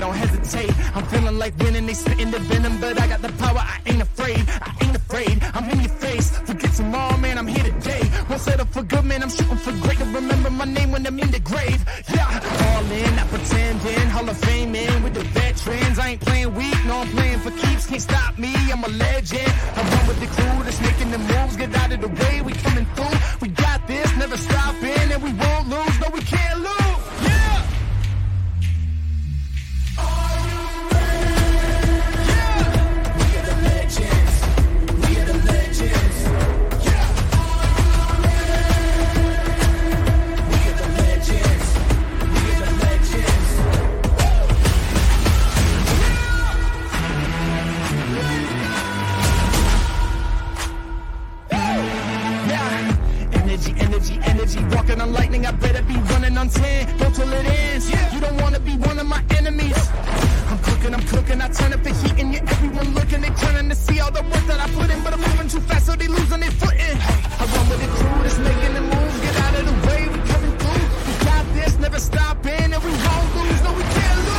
don't hesitate. I'm feeling like winning, they spitting the venom, but I got the power, I ain't afraid. I'm in your face, forget tomorrow, man, I'm here today. Won't settle for good, man, I'm shooting for great. To remember my name when I'm in the grave. Yeah, all in, not pretending, Hall of Fame in with the veterans. I ain't playing weak, no, I'm playing for keeps. Can't stop me, I'm a legend. I run with the crew that's making the moves. Get out of the way, we coming through. We got this, never stopping, and we won't lose. No, we can't lose. Yeah. Are you ready? Yeah. We are the legends. We are the legends. Yeah. Are you ready? We are the legends. We are the legends. Energy, walking on lightning, I better be running on 10, go till it ends, you don't wanna be one of my enemies, I'm cooking, I turn up the heat and everyone looking, they turning to see all the work that I put in, but I'm moving too fast so they losing their footing, I run with the crew that's making the moves, get out of the way, we coming through, we got this, never stopping, and we won't lose, no we can't lose.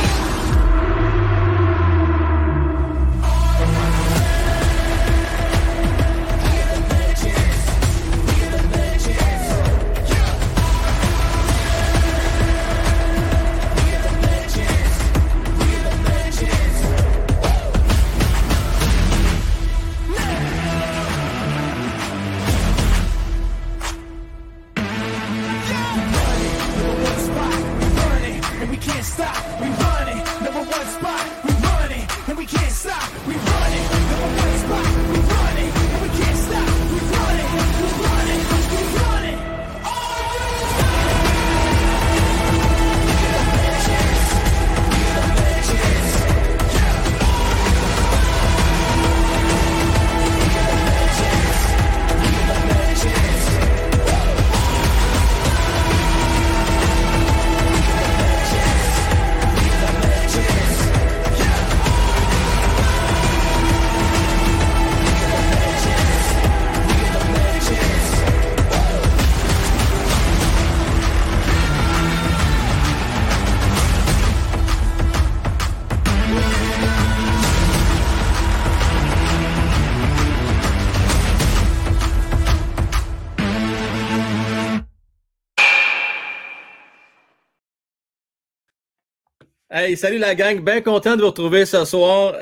Hey, salut la gang, bien content de vous retrouver ce soir.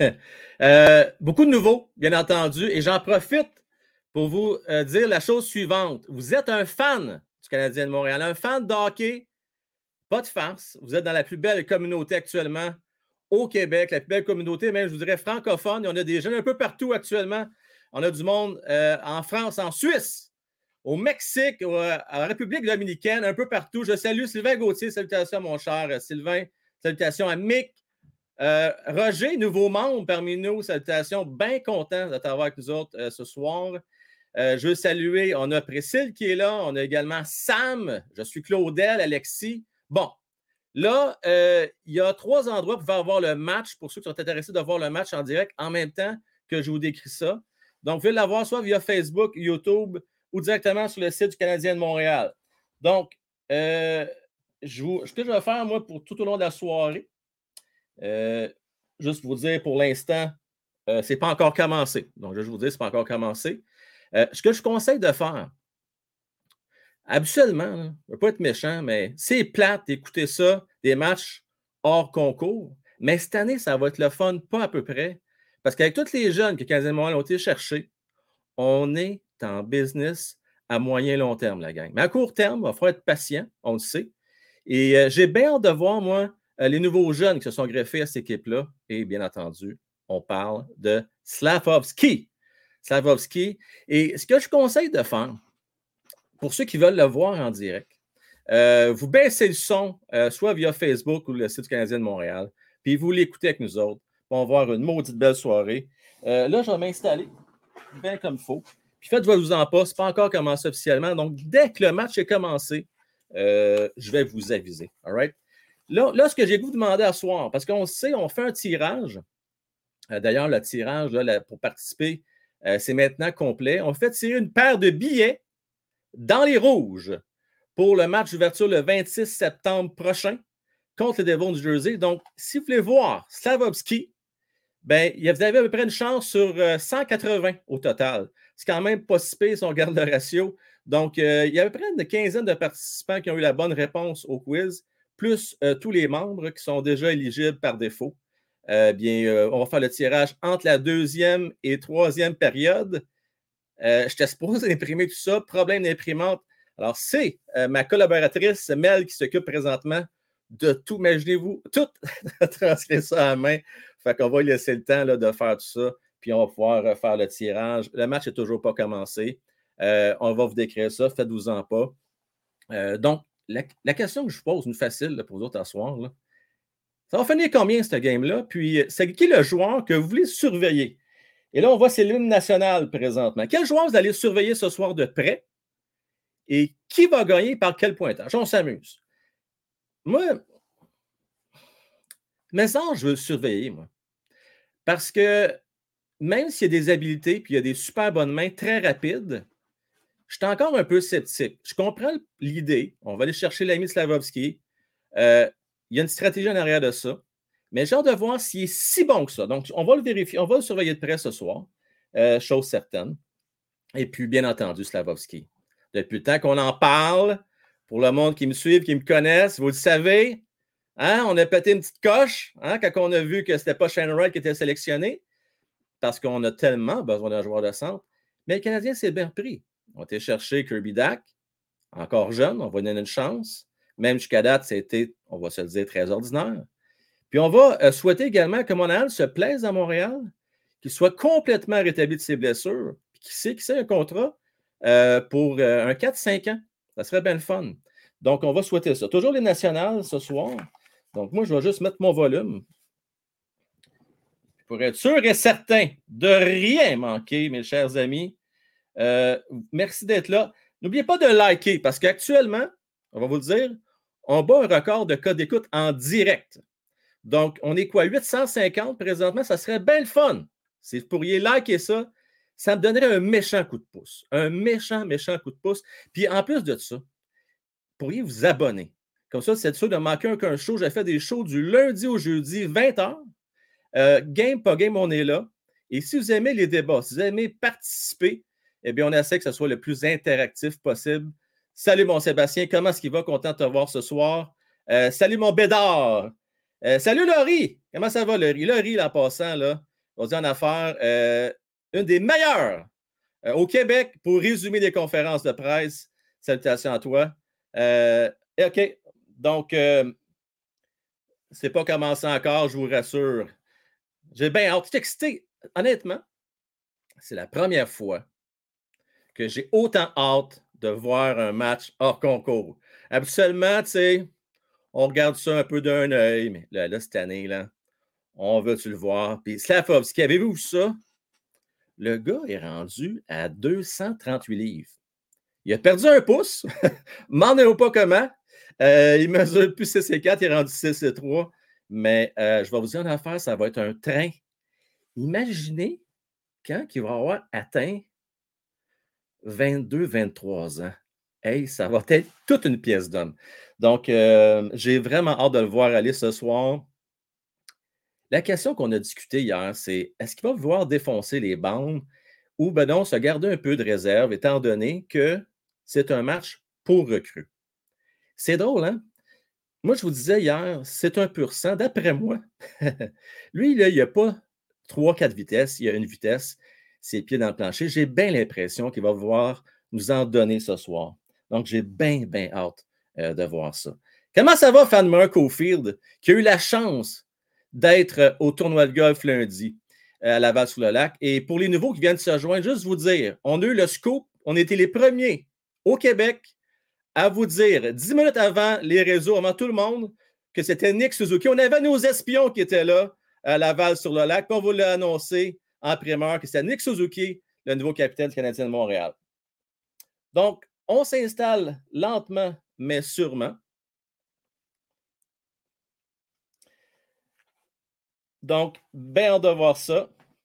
Beaucoup de nouveaux, bien entendu, et j'en profite pour vous dire la chose suivante. Vous êtes un fan du Canadien de Montréal, un fan de hockey, pas de farce. Vous êtes dans la plus belle communauté actuellement au Québec, la plus belle communauté, même je vous dirais francophone. On a des jeunes un peu partout actuellement. On a du monde en France, en Suisse, au Mexique, à la République dominicaine, un peu partout. Je salue Sylvain Gauthier. Salutations, mon cher Sylvain. Salutations à Mick. Roger, nouveau membre parmi nous. Salutations, bien content de t'avoir avec nous autres ce soir. Je veux saluer, on a Priscille qui est là. On a également Sam. Je suis Claudel, Alexis. Bon, là, il y a 3 endroits pour faire voir le match, pour ceux qui sont intéressés de voir le match en direct en même temps que je vous décris ça. Donc, vous pouvez l'avoir soit via Facebook, YouTube ou directement sur le site du Canadien de Montréal. Donc, ce que je vais faire, moi, pour tout au long de la soirée, juste vous dire pour l'instant, c'est pas encore commencé. Donc, je vais vous dire, c'est pas encore commencé. Ce que je conseille de faire, habituellement, je ne veux pas être méchant, mais c'est plate d'écouter ça, des matchs hors concours. Mais cette année, ça va être le fun, pas à peu près. Parce qu'avec tous les jeunes que Canadien de Montréal ont été chercher, on est en business à moyen et long terme, la gang. Mais à court terme, il va falloir être patient, on le sait. Et j'ai bien hâte de voir, moi, les nouveaux jeunes qui se sont greffés à cette équipe-là. Et bien entendu, on parle de Slafkovský. Et ce que je conseille de faire, pour ceux qui veulent le voir en direct, vous baissez le son, soit via Facebook ou le site du Canadien de Montréal, puis vous l'écoutez avec nous autres. On va avoir une maudite belle soirée. Là, je vais m'installer bien comme il faut. Puis faites-vous-en pas, ce n'est pas encore commencé officiellement. Donc, dès que le match est commencé, je vais vous aviser. All right? Là, ce que j'ai vous demander à soir, parce qu'on sait, on fait un tirage. D'ailleurs, le tirage là, pour participer, c'est maintenant complet. On fait tirer une paire de billets dans les rouges pour le match d'ouverture le 26 septembre prochain contre les Devils du Jersey. Donc, si vous voulez voir Slafkovský, ben, vous avez à peu près une chance sur 180 au total. C'est quand même pas si pire si on regarde le ratio. Donc, il y a à peu près une quinzaine de participants qui ont eu la bonne réponse au quiz, plus tous les membres qui sont déjà éligibles par défaut. On va faire le tirage entre la deuxième et troisième période. Je te suppose d'imprimer tout ça. Problème d'imprimante. Alors, c'est ma collaboratrice Mel qui s'occupe présentement de tout. Imaginez-vous, tout transcrire ça à la main. Fait qu'on va lui laisser le temps là, de faire tout ça. Puis on va pouvoir faire le tirage. Le match n'est toujours pas commencé. On va vous décrire ça. Faites-vous-en pas. Donc, la question que je vous pose, une facile là, pour vous autres à soir, là. Ça va finir combien, cette game-là? Puis, c'est qui le joueur que vous voulez surveiller? Et là, on voit c'est l'hymne national présentement. Quel joueur vous allez surveiller ce soir de près? Et qui va gagner par quel pointage? On s'amuse. Moi, mais ça, je veux le surveiller, moi. Parce que même s'il y a des habiletés puis il y a des super bonnes mains très rapides, je suis encore un peu sceptique. Je comprends l'idée. On va aller chercher l'ami Slafkovský. Il y a une stratégie en arrière de ça. Mais j'ai hâte de voir s'il est si bon que ça. Donc, on va le vérifier. On va le surveiller de près ce soir. Chose certaine. Et puis, bien entendu, Slafkovský. Depuis le temps qu'on en parle, pour le monde qui me suit, qui me connaissent, vous le savez, hein, on a pété une petite coche hein, quand on a vu que ce n'était pas Shane Wright qui était sélectionné, parce qu'on a tellement besoin d'un joueur de centre. Mais le Canadien s'est bien pris. On a été chercher Kirby Dach, encore jeune, on va lui donner une chance. Même jusqu'à date, c'était, on va se le dire, très ordinaire. Puis on va souhaiter également que Montréal se plaise à Montréal, qu'il soit complètement rétabli de ses blessures, puis qu'il sait un contrat pour un 4-5 ans. Ça serait bien le fun. Donc, on va souhaiter ça. Toujours les nationales ce soir. Donc, moi, je vais juste mettre mon volume pour être sûr et certain de rien manquer, mes chers amis. Merci d'être là. N'oubliez pas de liker parce qu'actuellement, on va vous le dire, on bat un record de code d'écoute en direct. Donc, on est quoi? 850 présentement. Ça serait bien le fun. Si vous pourriez liker ça, ça me donnerait un méchant coup de pouce. Un méchant coup de pouce. Puis en plus de ça, vous pourriez vous abonner. Comme ça, c'est sûr de manquer aucun show. J'ai fait des shows du lundi au jeudi, 20h. Game, pas game, on est là. Et si vous aimez les débats, si vous aimez participer, eh bien, on essaie que ce soit le plus interactif possible. Salut, mon Sébastien. Comment est-ce qu'il va? Content de te voir ce soir. Salut, mon Bédard. Salut, Laurie. Comment ça va, Laurie? Laurie, en passant, là, on dit en affaires, une des meilleures au Québec pour résumer des conférences de presse. Salutations à toi. OK. Donc, c'est pas commencé encore, je vous rassure. J'ai bien hâte. Je suis excité. Honnêtement, c'est la première fois que j'ai autant hâte de voir un match hors concours. Habituellement, tu sais, on regarde ça un peu d'un œil, mais là, cette année, là, on veut-tu le voir? Puis Slafkovský, avez-vous vu ça? Le gars est rendu à 238 livres. Il a perdu un pouce. M'en ai pas comment. Il mesure plus 6,4, il est rendu 6,3. Mais je vais vous dire une affaire, ça va être un train. Imaginez quand il va avoir atteint 22, 23 ans. Hey, ça va être toute une pièce d'homme. Donc, j'ai vraiment hâte de le voir aller ce soir. La question qu'on a discutée hier, c'est est-ce qu'il va vouloir défoncer les bandes ou ben non, se garder un peu de réserve, étant donné que c'est un match pour recrues. C'est drôle, hein? Moi, je vous disais hier, c'est un pur sang. D'après moi, lui, là, il n'y a pas 3-4 vitesses, il y a une vitesse, ses pieds dans le plancher. J'ai bien l'impression qu'il va vouloir nous en donner ce soir. Donc, j'ai bien hâte de voir ça. Comment ça va, Fanmer Cofield, qui a eu la chance d'être au tournoi de golf lundi à Laval-sous-le-Lac? Et pour les nouveaux qui viennent de se joindre, juste vous dire, on a eu le scoop, on était les premiers au Québec à vous dire 10 minutes avant les réseaux, avant tout le monde, que c'était Nick Suzuki. On avait nos espions qui étaient là à Laval-sur-le-Lac. On vous l'a annoncé en primeur que c'était Nick Suzuki, le nouveau capitaine du Canadien de Montréal. Donc, on s'installe lentement, mais sûrement. Donc, bien hâte de voir ça.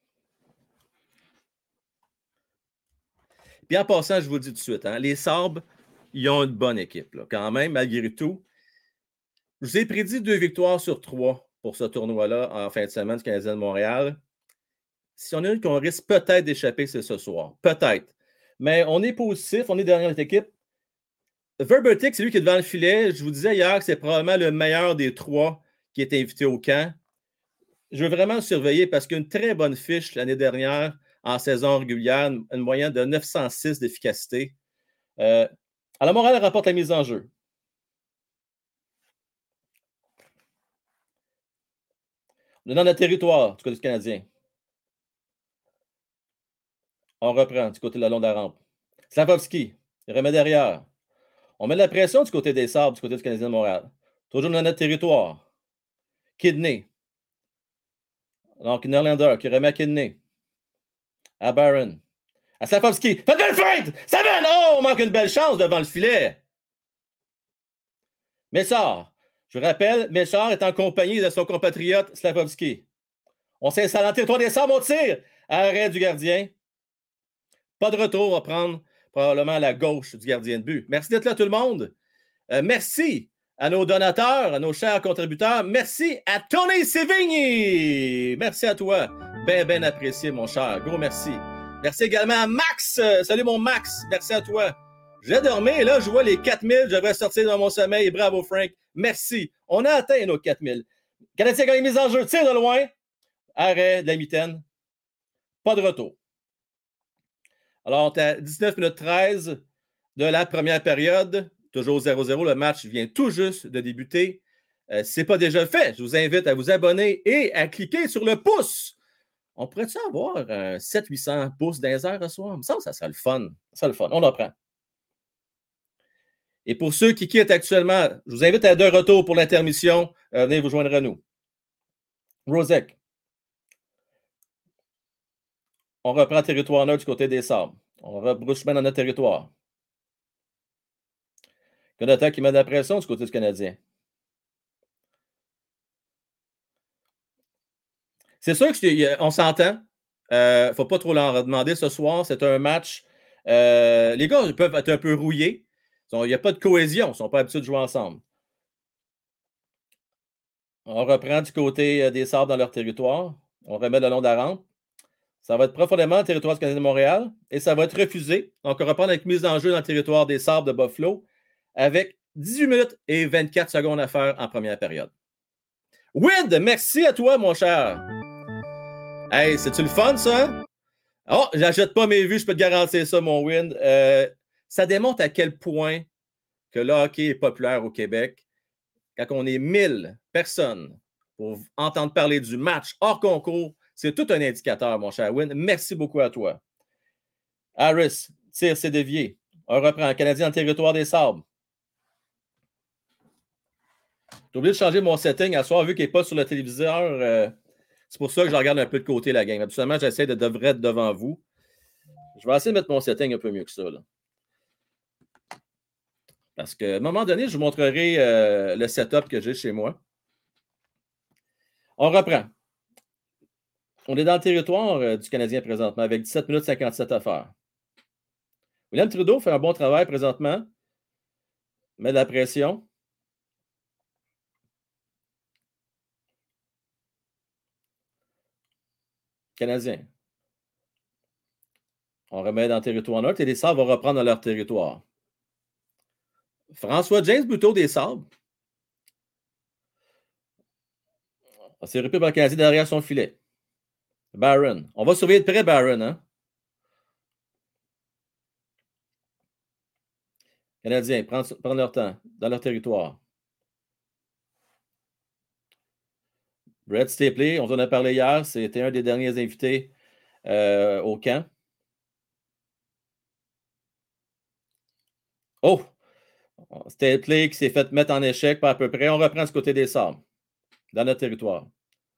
Puis en passant, je vous le dis tout de suite, hein, les Sabres, ils ont une bonne équipe, là, quand même, malgré tout. Je vous ai prédit 2 victoires sur 3 pour ce tournoi-là en fin de semaine du Canadien de Montréal. Si on a une qu'on risque peut-être d'échapper, c'est ce soir. Peut-être. Mais on est positif, on est derrière notre équipe. Verbetic, c'est lui qui est devant le filet. Je vous disais hier que c'est probablement le meilleur des 3 qui est invité au camp. Je veux vraiment le surveiller parce qu'il a une très bonne fiche l'année dernière en saison régulière, une moyenne de 906 d'efficacité. Alors, Montréal remporte la mise en jeu. On est dans notre territoire du côté du Canadien. On reprend du côté de la longue de la rampe. Slavkovski, il remet derrière. On met de la pression du côté des Sabres, du côté du Canadien de Montréal. Toujours dans notre territoire. Kidney. Donc, Norlander qui remet à Kidney. À Barron. À Slavkovski. Faites belle feinte! Ça vient! Oh, on manque une belle chance devant le filet. Messard. Je rappelle, Messard est en compagnie de son compatriote Slavkovski. On s'installe dans le territoire des Sabres, on tire. Arrêt du gardien. Pas de retour, on va prendre probablement la gauche du gardien de but. Merci d'être là, tout le monde. Merci à nos donateurs, à nos chers contributeurs. Merci à Tony Sévigny. Merci à toi. Ben apprécié, mon cher. Gros merci. Merci également à Max. Salut, mon Max. Merci à toi. J'ai dormi et là, je vois les 4000. Je devrais sortir dans mon sommeil. Bravo, Frank. Merci. On a atteint nos 4000. Canadien gagne mise en jeu. Tire de loin. Arrêt de la mitaine. Pas de retour. Alors, on est à 19 minutes 13 de la première période. Toujours 0-0. Le match vient tout juste de débuter. Si ce n'est pas déjà fait, je vous invite à vous abonner et à cliquer sur le pouce. On pourrait-tu avoir 700-800 pouces dans les airs ce soir? Il me semble que ça serait le fun. Ça serait le fun. On en prend. Et pour ceux qui quittent actuellement, je vous invite à de retour pour l'intermission. Venez vous joindre à nous. Rosek. On reprend le territoire neutre du côté des Sabres. On rebrousse chemin dans notre territoire. Connaughton qui met de la pression du côté du Canadien. C'est sûr qu'on s'entend. Il ne faut pas trop leur demander ce soir. C'est un match. Les gars peuvent être un peu rouillés. Il n'y a pas de cohésion. Ils ne sont pas habitués de jouer ensemble. On reprend du côté des Sabres dans leur territoire. On remet le long de la rampe. Ça va être profondément le territoire du Canadien de Montréal et ça va être refusé. Donc, on reprend avec mise en jeu dans le territoire des Sabres de Buffalo avec 18 minutes et 24 secondes à faire en première période. Wid, merci à toi, mon cher. Hey, c'est-tu le fun, ça? Oh, j'achète pas mes vues, je peux te garantir ça, mon Wid. Ça démontre à quel point que le hockey est populaire au Québec. Quand on est 1000 personnes pour entendre parler du match hors concours, c'est tout un indicateur, mon cher Win. Merci beaucoup à toi. Harris, tire, c'est dévié. On reprend. Canadien en territoire des Sabres. J'ai oublié de changer mon setting à soir, vu qu'il n'est pas sur le téléviseur. C'est pour ça que je regarde un peu de côté la game. Absolument, j'essaie de devrait être devant vous. Je vais essayer de mettre mon setting un peu mieux que ça. Là. Parce qu'à un moment donné, je vous montrerai le setup que j'ai chez moi. On reprend. On est dans le territoire du Canadien présentement avec 17 minutes 57 à faire. William Trudeau fait un bon travail présentement. Met de la pression. Canadien. On remet dans le territoire neutre et les Sabres vont reprendre dans leur territoire. François James Buteau des Sabres. C'est repris par le Canadien derrière son filet. Barron. On va surveiller de près Barron. Hein? Canadiens, prendre leur temps dans leur territoire. Brett Stapley, on en a parlé hier, c'était un des derniers invités au camp. Oh! Stapley qui s'est fait mettre en échec pas à peu près. On reprend ce côté des Sabres, dans notre territoire.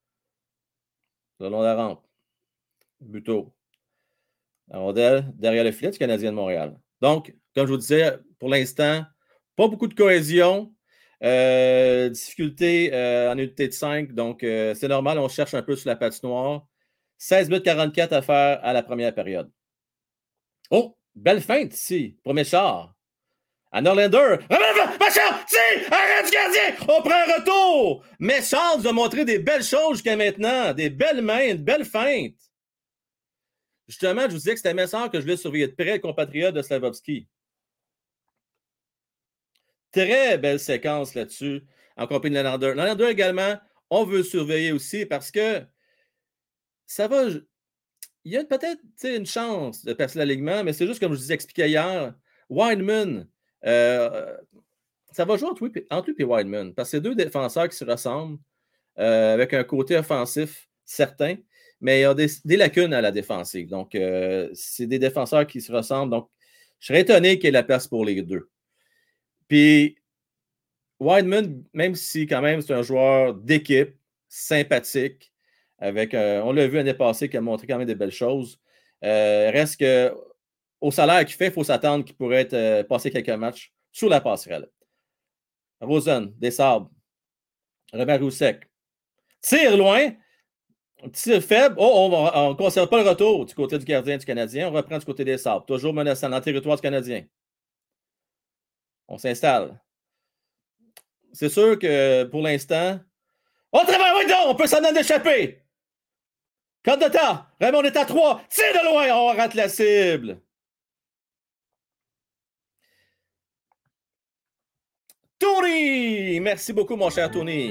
Le long de la rampe. Buteau. La rondelle derrière le filet du Canadien de Montréal. Donc, comme je vous disais, pour l'instant, pas beaucoup de cohésion. Difficulté en unité de 5. Donc, c'est normal, on cherche un peu sur la patinoire. 16 minutes 44 à faire à la première période. Oh, belle feinte ici pour Méchard. À Norlander. Attention! Tire! Arrête du gardien! On prend un retour! Mais Charles nous a montré des belles choses jusqu'à maintenant. Des belles mains, une belle feinte. Justement, je vous disais que c'était un message que je voulais surveiller de près, le compatriote de Slavovski. Très belle séquence là-dessus, en compagnie de Lander. Lander également, on veut surveiller aussi parce que ça va. Il y a peut-être une chance de percer l'alignement, mais c'est juste comme je vous ai expliqué hier. Wideman, ça va jouer entre lui et Wideman, parce que c'est deux défenseurs qui se ressemblent, avec un côté offensif certain, mais il y a des lacunes à la défensive. Donc, c'est des défenseurs qui se ressemblent. Donc, je serais étonné qu'il y ait la place pour les deux. Puis, Wideman, même si quand même c'est un joueur d'équipe, sympathique, avec, on l'a vu l'année passée, qui a montré quand même des belles choses, reste que au salaire qu'il fait, il faut s'attendre qu'il pourrait être passer quelques matchs sous la passerelle. Rosen, des sabres. Robert Roussek. Tire loin. Tir faible. Oh, on ne conserve pas le retour du côté du gardien du Canadien. On reprend du côté des sabres. Toujours menaçant dans le territoire du Canadien. On s'installe. C'est sûr que pour l'instant. On travaille, oui, donc, on peut s'en échapper. Code de temps. Raymond est à 3. Tire de loin. On rate la cible. Tony! Merci beaucoup, mon cher Tony.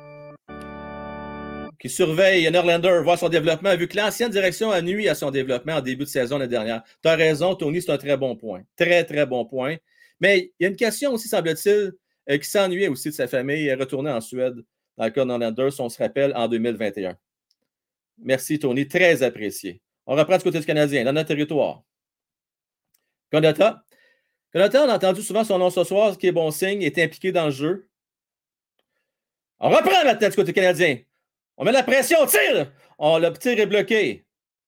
Qui surveille Norlander, voir son développement, vu que l'ancienne direction a nuit à son développement en début de saison l'année dernière. Tu as raison, Tony, c'est un très bon point. Très, très bon point. Mais il y a une question aussi, semble-t-il, qui s'ennuyait aussi de sa famille. Il est retourné en Suède, dans le cas de Norlander, si on se rappelle, en 2021. Merci, Tony. Très apprécié. On reprend du côté du Canadien, dans notre territoire. Condota. Condota, on a entendu souvent son nom ce soir, ce qui est bon signe, est impliqué dans le jeu. On reprend maintenant du côté canadien. On met la pression, on tire! Le tir est bloqué.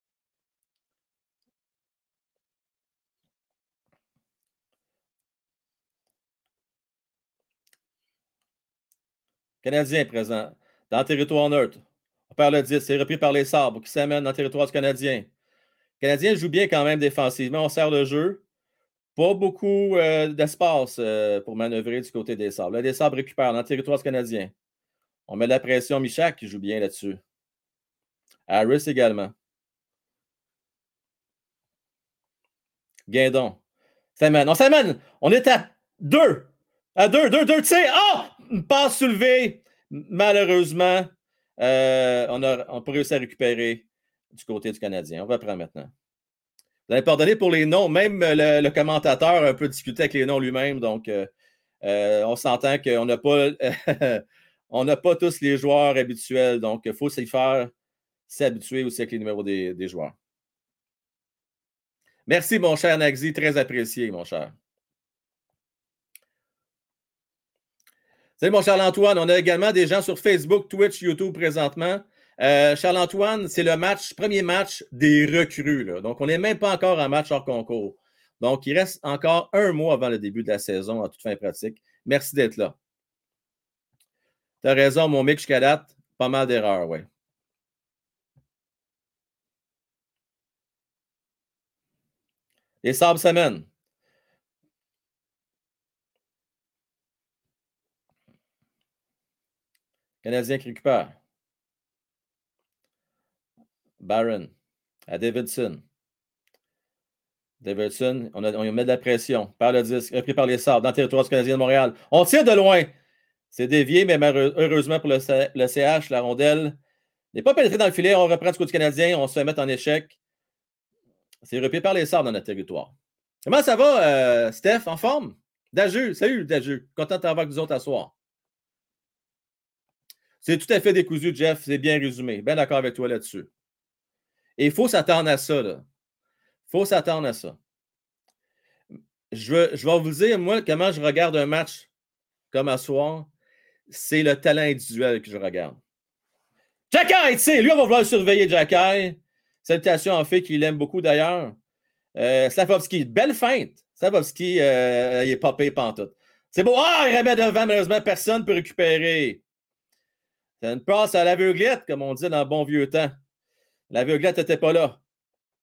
Canadien présent, dans le territoire neutre. On perd le 10, c'est repris par les sabres qui s'amènent dans le territoire du Canadien. Le Canadien joue bien quand même défensivement, on sert le jeu. Pas beaucoup d'espace pour manœuvrer du côté des sabres. Là, les sabres récupèrent dans le territoire du Canadien. On met la pression, Michak qui joue bien là-dessus. Harris également. Guindon. S'amène. On s'amène. On est à 2. À 2, 2, 2 tirs. Ah! Une passe soulevée. Malheureusement, on n'a pas réussi à récupérer du côté du Canadien. On reprend maintenant. Vous allez pardonner pour les noms. Même le commentateur a un peu discuté avec les noms lui-même. Donc, on s'entend qu'on n'a pas, on n'a pas tous les joueurs habituels. Donc, il faut s'habituer aussi avec les numéros des joueurs. Merci, mon cher Nagzi. Très apprécié, mon cher. Salut, mon Charles-Antoine. On a également des gens sur Facebook, Twitch, YouTube présentement. Charles-Antoine, c'est le premier match des recrues. Là. Donc, on n'est même pas encore en match hors concours. Donc, il reste encore un mois avant le début de la saison, en toute fin pratique. Merci d'être là. Tu as raison, mon mec, jusqu'à date, pas mal d'erreurs, oui. Les sabres s'amènent. Canadien qui récupère. Barron à Davidson. Davidson, on met de la pression. Par le disque, repris par les sabres dans le territoire du Canadien de Montréal. On tire de loin. C'est dévié, mais heureusement pour le CH, la rondelle n'est pas pénétrée dans le filet. On reprend du côté du Canadien. On se fait mettre en échec. C'est repris par les sabres dans notre territoire. Comment ça va, Steph? En forme? Daju, salut Daju. Content de t'avoir avec nous autres à soir. C'est tout à fait décousu, Jeff. C'est bien résumé. Bien d'accord avec toi là-dessus. Et il faut s'attendre à ça. Il faut s'attendre à ça. Je vais vous dire, moi, comment je regarde un match comme à soir. C'est le talent individuel que je regarde. Jacky, tu sais, lui, on va vouloir surveiller Jacky. Salutations en fait qu'il aime beaucoup d'ailleurs. Slavovski, belle feinte. Slavovski, il est popé pantoute. C'est beau. Ah, il remet devant, malheureusement, personne ne peut récupérer. C'est une passe à l'aveuglette, comme on dit dans le bon vieux temps. L'aveuglette n'était pas là.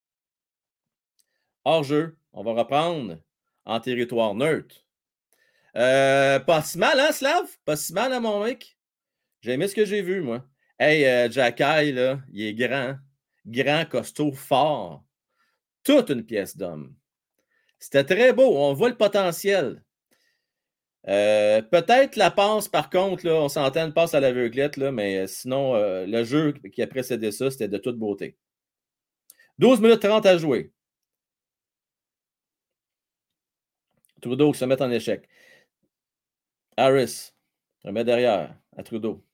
Hors jeu, on va reprendre en territoire neutre. Pas si mal, hein, Slav? Pas si mal, hein, mon mec? J'ai aimé ce que j'ai vu, moi. Hey, Jacky, là, il est grand. Hein? Grand, costaud, fort. Toute une pièce d'homme. C'était très beau. On voit le potentiel. Peut-être la passe, par contre, là, on s'entend une passe à l'aveuglette, là, mais sinon, le jeu qui a précédé ça, c'était de toute beauté. 12 minutes 30 à jouer. Trudeau qui se met en échec. Harris remet derrière à Trudeau.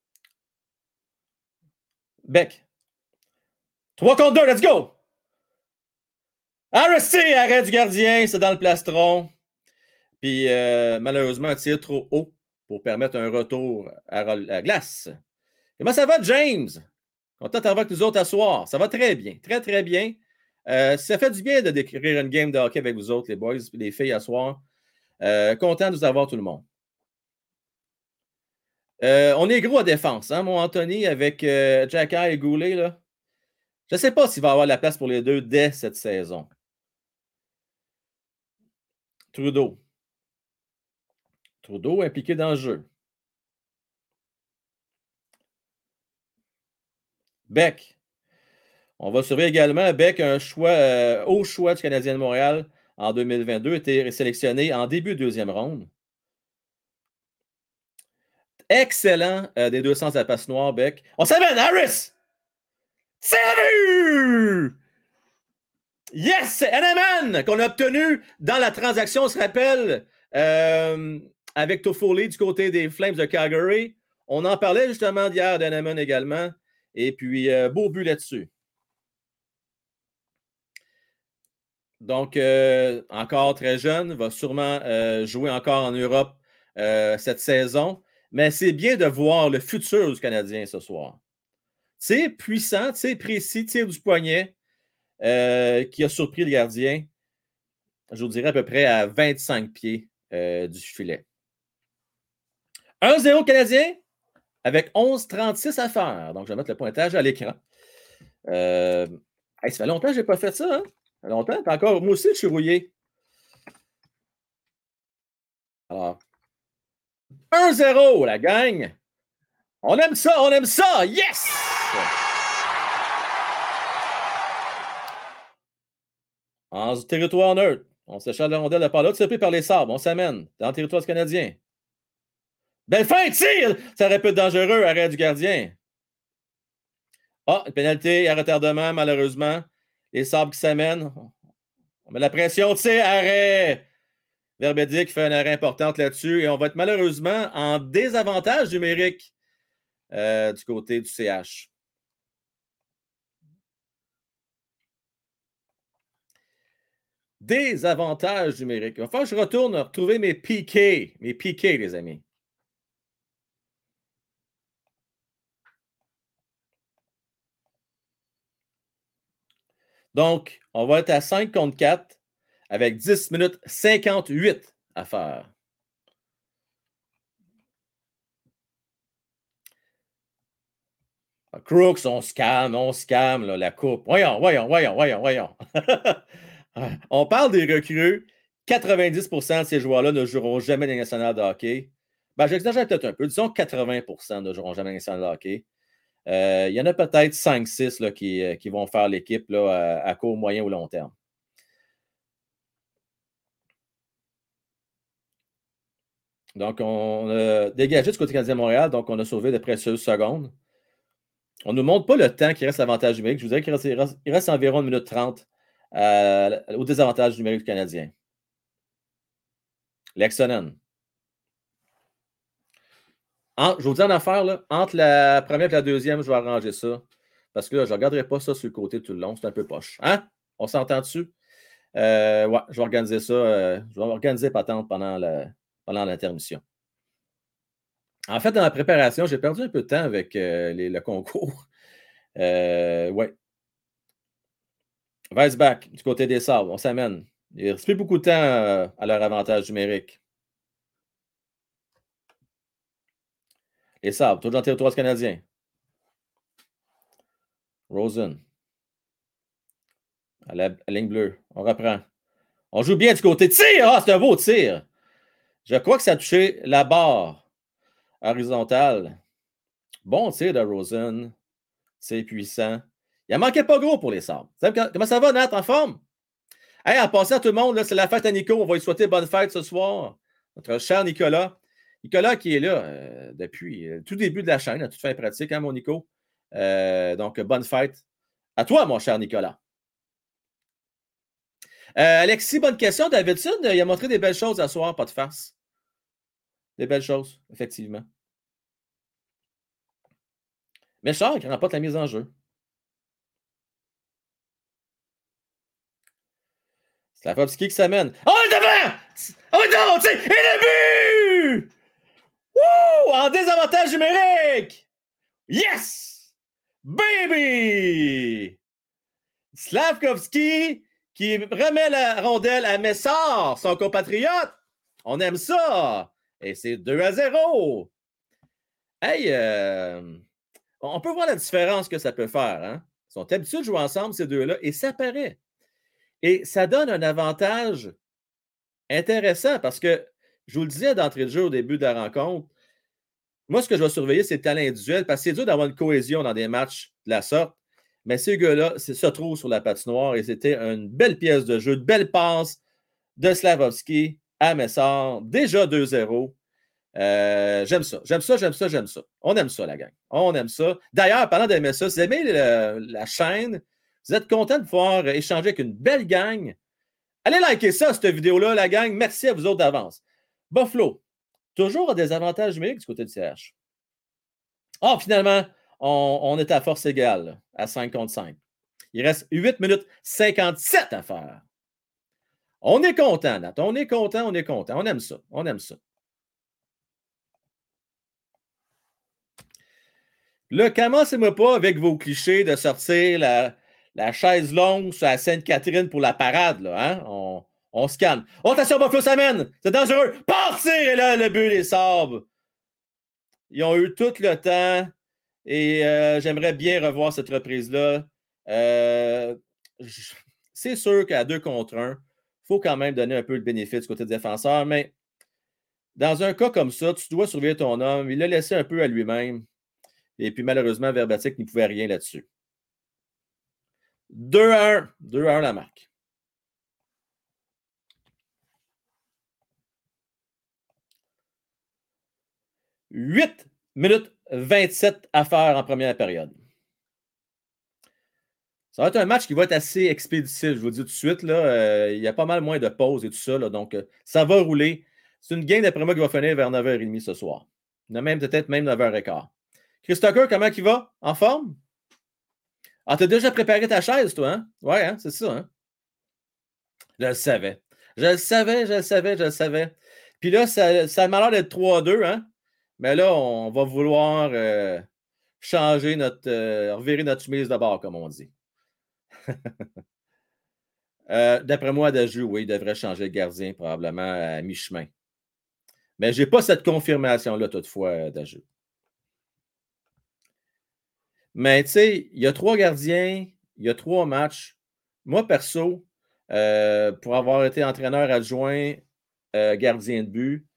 Beck. 3 contre 2, let's go! Harris, arrêt du gardien, c'est dans le plastron. Puis malheureusement, un tir trop haut pour permettre un retour à la glace. Comment ça va, James? Content d'avoir avec nous autres à soir. Ça va très bien, très, très bien. Ça fait du bien de décrire une game de hockey avec vous autres, les boys et les filles à soir. Content de vous avoir tout le monde. On est gros à défense, hein, mon Anthony, avec Jacky et Goulet. Là. Je ne sais pas s'il va y avoir la place pour les deux dès cette saison. Trudeau. Trudeau impliqué dans le jeu. Beck. On va surveiller également Beck, un choix, haut choix du Canadien de Montréal en 2022, était sélectionné en début de deuxième ronde. Excellent des deux sens à la passe noire, Beck. On s'amène, Harris! Salut! Yes! NMN qu'on a obtenu dans la transaction, on se rappelle, avec Toffoli du côté des Flames de Calgary. On en parlait justement d'hier d'NMN également. Et puis, beau but là-dessus. Donc, encore très jeune, va sûrement jouer encore en Europe cette saison. Mais c'est bien de voir le futur du Canadien ce soir. Tu sais, puissant, tu sais, précis, tir du poignet, qui a surpris le gardien, je vous dirais à peu près à 25 pieds du filet. 1-0 Canadien avec 11-36 à faire. Donc, je vais mettre le pointage à l'écran. Ça fait longtemps que je n'ai pas fait ça. Hein? Ça fait longtemps. Encore, moi aussi, je suis rouillé. Alors, 1-0, la gang. On aime ça, on aime ça. Yes! En territoire neutre. On s'échappe la rondelle de par l'autre, c'est pris par les sabres. On s'amène dans le territoire du Canadien. Belle fin de tir! Ça aurait pu être dangereux, arrêt du gardien. Ah, une pénalité à retardement, malheureusement. Les sabres qui s'amènent. On met la pression, tir, arrêt. Verbedic fait un arrêt important là-dessus et on va être malheureusement en désavantage numérique du côté du CH. Désavantage numérique. Il va falloir que je retourne retrouver mes PK. Mes PK, les amis. Donc, on va être à 5 contre 4 avec 10 minutes 58 à faire. Crooks, on se calme, là, la coupe. Voyons. On parle des recrues. 90% de ces joueurs-là ne joueront jamais dans les nationales de hockey. Ben, j'exagère peut-être un peu. Disons 80% ne joueront jamais dans les nationales de hockey. Il y en a peut-être 5-6 là, qui vont faire l'équipe là, à court, moyen ou long terme. Donc, on a dégagé du côté canadien de Montréal, donc on a sauvé de précieuses secondes. On ne nous montre pas le temps qui reste avantage numérique. Je vous dirais qu'il reste environ 1 minute 30 au désavantage numérique du Canadien. Lexonen. Je vous dis en affaire, là, entre la première et la deuxième, je vais arranger ça. Parce que là, je ne regarderai pas ça sur le côté tout le long. C'est un peu poche. Hein? On s'entend dessus? Ouais, je vais organiser ça. Je vais organiser patente pendant l'intermission. En fait, dans la préparation, j'ai perdu un peu de temps avec le concours. Ouais. Weissbach, du côté des Sabres, on s'amène. Il ne reste plus beaucoup de temps à leur avantage numérique. Les Sabres, toujours dans le territoire canadien. Rosen. À la ligne bleue. On reprend. On joue bien du côté tir. Ah, c'est un beau tir. Je crois que ça a touché la barre horizontale. Bon tir de Rosen. C'est puissant. Il en manquait pas gros pour les Sabres. Comment ça va, Nat, en forme? Hey, en passant à tout le monde, c'est la fête à Nico. On va lui souhaiter bonne fête ce soir. Notre cher Nicolas. Nicolas qui est là depuis le tout début de la chaîne, à toute fin pratique, hein, mon Nico? Donc, bonne fête à toi, mon cher Nicolas. Alexis, bonne question. Davidson, il a montré des belles choses à soir, pas de farce. Des belles choses, effectivement. Méchant qui remporte la mise en jeu. Slavkovski qui s'amène. Oh, il est devant! Oh non, tu sais, et le but! Wouh! En désavantage numérique! Yes! Baby! Slavkovski qui remet la rondelle à Messard, son compatriote. On aime ça! Et c'est 2-0. Hey, on peut voir la différence que ça peut faire. Hein? Ils sont habitués de jouer ensemble, ces deux-là, et ça paraît. Et ça donne un avantage intéressant parce que, je vous le disais d'entrée de jeu au début de la rencontre, moi, ce que je vais surveiller, c'est le talent individuel parce que c'est dur d'avoir une cohésion dans des matchs de la sorte. Mais ces gars-là se trouvent sur la patinoire et c'était une belle pièce de jeu, de belle passe de Slavkovski à Messard. Déjà 2-0. J'aime ça. On aime ça, la gang. On aime ça. D'ailleurs, parlant d'aimer ça, si vous aimez la chaîne, vous êtes content de pouvoir échanger avec une belle gang, allez liker ça, cette vidéo-là, la gang. Merci à vous autres d'avance. Buffalo, toujours des avantages numériques du côté du CH. Ah, finalement, on est à force égale, là, à 5 contre 5. Il reste 8 minutes 57 à faire. On est content, Nat. On est content. On aime ça. Là, commencez-moi pas avec vos clichés de sortir la chaise longue sur la Sainte-Catherine pour la parade, là, hein? On se calme. Oh, attention, Buffalo s'amène! C'est dangereux! Partir! Et là, le but des Sabres. Ils ont eu tout le temps et j'aimerais bien revoir cette reprise-là. C'est sûr qu'à 2 contre 1, il faut quand même donner un peu le bénéfice du côté défenseur, mais dans un cas comme ça, tu dois surveiller ton homme. Il l'a laissé un peu à lui-même. Et puis, malheureusement, Verbatic n'y pouvait rien là-dessus. 2-1. 2-1 la marque. « 8 minutes 27 à faire en première période. Ça va être un match qui va être assez expéditif, je vous le dis tout de suite. Là, il y a pas mal moins de pauses et tout ça. Là, donc, ça va rouler. C'est une game, d'après moi, qui va finir vers 9h30 ce soir. Il y en a même peut-être même 9h15. Chris Tucker, comment il va? En forme? Ah, t'as déjà préparé ta chaise, toi, hein? Ouais, hein? C'est ça, hein? Je le savais. Puis là, ça a l'air d'être 3-2, hein? Mais là, on va vouloir changer revirer notre chemise de bord, comme on dit. D'après moi, Daju, oui, il devrait changer le gardien probablement à mi-chemin. Mais je n'ai pas cette confirmation-là toutefois, Daju. Mais tu sais, il y a 3 gardiens, il y a 3 matchs. Moi, perso, pour avoir été entraîneur adjoint, gardien de but,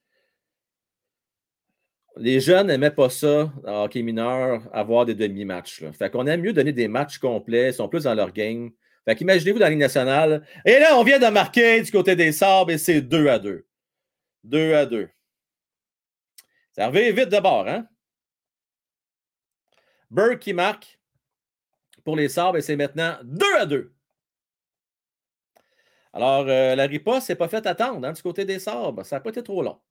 les jeunes n'aimaient pas ça, en hockey mineur, avoir des demi-matchs. Là. Fait qu'on aime mieux donner des matchs complets, ils sont plus dans leur game. Fait qu'imaginez-vous dans la Ligue nationale. Et là, on vient de marquer du côté des Sabres et c'est 2-2. 2-2. Ça revient vite de bord, hein? Burke qui marque pour les Sabres et c'est maintenant 2-2. Alors, la riposte n'est pas faite attendre hein, du côté des Sabres. Ça n'a pas été trop long.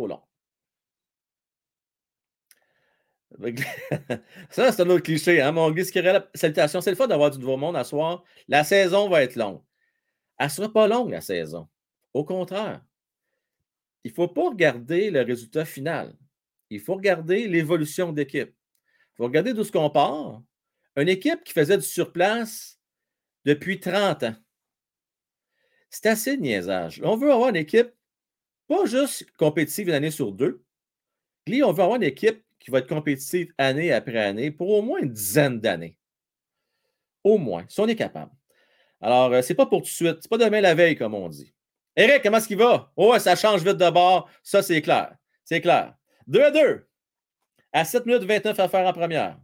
Ça, c'est un autre cliché. Hein? Mon Guy Skirel, salutations. C'est le fun d'avoir du nouveau monde à soir. La saison va être longue. Elle ne sera pas longue, la saison. Au contraire, il ne faut pas regarder le résultat final. Il faut regarder l'évolution d'équipe. Il faut regarder d'où ce qu'on part. Une équipe qui faisait du surplace depuis 30 ans. C'est assez de niaisage. On veut avoir une équipe pas juste compétitive une année sur 2. On veut avoir une équipe qui va être compétitive année après année pour au moins une dizaine d'années. Au moins, si on est capable. Alors, c'est pas pour tout de suite. C'est pas demain la veille, comme on dit. Éric, comment est-ce qu'il va? Oh, ça change vite de bord. Ça, c'est clair. C'est clair. 2-2. À 7 minutes 29 à faire en première.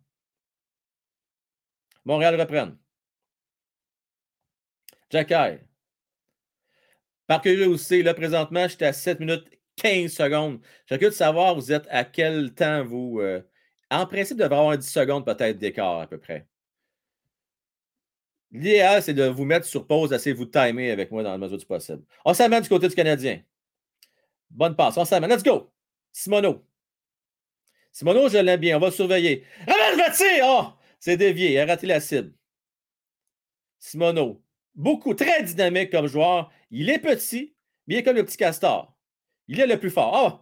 Montréal reprenne. Jacky. Par curiosité, là, présentement, j'étais à 7 minutes 15 secondes. J'ai curieux de savoir, vous êtes à quel temps vous. En principe, il devrait y avoir 10 secondes peut-être d'écart à peu près. L'idéal, c'est de vous mettre sur pause, essayer de vous timer avec moi dans la mesure du possible. On s'amène du côté du Canadien. Bonne passe. On s'amène. Let's go. Simoneau. Simoneau, je l'aime bien. On va le surveiller. Ramène le tir! Oh! C'est dévié. Il a raté la cible. Simoneau. Beaucoup, très dynamique comme joueur. Il est petit, mais il est comme le petit castor. Il est le plus fort.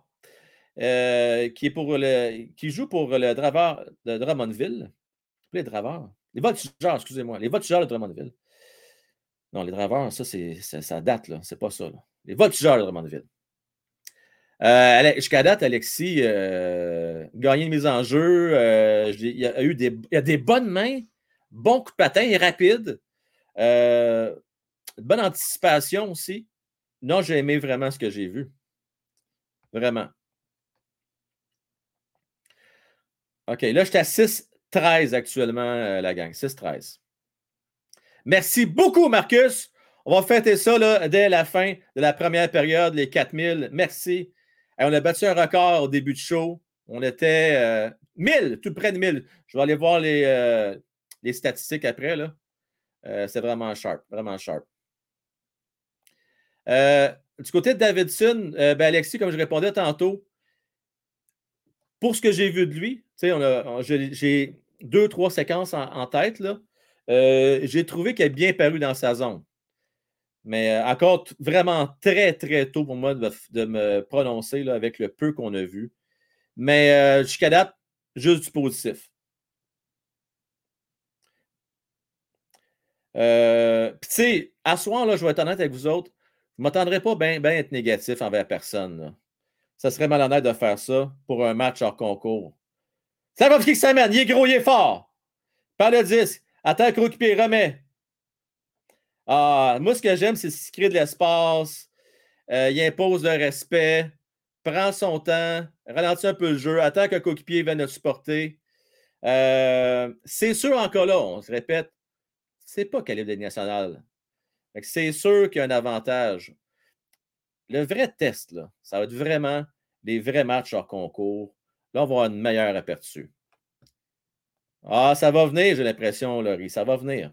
Qui joue pour le Draveur de Drummondville. Les Draveurs. Les Voltigeurs, excusez-moi. Les Voltigeurs de Drummondville. Non, les Draveurs, ça date, là. C'est pas ça, là. Les Voltigeurs de Drummondville. Jusqu'à date, Alexis gagné une mise en jeu. Il y a des bonnes mains, bon coup de patin, rapide. Bonne anticipation aussi. Non, j'ai aimé vraiment ce que j'ai vu. Vraiment. OK, là, j'étais à 6-13 actuellement, la gang. 6-13. Merci beaucoup, Marcus. On va fêter ça là, dès la fin de la première période, les 4000. Merci. On a battu un record au début de show. On était 1000, tout près de 1000. Je vais aller voir les statistiques après. C'est vraiment sharp, vraiment sharp. Du côté de Davidson, Alexis, comme je répondais tantôt, pour ce que j'ai vu de lui, j'ai 2-3 séquences en tête. Là. J'ai trouvé qu'il a bien paru dans sa zone. Mais encore vraiment très, très tôt pour moi de me prononcer là, avec le peu qu'on a vu. Mais jusqu'à date, juste du positif. Puis, tu sais, à soir, là, je vais être honnête avec vous autres, je ne m'attendrai pas bien être négatif envers personne. Là. Ça serait malhonnête de faire ça pour un match hors concours. Ça va qui s'amène, il est gros, il est fort. Par le 10, attends, coéquipier, remet. Ah, moi, ce que j'aime, c'est qu'il crée de l'espace, il impose le respect, prend son temps, ralentit un peu le jeu, attend qu'un coéquipier vienne le supporter. C'est sûr, encore là, on se répète, c'est pas calibre de Ligue nationale. C'est sûr qu'il y a un avantage. Le vrai test, là, ça va être vraiment les vrais matchs hors concours. Là, on va avoir une meilleure aperçue. Ah, ça va venir, j'ai l'impression, Laurie. Ça va venir.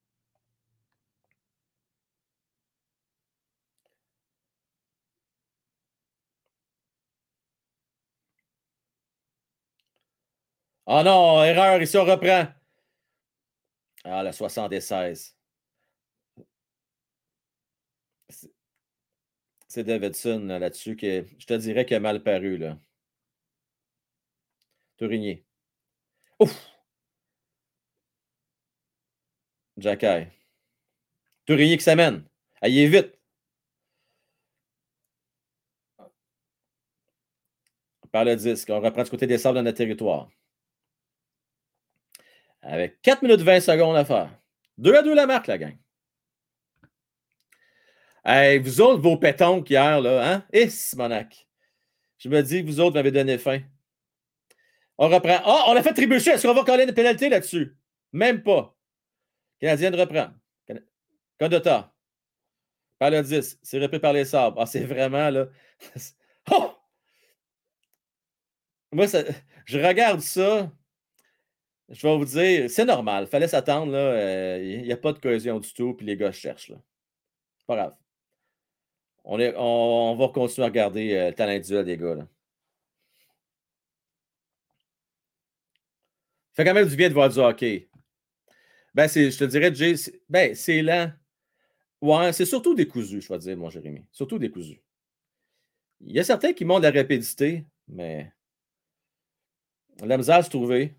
Ah non, erreur, ici on reprend. Ah, la 76. C'est Davidson là-dessus que je te dirais qu'il a mal paru. Là. Tourigny. Ouf! Jacky. Tourigny qui s'amène. Ah, il est vite. Par le disque. On reprend du côté des sables dans notre territoire. Avec 4 minutes 20 secondes à faire. 2-2 la marque, la gang. Hey, vous autres, vos pétonques hier, là, hein? Et Simonac. Je me dis que vous autres m'avez donné faim. On reprend. Ah, on a fait trébucher. Est-ce qu'on va coller une pénalité là-dessus? Même pas. Canadienne reprend. Condota. Par le 10. C'est repris par les sabres. Ah, c'est vraiment, là. Oh! Moi, je regarde ça. Je vais vous dire, c'est normal. Il fallait s'attendre. Il n'y a pas de cohésion du tout. Puis les gars cherchent. Là. C'est pas grave. On va continuer à regarder le talent individuel des gars. Là. Fait quand même du bien de voir du hockey. Je te dirais, Jay, c'est lent. Ouais, c'est surtout décousu, je vais dire, mon Jérémy. Surtout décousu. Il y a certains qui montrent de la rapidité, mais la misère à se trouver.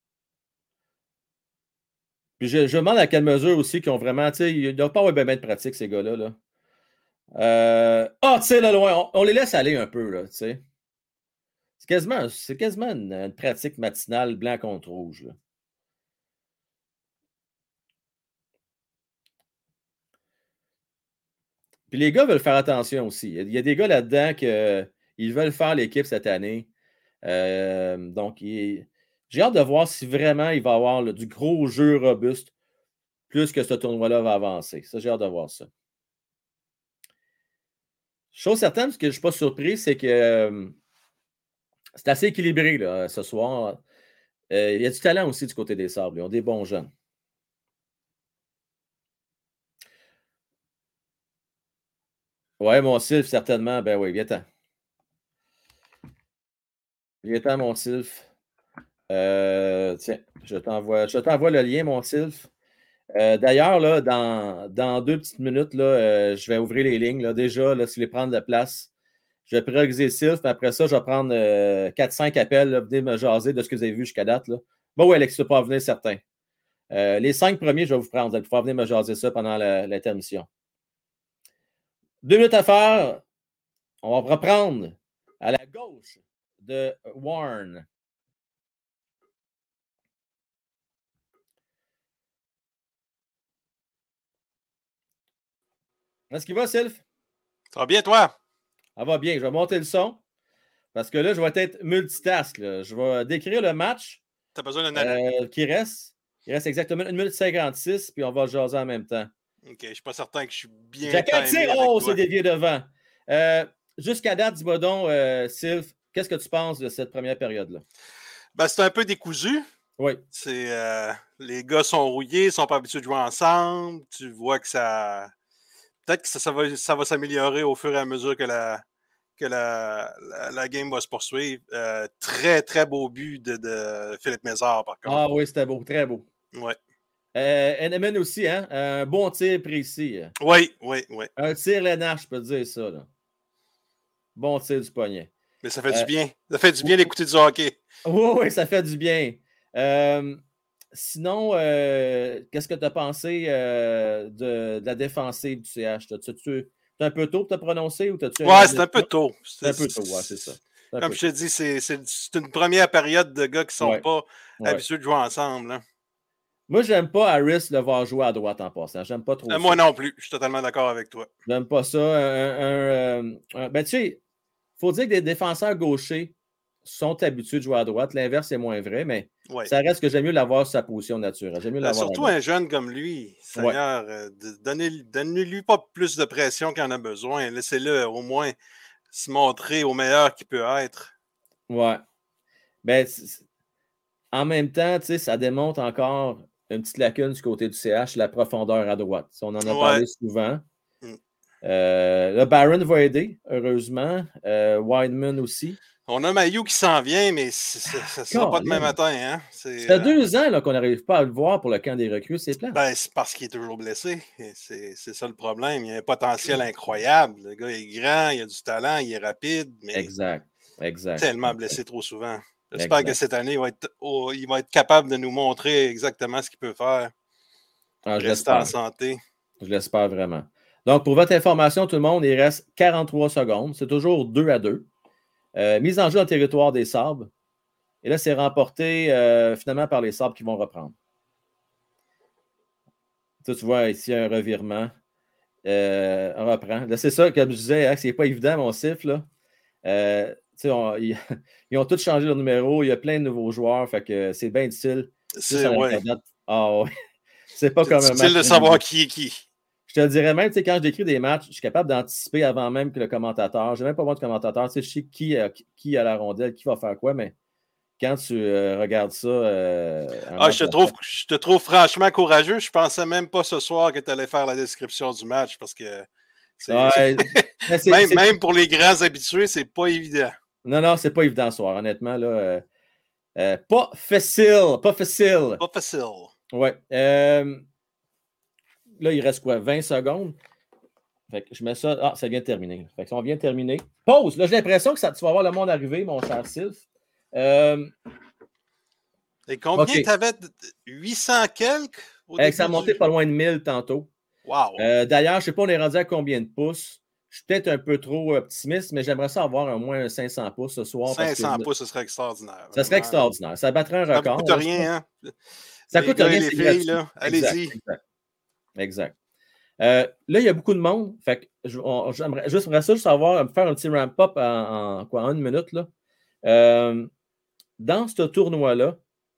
Puis je me demande à quelle mesure aussi qu'ils ont vraiment, tu sais, ils ne doivent pas avoir bien de pratique, ces gars-là. Là. Tu sais, là, loin, on les laisse aller un peu, là, tu sais. C'est quasiment une pratique matinale blanc contre rouge. Là. Puis les gars veulent faire attention aussi. Il y a des gars là-dedans qui veulent faire l'équipe cette année. Donc, j'ai hâte de voir si vraiment il va y avoir du gros jeu robuste plus que ce tournoi-là va avancer. Ça, j'ai hâte de voir ça. Chose certaine, ce que je ne suis pas surpris, c'est que c'est assez équilibré là, ce soir. Il y a du talent aussi du côté des Sabres. Ils ont des bons jeunes. Ouais, mon Sylph, certainement. Ben oui, viens-t'en. Viens-t'en, mon Sylph. Tiens, je t'envoie le lien, mon Sylph. D'ailleurs, là, dans 2 petites minutes, là, je vais ouvrir les lignes. Là. Déjà, là, si vous voulez prendre de la place, je vais prioriser Sylph. Après ça, je vais prendre 4-5 appels. Là, venez me jaser de ce que vous avez vu jusqu'à date. Là. Bon, oui, Alex, tu ne peux pas venir, certain. Les 5 premiers, je vais vous prendre. Vous allez pouvoir venir me jaser ça pendant l'intermission. 2 minutes à faire. On va reprendre à la gauche de Warren. Est-ce qu'il va, Sylph? Ça va bien, toi? Ça va bien. Je vais monter le son parce que là, je vais être multitask. Là. Je vais décrire le match. Tu as besoin d'un qui reste. Il reste exactement 1 minute 56, puis on va jaser en même temps. OK, je ne suis pas certain que je suis bien. C'est dévié devant. Jusqu'à date, dis-moi donc, Sylph, qu'est-ce que tu penses de cette première période-là? Ben, c'est un peu décousu. Oui. Les gars sont rouillés, ils ne sont pas habitués de jouer ensemble. Tu vois que ça. Peut-être que ça va s'améliorer au fur et à mesure que la game va se poursuivre. Très, très beau but de Philippe Mézard, par contre. Ah oui, c'était beau, très beau. Oui. Eneman aussi, hein? Un bon tir précis. Oui. Un tir Lénard, je peux te dire ça. Là. Bon tir du poignet. Mais ça fait du bien. Ça fait du bien d'écouter du hockey. Oui, ça fait du bien. Sinon, qu'est-ce que tu as pensé de la défensive du CH? T'as un peu tôt pour te prononcer ou t'as-tu... Ouais, c'est un peu tôt. C'est un peu tôt, ouais, c'est ça. Comme je te dis, c'est une première période de gars qui ne sont pas habitués de jouer ensemble. Hein. Moi, j'aime pas Harris le voir jouer à droite en passant. J'aime pas trop ça. Moi non plus. Je suis totalement d'accord avec toi. J'aime pas ça. Ben, tu sais, il faut dire que des défenseurs gauchers sont habitués de jouer à droite. L'inverse est moins vrai, mais ça reste que j'aime mieux l'avoir sur sa position naturelle. J'aime mieux l'avoir surtout un jeune comme lui, Seigneur, donnez-lui pas plus de pression qu'il en a besoin. Laissez-le au moins se montrer au meilleur qu'il peut être. Ouais. Ben, en même temps, tu sais, ça démontre encore une petite lacune du côté du CH, la profondeur à droite. On en a parlé souvent. Le Barron va aider, heureusement. Wideman aussi. On a Mailloux qui s'en vient, mais ça ne sera pas demain matin. Hein? Ça fait 2 ans là, qu'on n'arrive pas à le voir pour le camp des recrues. C'est plat. Ben, c'est parce qu'il est toujours blessé. C'est ça le problème. Il a un potentiel incroyable. Le gars est grand, il a du talent, il est rapide. Mais exact. Tellement blessé trop souvent. J'espère que cette année, il va être capable de nous montrer exactement ce qu'il peut faire. Rester en santé. Je l'espère vraiment. Donc, pour votre information, tout le monde, il reste 43 secondes. C'est toujours 2-2. Mise en jeu en territoire des Sabres. Et là, c'est remporté finalement par les Sabres qui vont reprendre. Tu vois, ici, un revirement. On reprend. Là, c'est ça, comme je disais, hein, c'est pas évident, mon siffle. Ils ont tous changé leur numéro. Il y a plein de nouveaux joueurs. Fait que c'est bien difficile. C'est pas comme un match. Difficile de savoir qui est qui. Je te dirais même, quand je décris des matchs, je suis capable d'anticiper avant même que le commentateur. Je n'ai même pas besoin de commentateur. Je sais qui a la rondelle, qui va faire quoi, mais quand tu regardes ça. Je te trouve franchement courageux. Je pensais même pas ce soir que tu allais faire la description du match parce que même pour les grands habitués, c'est pas évident. Non, c'est pas évident ce soir, honnêtement. Là, pas facile. Pas facile. Ouais. Là, il reste quoi? 20 secondes? Fait que je mets ça. Ah, ça vient de terminer. Fait que on vient de terminer. Pause! Là, j'ai l'impression que tu vas voir le monde arriver, mon cher Sylph. Et combien tu avais? 800 quelques? Ça a monté pas loin de 1000 tantôt. Wow! D'ailleurs, je ne sais pas, on est rendu à combien de pouces. Je suis peut-être un peu trop optimiste, mais j'aimerais ça avoir au moins 500 pouces ce soir. 500 pouces, ce serait extraordinaire. Ça serait extraordinaire. Ça battrait un record. Ça ne coûte rien, hein? Ça coûte rien, les filles, là. Allez-y. Exact. Là, il y a beaucoup de monde. Fait que j'aimerais juste savoir, faire un petit ramp-up en 1 minute. Là. Dans ce tournoi-là,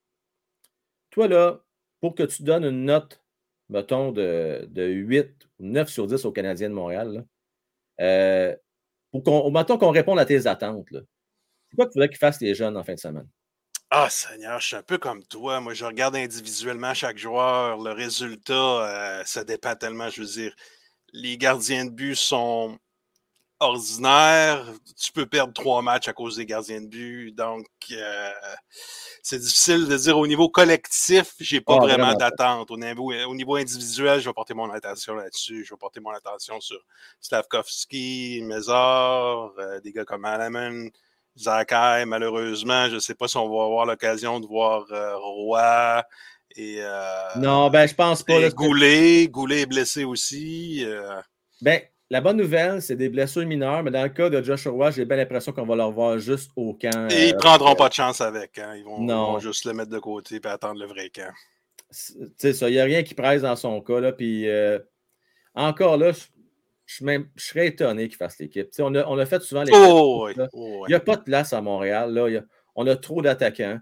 toi, là, pour que tu donnes une note, mettons, de 8 ou 9 sur 10 aux Canadiens de Montréal, là, mettons qu'on réponde à tes attentes, là, c'est quoi qu'il faudrait qu'ils fassent les jeunes en fin de semaine? Ah, Seigneur, je suis un peu comme toi. Moi, je regarde individuellement chaque joueur. Le résultat, ça dépend tellement. Je veux dire, les gardiens de but sont ordinaires. Tu peux perdre 3 matchs à cause des gardiens de but. Donc, c'est difficile de dire au niveau collectif, j'ai pas vraiment d'attente. Au niveau individuel, je vais porter mon attention là-dessus. Je vais porter mon attention sur Slavkovski, Mézard, des gars comme Alaman, Zakai. Malheureusement, je ne sais pas si on va avoir l'occasion de voir Roy et non, ben je pense pas. Goulet. Goulet est blessé aussi. Ben, la bonne nouvelle, c'est des blessures mineures, mais dans le cas de Joshua Roy, j'ai bien l'impression qu'on va le revoir juste au camp. Et ils ne prendront pas de chance avec. Hein. Ils vont juste le mettre de côté et attendre le vrai camp. C'est ça, il n'y a rien qui presse dans son cas. Là, puis, encore là, je serais étonné qu'il fasse l'équipe. On a fait souvent les Il n'y a pas de place à Montréal. Là. On a trop d'attaquants.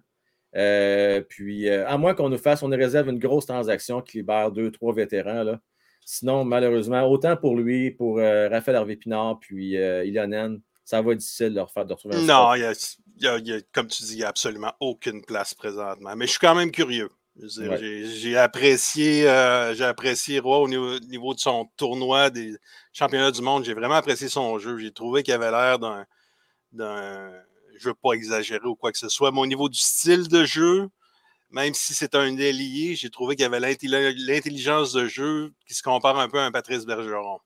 Puis, à moins qu'on nous réserve une grosse transaction qui libère 2-3 vétérans. Là. Sinon, malheureusement, autant pour lui, pour Raphaël Harvey-Pinard, puis Ilonen, ça va être difficile de retrouver un non, comme tu dis, il n'y a absolument aucune place présentement. Mais je suis quand même curieux. J'ai apprécié Roy au niveau de son tournoi des championnats du monde. J'ai vraiment apprécié son jeu. J'ai trouvé qu'il avait l'air d'un je ne veux pas exagérer ou quoi que ce soit, mais au niveau du style de jeu, même si c'est un ailier, j'ai trouvé qu'il y avait l'intelligence de jeu qui se compare un peu à un Patrice Bergeron.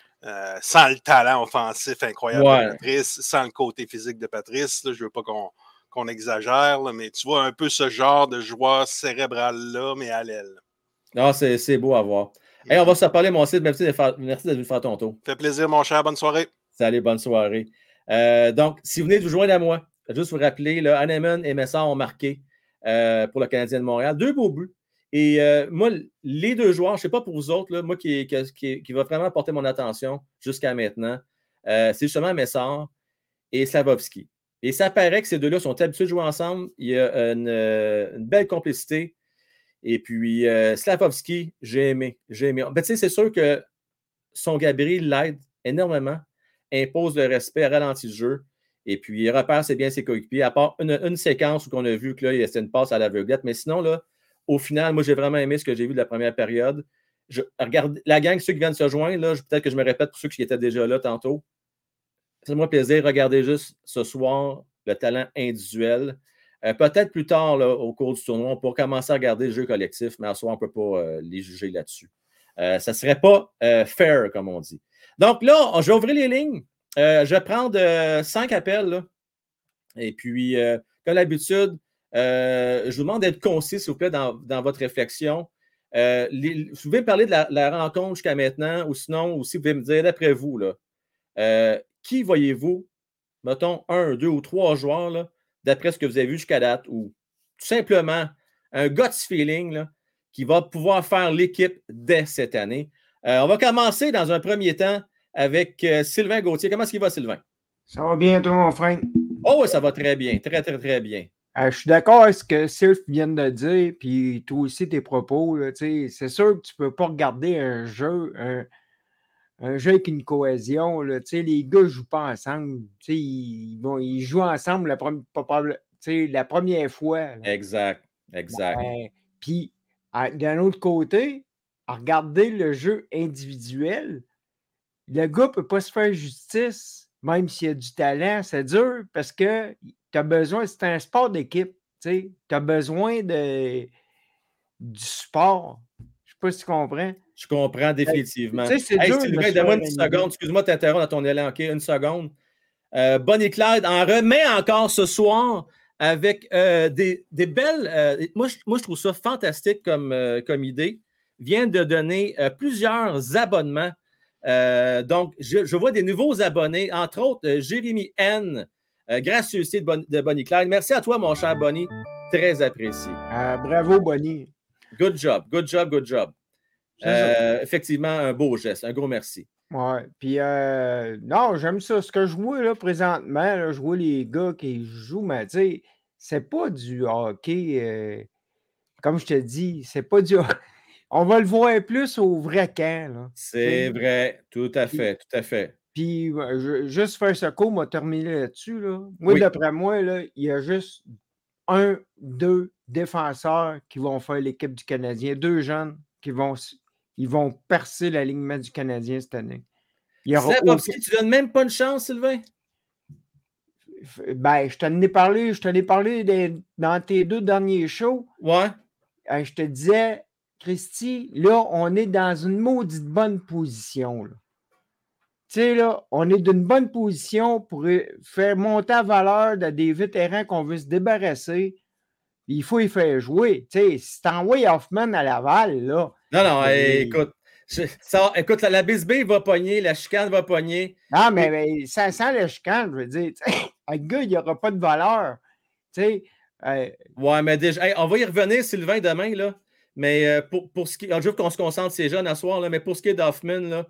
Sans le talent offensif incroyable de Patrice, sans le côté physique de Patrice, là, je ne veux pas qu'on exagère, là, mais tu vois un peu ce genre de joueur cérébral-là, mais à l'aile. Non, c'est beau à voir. Hey, on va se parler, mon Sid. Merci d'être venu faire ton tour. Ça fait plaisir, mon cher. Bonne soirée. Salut, bonne soirée. Donc, si vous venez de vous joindre à moi, juste vous rappeler, Hanneman et Messard ont marqué pour le Canadien de Montréal. 2 beaux buts. Et moi, les 2 joueurs, je ne sais pas pour vous autres, là, moi qui va vraiment porter mon attention jusqu'à maintenant, c'est justement Messard et Slavkovski. Et ça paraît que ces 2-là sont habitués de jouer ensemble. Il y a une belle complicité. Et puis, Slavkovski, j'ai aimé. Ben, c'est sûr que son gabarit l'aide énormément, impose le respect, ralentit le jeu. Et puis, il repère bien ses coéquipiers, à part une séquence où on a vu que là, c'était une passe à l'aveuglette. Mais sinon, là, au final, moi, j'ai vraiment aimé ce que j'ai vu de la première période. Regarde, la gang, ceux qui viennent se joindre, là, peut-être que je me répète pour ceux qui étaient déjà là tantôt. Faites-moi plaisir, regardez juste ce soir le talent individuel. Peut-être plus tard, là, au cours du tournoi, on pourra commencer à regarder le jeu collectif, mais à ce soir, on ne peut pas les juger là-dessus. Ça ne serait pas fair, comme on dit. Donc là, je vais ouvrir les lignes. Je vais prendre 5 appels. Là. Et puis, comme d'habitude, je vous demande d'être concis, s'il vous plaît, dans votre réflexion. Vous pouvez me parler de la rencontre jusqu'à maintenant, ou sinon, aussi, vous pouvez me dire, d'après vous, là, qui voyez-vous, mettons, 1, 2 ou 3 joueurs, là, d'après ce que vous avez vu jusqu'à date, ou tout simplement un gut feeling là, qui va pouvoir faire l'équipe dès cette année. On va commencer dans un premier temps avec Sylvain Gauthier. Comment est-ce qu'il va, Sylvain? Ça va bien, toi, mon frère? Oh oui, ça va très bien. Très, très, très bien. Je suis d'accord avec ce que Sylph vient de dire, puis toi aussi, tes propos. Là, c'est sûr que tu ne peux pas regarder un jeu avec une cohésion. Là, les gars ne jouent pas ensemble. Ils jouent ensemble la première fois. Là. Exact. Puis, d'un autre côté, à regarder le jeu individuel, le gars ne peut pas se faire justice, même s'il a du talent. C'est dur parce que tu as besoin, c'est un sport d'équipe. Tu as besoin du sport. Je ne sais pas si tu comprends. Je comprends définitivement. C'est dur. Sylvain, donne-moi une petite seconde. Excuse-moi de t'interrompre dans ton élan. OK, une seconde. Bonnie Clyde en remet encore ce soir avec des belles... moi, je trouve ça fantastique comme idée. Vient de donner plusieurs abonnements. Donc, je vois des nouveaux abonnés, entre autres, Jérémy N. Gracieuseté de Bonnie Clyde. Merci à toi, mon cher Bonnie. Très apprécié. Bravo, Bonnie. Good job. Effectivement, un beau geste. Un gros merci. Ouais. Puis, non, j'aime ça. Ce que je vois là, présentement, là, je vois les gars qui jouent, mais tu sais, c'est pas du hockey. Comme je te dis, c'est pas du. On va le voir plus au vrai camp. Là, c'est vrai. Tout à fait. Tout à fait. Puis, juste faire ce coup, m'a terminé là-dessus. Là. Moi, Oui. d'après moi, là, il y a juste 1, 2 défenseurs qui vont faire l'équipe du Canadien. 2 jeunes qui vont percer l'alignement du Canadien cette année. Slavovski, tu donnes même pas une chance, Sylvain? Ben, je t'en ai parlé dans tes 2 derniers shows. Ouais. Je te disais, Christy, là, on est dans une maudite bonne position. Là. Tu sais, là, on est d'une bonne position pour faire monter la valeur de des vétérans qu'on veut se débarrasser. Il faut y faire jouer. Tu sais, si t'envoies Hoffman à Laval, là. Non, écoute. Écoute, la Bisbee va pogner, la chicane va pogner. Non, mais ça sent la chicane, je veux dire. Un gars, il n'y aura pas de valeur. Tu sais. Ouais, mais déjà, on va y revenir, Sylvain, demain, là. Mais pour ce qui. Je veux qu'on se concentre ces jeunes à soir, là, mais pour ce qui est d'Hoffman, là.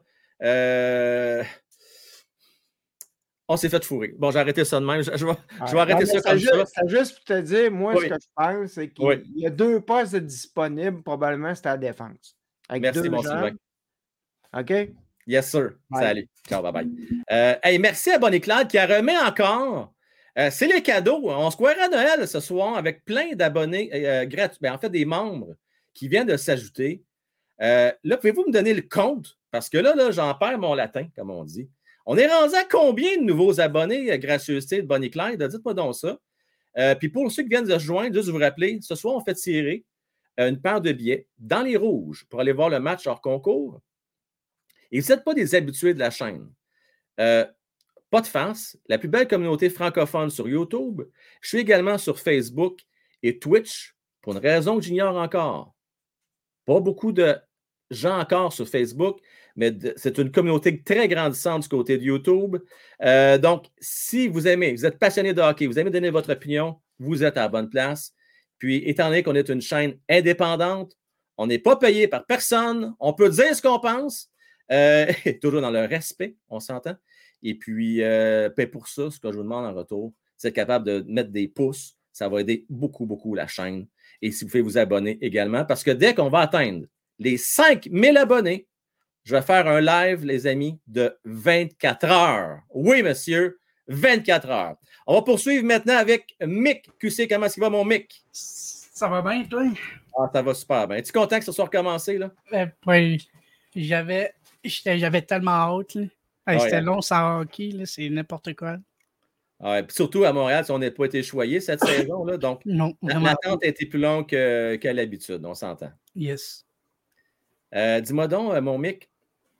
On s'est fait fourrer. Bon, j'ai arrêté ça de même. Je vais arrêter ça comme ça. C'est juste pour te dire, moi, ce que je pense, c'est qu'il y a 2 postes disponibles, probablement, c'est à la défense. Merci, mon Sylvain. OK? Yes, sir. Bye. Salut. Ciao, bye-bye. Hey, merci à Bonnie Claude qui a remis encore. C'est le cadeau. On se croirait à Noël ce soir avec plein d'abonnés gratuits. Ben, en fait, des membres qui viennent de s'ajouter. Là, pouvez-vous me donner le compte? Parce que là, j'en perds mon latin, comme on dit. On est rendu à combien de nouveaux abonnés gracieuseté de Bonnie Clyde? Dites-moi donc ça. Puis pour ceux qui viennent de se joindre, juste vous rappeler, ce soir, on fait tirer une paire de billets dans les rouges pour aller voir le match hors concours. Et vous n'êtes pas des habitués de la chaîne. Pas de farce. La plus belle communauté francophone sur YouTube. Je suis également sur Facebook et Twitch pour une raison que j'ignore encore. Pas beaucoup de gens encore sur Facebook, mais c'est une communauté très grandissante du côté de YouTube. Donc, si vous aimez, vous êtes passionné de hockey, vous aimez donner votre opinion, vous êtes à la bonne place. Puis, étant donné qu'on est une chaîne indépendante, on n'est pas payé par personne, on peut dire ce qu'on pense, toujours dans le respect, on s'entend. Et puis, pour ça, ce que je vous demande en retour, c'est être capable de mettre des pouces. Ça va aider beaucoup, beaucoup la chaîne. Et si vous pouvez vous abonner également, parce que dès qu'on va atteindre les 5000 abonnés, je vais faire un live, les amis, de 24 heures. Oui, monsieur, 24 heures. On va poursuivre maintenant avec Mick QC. Comment est-ce qu'il va, mon Mick? Ça va bien, toi? Ah, ça va super bien. Es-tu content que ça soit recommencé, là? Oui. J'avais tellement hâte, là. C'était long sans hockey, là, c'est n'importe quoi. Puis surtout à Montréal, on n'a pas été choyé cette saison, là, donc l'attente a été plus longue qu'à l'habitude, on s'entend. Yes. Dis-moi donc, mon Mick,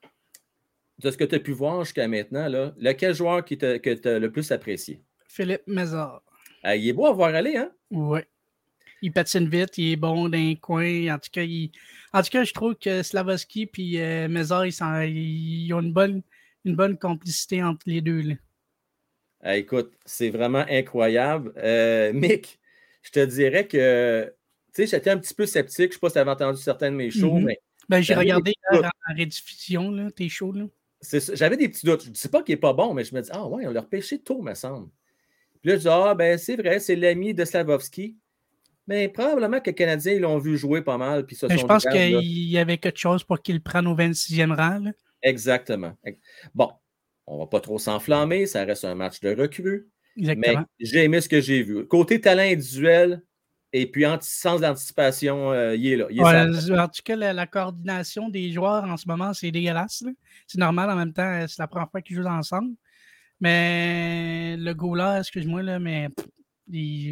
de ce que tu as pu voir jusqu'à maintenant, là, lequel joueur que tu as le plus apprécié? Philippe Mézard. Il est beau à voir aller, hein? Oui. Il patine vite, il est bon dans les coins. En tout cas, je trouve que Slavovski et Mézard, ils ont une bonne complicité entre les deux, là. Écoute, c'est vraiment incroyable. Mick, je te dirais que tu sais, j'étais un petit peu sceptique. Je ne sais pas si tu avais entendu certains de mes shows, mais. J'ai regardé en rediffusion, là, tes shows. Là. J'avais des petits doutes. Je ne dis pas qu'il n'est pas bon, mais je me dis, ouais, on l'a repêché tôt, me semble. Puis là, je dis, c'est vrai, c'est l'ami de Slavovski. Mais probablement que les Canadiens, ils l'ont vu jouer pas mal. Puis je pense qu'il y avait quelque chose pour qu'il le prenne au 26e rang. Là. Exactement. Bon. On ne va pas trop s'enflammer, ça reste un match de recrue. Exactement. Mais j'ai aimé ce que j'ai vu. Côté talent individuel et puis sens d'anticipation, il est là. En tout cas, la coordination des joueurs en ce moment, c'est dégueulasse. Là. C'est normal en même temps, c'est la première fois qu'ils jouent ensemble. Mais le goaler, excuse-moi, là, mais je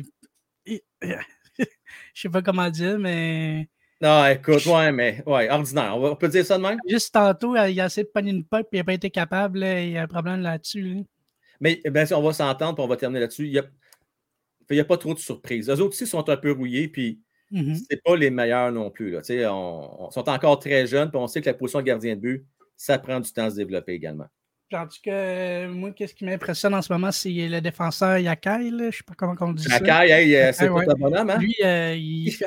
sais pas comment dire, mais. Non, écoute, ordinaire. On peut dire ça de même? Juste tantôt, il a essayé de pogner une puck et il n'a pas été capable. Là, il y a un problème là-dessus. Là. Mais on va s'entendre et on va terminer là-dessus. Il n'y a pas trop de surprises. Eux autres aussi sont un peu rouillés, puis c'est pas les meilleurs non plus. Là. On sont encore très jeunes, puis on sait que la position de gardien de but, ça prend du temps à se développer également. En tout cas, moi, qu'est-ce qui m'impressionne en ce moment, c'est le défenseur Yakai. Je ne sais pas comment on dit ça. Yakai, c'est pas ta bonhomme, hein? Lui, il fesse.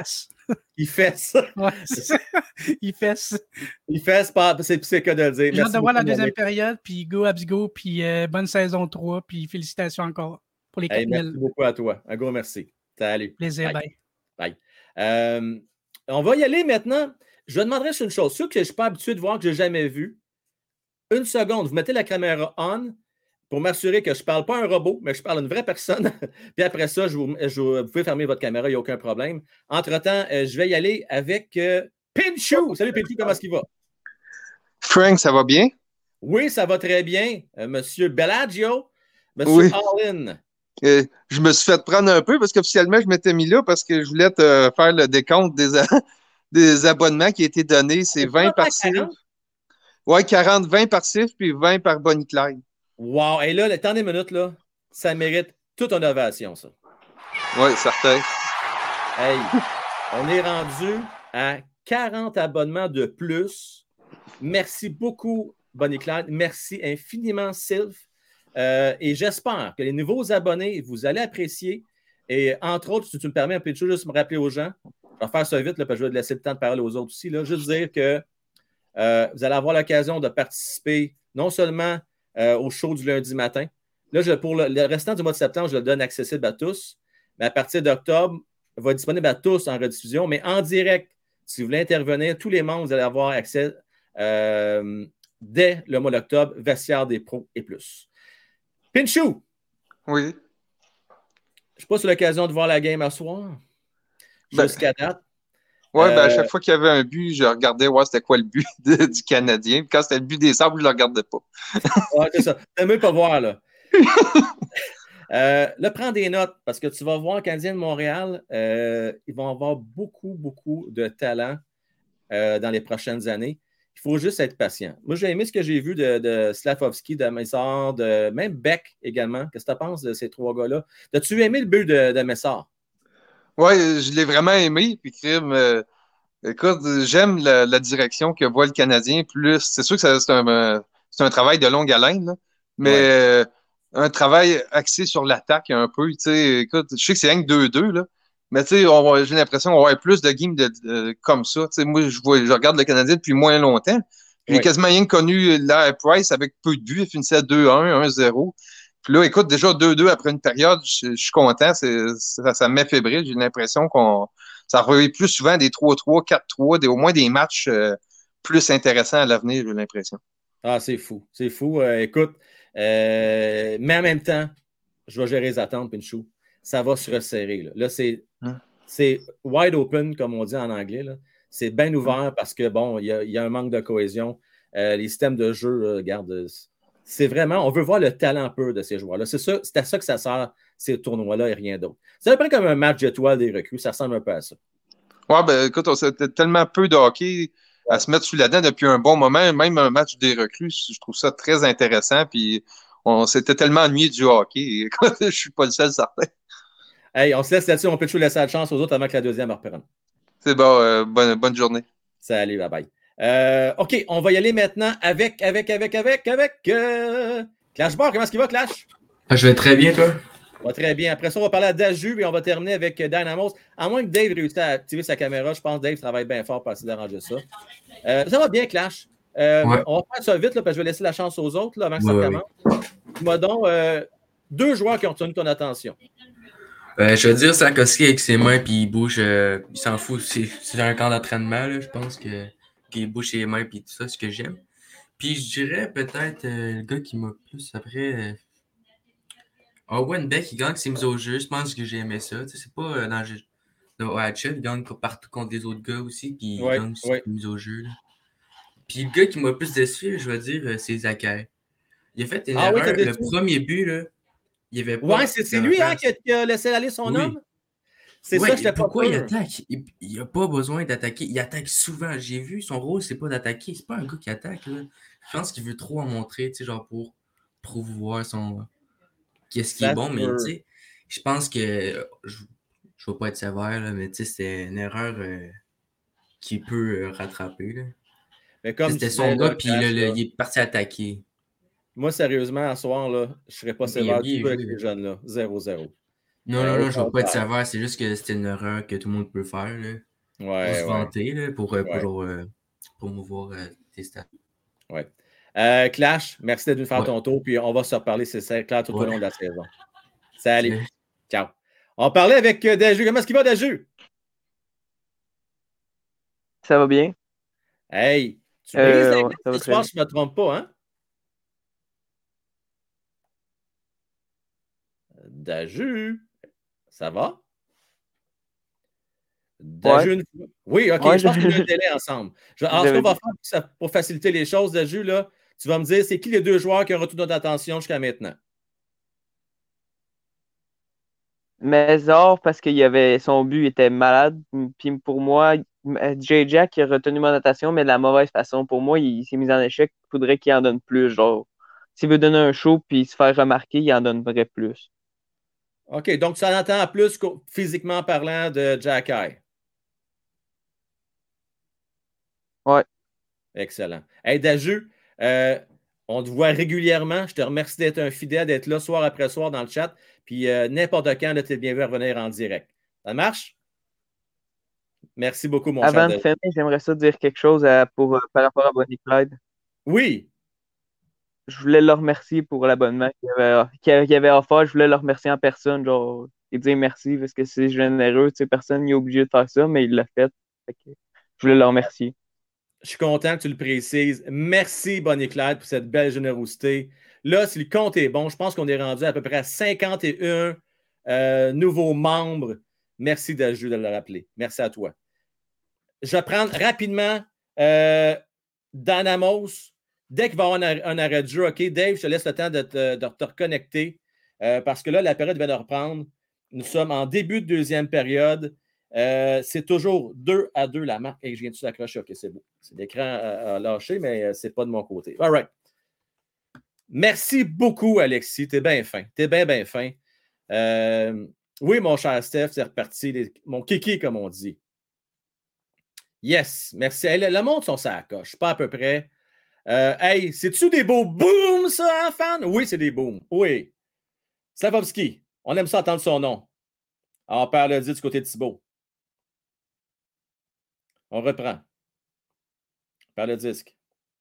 Il fesse. Ouais, il fesse. Il fesse, c'est que de le dire. J'ai hâte de voir la deuxième Monique. période, puis go Habs go, puis bonne saison 3, puis félicitations encore pour les 4000. Merci beaucoup à toi. Un gros merci. Salut. Plaisir, bye. Bye. On va y aller maintenant. Je demanderai sur une chose. Ceux que je ne suis pas habitué de voir, que je n'ai jamais vu, une seconde, vous mettez la caméra on pour m'assurer que je ne parle pas à un robot, mais je parle à une vraie personne. Puis après ça, vous pouvez fermer votre caméra, il n'y a aucun problème. Entre-temps, je vais y aller avec Pinchou. Salut Pinchou, comment est-ce qu'il va? Frank, ça va bien? Oui, ça va très bien. Monsieur Bellagio, Monsieur Oui. All-In. Je me suis fait prendre un peu parce qu'officiellement, je m'étais mis là parce que je voulais te faire le décompte des abonnements qui a été donnés. C'est 20 par CIF. Oui, 40, 20 par CIF puis 20 par Bonnie Clyde. Wow! Et là, le temps des minutes, là, ça mérite toute une ovation, ça. Oui, certain. Hey, on est rendu à 40 abonnements de plus. Merci beaucoup, Bonnie Clyde. Merci infiniment, Sylve. Et j'espère que les nouveaux abonnés, vous allez apprécier. Et entre autres, si tu me permets un peu de choses, juste me rappeler aux gens. Je vais faire ça vite, là, parce que je vais laisser le temps de parler aux autres aussi. Là. Juste dire que vous allez avoir l'occasion de participer non seulement au show du lundi matin. Là, pour le restant du mois de septembre, je le donne accessible à tous. Mais à partir d'octobre, il va être disponible à tous en rediffusion, mais en direct. Si vous voulez intervenir, tous les membres, vous allez avoir accès dès le mois d'octobre, vestiaire des pros et plus. Pinchou! Oui. Je ne suis pas sur l'occasion de voir la game à soir. Jusqu'à date. Oui, à chaque fois qu'il y avait un but, je regardais c'était quoi le but du Canadien. Puis quand c'était le but des Sabres, je ne le regardais pas. Ouais, c'est ça. Tu mieux pas voir, là. Là, prends des notes parce que tu vas voir le Canadien de Montréal. Ils vont avoir beaucoup, beaucoup de talent dans les prochaines années. Il faut juste être patient. Moi, j'ai aimé ce que j'ai vu de Slavkovski, de Messard, de même Beck également. Qu'est-ce que tu penses de ces trois gars-là? As-tu aimé le but de Messard? Oui, je l'ai vraiment aimé. Puis, écoute, j'aime la direction que voit le Canadien. Plus, c'est sûr que c'est un travail de longue haleine, là, mais un travail axé sur l'attaque un peu. Écoute, je sais que c'est rien que 2-2, là, mais j'ai l'impression qu'on va avoir plus de games comme ça. Moi, je regarde le Canadien depuis moins longtemps. J'ai quasiment rien connu Larry Price avec peu de buts. Il finissait 2-1, 1-0. Puis là, écoute, déjà 2-2 après une période, je suis content. Ça me met fébrile. J'ai l'impression ça revient plus souvent des 3-3, 4-3, au moins des matchs plus intéressants à l'avenir, j'ai l'impression. Ah, c'est fou. C'est fou. Écoute, mais en même temps, je vais gérer les attentes, Pinchou. Ça va se resserrer. Là, c'est wide open, comme on dit en anglais. Là. C'est bien ouvert parce que, bon, il y a un manque de cohésion. Les systèmes de jeu, regarde, c'est vraiment, on veut voir le talent pur de ces joueurs-là. C'est à ça que ça sert, ces tournois-là et rien d'autre. C'est un peu comme un match d'étoiles des recrues. Ça ressemble un peu à ça. Ouais, écoute, on s'était tellement peu de hockey à se mettre sous la dent depuis un bon moment. Même un match des recrues, je trouve ça très intéressant. Puis on s'était tellement ennuyé du hockey. Écoute, je suis pas le seul certain. Hey, on se laisse là-dessus. On peut toujours laisser la chance aux autres avant que la deuxième reprenne. C'est bon. Bonne journée. Salut, bye-bye. OK, on va y aller maintenant avec Clashbar. Comment est-ce qu'il va, Clash? Je vais très bien, toi? Va très bien. Après ça, on va parler à Daju et on va terminer avec Dynamos. À moins que Dave réussisse à activer sa caméra, je pense que Dave travaille bien fort pour essayer d'arranger ça. Ça va bien, Clash. On va faire ça vite, là, parce que je vais laisser la chance aux autres là, avant que ça commence. Dis-moi donc, 2 joueurs qui ont retenu ton attention. Je veux dire Slavkovski avec ses mains puis il bouge, il s'en fout. C'est un camp d'entraînement, là, je pense qu'il bouge ses mains puis tout ça, c'est ce que j'aime. Puis je dirais peut-être le gars qui m'a plus après. Owen Beck, il gagne ses mises au jeu. Je pense que j'ai aimé ça. Tu sais, c'est pas dans le OHL, il gagne partout contre les autres gars aussi, puis il gagne ses mises au jeu. Là. Puis le gars qui m'a plus déçu, je vais dire, c'est Zacher. Il a fait une erreur. Le premier but, là, il y avait pas. Ouais, c'est lui qui a laissé aller son homme. C'est ça, je t'ai pas pourquoi il attaque? Il n'a pas besoin d'attaquer. Il attaque souvent. J'ai vu, son rôle, c'est pas d'attaquer. C'est pas un gars qui attaque. Là. Je pense qu'il veut trop en montrer, tu sais, genre pour promouvoir son. Qu'est-ce qui est bon, mais tu sais, je pense que je ne veux pas être sévère, là, mais tu sais, c'est une erreur qui peut rattraper. Là. Mais comme c'était son gars, puis il est parti attaquer. Moi, sérieusement, à ce soir, là, je ne serais pas sévère du tout avec les jeunes, là. 0-0. Non, je ne veux pas être sévère, c'est juste que c'était une erreur que tout le monde peut faire. Là. se vanter, là, pour promouvoir tes stats. Ouais. Clash, merci d'être venu faire ton tour, puis on va se reparler, c'est clair, tout au long de la saison. Salut. Ciao. On parlait avec Daju. Comment est-ce qu'il va, Daju? Ça va bien. Hey, tu brises les ça va ce soir, si je ne me trompe pas, hein? Daju, ça va? Daju, ouais. Oui, OK, je pense qu'on a un délai ensemble. Alors, ce qu'on va faire pour faciliter les choses, Daju, là, tu vas me dire, c'est qui les deux joueurs qui ont retenu notre attention jusqu'à maintenant? Mézard, parce son but était malade. Puis pour moi, J-Jack a retenu mon attention, mais de la mauvaise façon. Pour moi, il s'est mis en échec. Il faudrait qu'il en donne plus. Genre, s'il veut donner un show puis se faire remarquer, il en donnerait plus. OK, donc ça entend plus physiquement parlant de Jack Eye. Ouais. Excellent. Hey, Daju, on te voit régulièrement. Je te remercie d'être un fidèle, d'être là soir après soir dans le chat. Puis n'importe quand, tu es bienvenu à revenir en direct. Ça marche? Merci beaucoup, mon cher. Avant de finir, j'aimerais ça dire quelque chose par rapport à Bonnie Clyde. Oui. Je voulais le remercier pour l'abonnement qu'il avait offert. Je voulais le remercier en personne, genre, et dire merci parce que c'est généreux. Personne n'est obligé de faire ça, mais il l'a fait. Je voulais le remercier. Je suis content que tu le précises. Merci, Bonnie Clyde, pour cette belle générosité. Là, si le compte est bon, je pense qu'on est rendu à peu près à 51 nouveaux membres. Merci Daju de le rappeler. Merci à toi. Je vais prendre rapidement Danamos. Dès qu'il va y avoir un arrêt de jeu, OK, Dave, je te laisse le temps de te reconnecter parce que là, la période vient de reprendre. Nous sommes en début de deuxième période. C'est toujours 2-2 la marque. Et je viens de s'accrocher. OK, c'est beau. C'est l'écran à lâcher, mais c'est pas de mon côté. All right. Merci beaucoup, Alexis. T'es bien fin. T'es bien, bien fin. Oui, mon cher Steph, c'est reparti. Mon kiki, comme on dit. Yes, merci. Hey, le monde sont ça coche. Pas à peu près. Hey, c'est-tu des beaux booms, ça, hein, fan? Oui, c'est des booms. Oui. Slavovski, on aime ça entendre son nom. Alors, on perd le dit du côté de Thibault. On reprend. On perd le disque.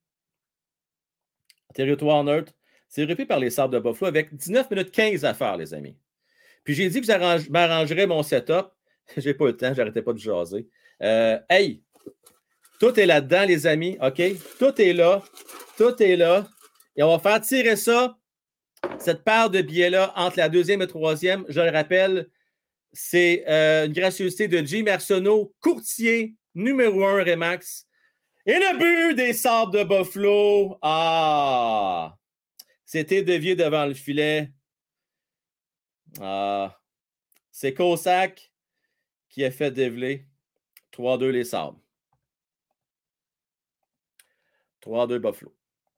Territoire neutre. C'est repris par les Sables de Buffalo avec 19 minutes 15 à faire, les amis. Puis j'ai dit que je m'arrangerais mon setup. J'ai pas eu le temps, j'arrêtais pas de jaser. Hey, tout est là-dedans, les amis. OK? Tout est là. Tout est là. Et on va faire tirer ça, cette paire de billets-là, entre la deuxième et troisième. Je le rappelle, c'est une gracieuseté de Jim Arsenault, courtier numéro 1 Remax. Et le but des Sables de Buffalo. Ah! C'était dévié devant le filet. Ah! C'est Cossack qui a fait déveler. 3-2 les Sables. 3-2 Buffalo.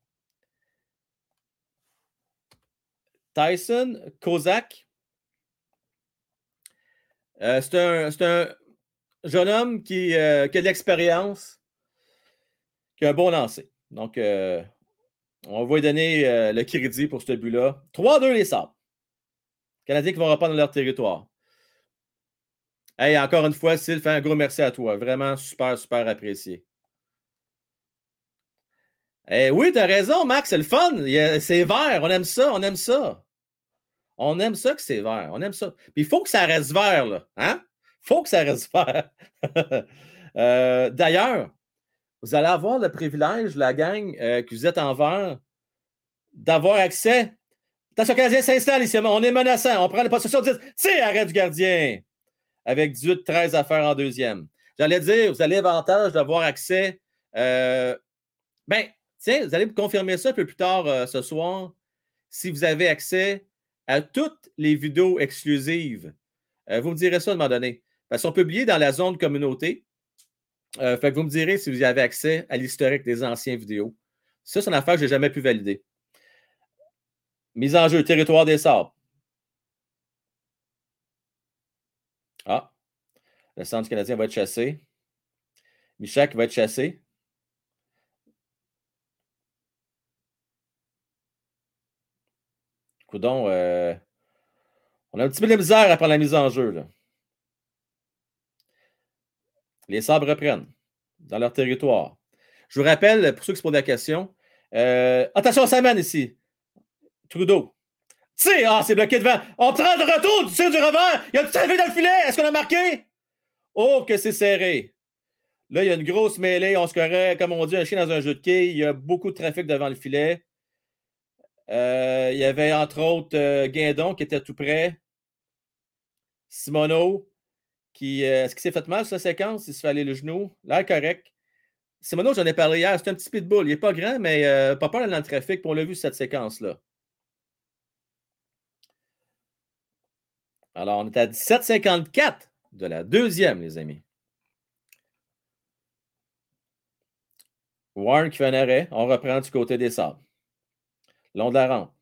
Tyson, Kozak. C'est un jeune homme qui a de l'expérience, qui a un bon lancer. Donc, on va lui donner le crédit pour ce but-là. 3-2 les Sables. Canadiens qui vont reprendre leur territoire. Hey, encore une fois, Sylvain, un gros merci à toi. Vraiment super, super apprécié. Eh oui, t'as raison, Max, c'est le fun. C'est vert, on aime ça, on aime ça. On aime ça que c'est vert, on aime ça. Puis il faut que ça reste vert, là. Hein? Il faut que ça reste vert. D'ailleurs, vous allez avoir le privilège, la gang, que vous êtes en vert, d'avoir accès. Attention, Canadien s'installe ici. On est menaçant. On prend la possession 10. C'est arrêt du gardien. Avec 18-13 à faire en deuxième. J'allais dire, vous avez l'avantage d'avoir accès. Tiens, vous allez me confirmer ça un peu plus tard ce soir. Si vous avez accès à toutes les vidéos exclusives, vous me direz ça à un moment donné. Elles sont publiées dans la zone communauté. Fait que vous me direz si vous y avez accès à l'historique des anciennes vidéos. Ça, c'est une affaire que je n'ai jamais pu valider. Mise en jeu, territoire des Sables. Ah, le centre canadien va être chassé. Michak va être chassé. Coudon, on a un petit peu de misère à prendre la mise en jeu. Là. Les Sabres reprennent dans leur territoire. Je vous rappelle, pour ceux qui se posent la question, attention, Simon ici. Trudeau. Tire! Ah, c'est bloqué devant. On prend de retour, tu tires du revers. Il y a tout arrivé dans le filet. Est-ce qu'on a marqué? Oh, que c'est serré. Là, il y a une grosse mêlée. On se corrait, comme on dit, un chien dans un jeu de quilles. Il y a beaucoup de trafic devant le filet. Il y avait, entre autres, Guindon qui était tout près. Simoneau, est-ce qu'il s'est fait mal, sa séquence? Il se fait aller le genou. L'air correct. Simoneau, j'en ai parlé hier. C'est un petit pitbull. Il n'est pas grand, mais pas peur dans le trafic. On l'a vu, cette séquence-là. Alors, on est à 17,54 de la deuxième, les amis. Warren qui fait un arrêt. On reprend du côté des Sabres. Long de la rampe.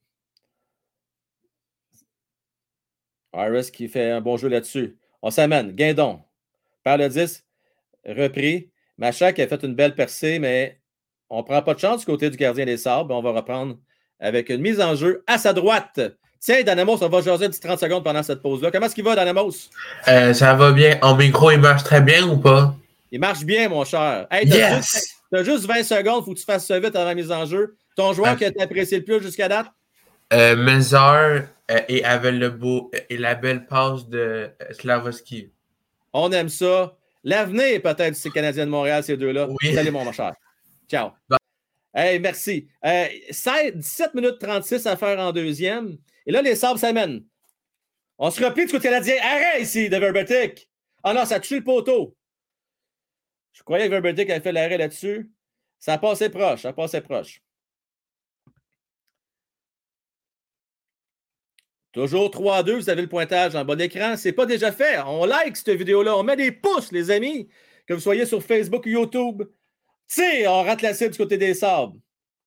Harris qui fait un bon jeu là-dessus. On s'amène. Guindon. Perd le 10. Repris. Machak a fait une belle percée, mais on ne prend pas de chance du côté du gardien des Sabres. On va reprendre avec une mise en jeu à sa droite. Tiens, Danamos, on va jaser un petit 30 secondes pendant cette pause-là. Comment est-ce qu'il va, Danamos? Ça va bien. En micro, il marche très bien ou pas? Il marche bien, mon cher. Hey, t'as juste 20 secondes. Il faut que tu fasses ça vite avant la mise en jeu. Ton joueur qui a été apprécié le plus jusqu'à date? Mézard et avec la belle passe de Slavoski. On aime ça. L'avenir, peut-être, c'est Canadien de Montréal, ces deux-là. Oui. Salut, mon cher. Ciao. Bye. Hey, merci. 17 minutes 36 à faire en deuxième. Et là, les Sabres s'amènent. On se replie du côté canadien. Arrête ici de Verbetic. Ah non, ça a touché le poteau. Je croyais que Verbetic avait fait l'arrêt là-dessus. Ça a passé proche. Ça a passé proche. Toujours 3-2. Vous avez le pointage en bas d'écran. C'est pas déjà fait. On like cette vidéo-là. On met des pouces, les amis. Que vous soyez sur Facebook ou YouTube. Tire, on rate la cible du côté des Sabres.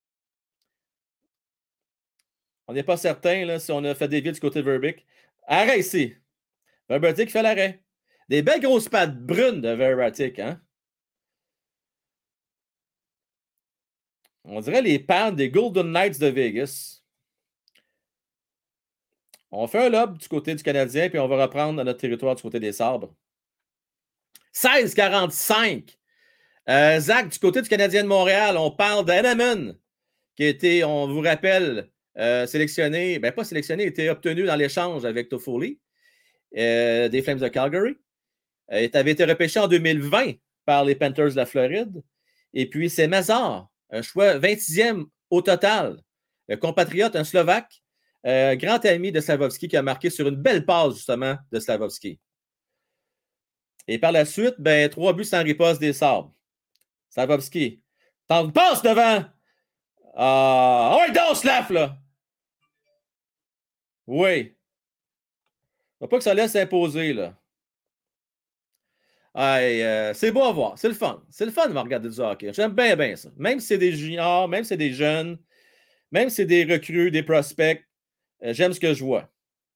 On n'est pas certain là, si on a fait des vies du côté de Verbeek. Arrêt ici. Verbeek fait l'arrêt. Des belles grosses pattes brunes de Verbeek, hein? On dirait les pattes des Golden Knights de Vegas. On fait un lob du côté du Canadien, puis on va reprendre dans notre territoire du côté des Sabres. 16-45. Zach, du côté du Canadien de Montréal, on parle d'Anaman, qui a été, on vous rappelle, sélectionné, ben pas sélectionné, était obtenu dans l'échange avec Toffoli des Flames de Calgary. Il avait été repêché en 2020 par les Panthers de la Floride. Et puis, c'est Mazar, un choix 26e au total. Le compatriote, un Slovaque, grand ami de Slafkovský, qui a marqué sur une belle passe, justement, de Slafkovský. Et par la suite, 3 buts sans riposte des Sabres. Slafkovský. T'en passes devant! Ah ouais, donc, Slaf, là! Oui. Faut pas que ça laisse s'imposer, là. C'est beau à voir. C'est le fun. C'est le fun de regarder du hockey. J'aime bien, bien ça. Même si c'est des juniors, même si c'est des jeunes, même si c'est des recrues, des prospects, j'aime ce que je vois.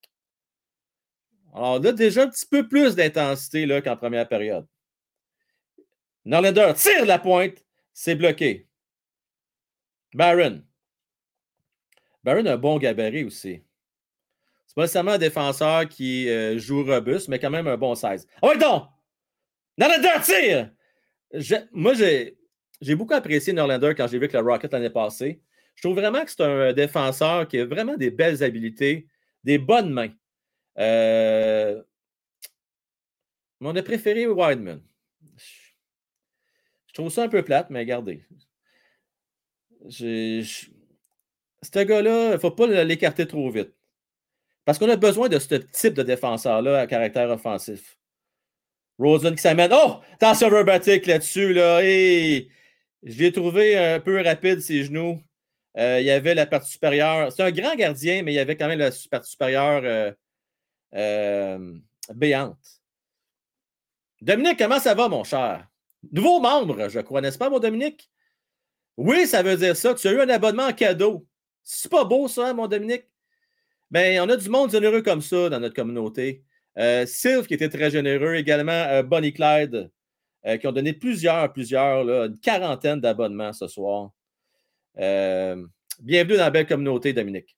Alors là, déjà un petit peu plus d'intensité là, qu'en première période. Norlander tire de la pointe. C'est bloqué. Barron. Barron a un bon gabarit aussi. C'est pas nécessairement un défenseur qui joue robuste, mais quand même un bon 16. Ah ouais, donc! Norlander tire! Moi, j'ai beaucoup apprécié Norlander quand j'ai vu que le Rocket l'année passée. Je trouve vraiment que c'est un défenseur qui a vraiment des belles habiletés, des bonnes mains. On a préféré Wideman. Je trouve ça un peu plate, mais regardez. Ce gars-là, il ne faut pas l'écarter trop vite. Parce qu'on a besoin de ce type de défenseur-là à caractère offensif. Rosen qui s'amène. Oh! Attention, Verbeek là-dessus. Là. Et je l'ai trouvé un peu rapide, ses genoux. Il y avait la partie supérieure. C'est un grand gardien, mais il y avait quand même la partie supérieure béante. Dominique, comment ça va, mon cher? Nouveau membre, je crois, n'est-ce pas, mon Dominique? Oui, ça veut dire ça. Tu as eu un abonnement en cadeau. C'est pas beau, ça, mon Dominique? Ben, on a du monde généreux comme ça dans notre communauté. Sylve, qui était très généreux. Également, Bonnie Clyde, qui ont donné plusieurs, là, une quarantaine d'abonnements ce soir. Bienvenue dans la belle communauté, Dominique.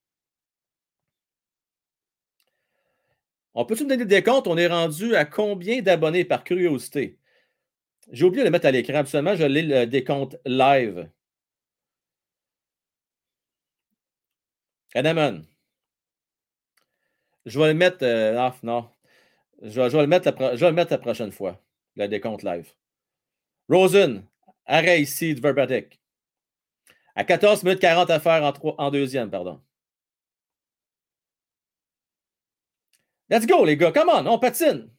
On peut-tu me donner des comptes? On est rendu à combien d'abonnés par curiosité? J'ai oublié de le mettre à l'écran. Absolument, je l'ai le décompte live. Hanneman. Je vais le mettre. Non. Je vais le mettre la prochaine fois. Le décompte live. Rosen. Arrêt ici de Verbatic. À 14 minutes 40 à faire en deuxième, pardon. Let's go, les gars. Come on, on patine.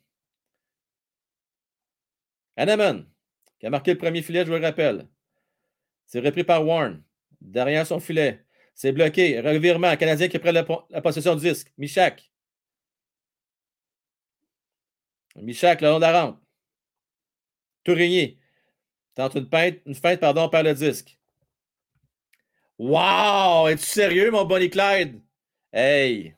Hanneman, qui a marqué le premier filet, je vous le rappelle. C'est repris par Warren. Derrière son filet. C'est bloqué. Revirement. Canadien qui prend la possession du disque. Michak. Michak, le long de la rampe. Tourigny. Tente une feinte, pardon, perd le disque. Wow! Es-tu sérieux, mon Bonnie Clyde? Hey!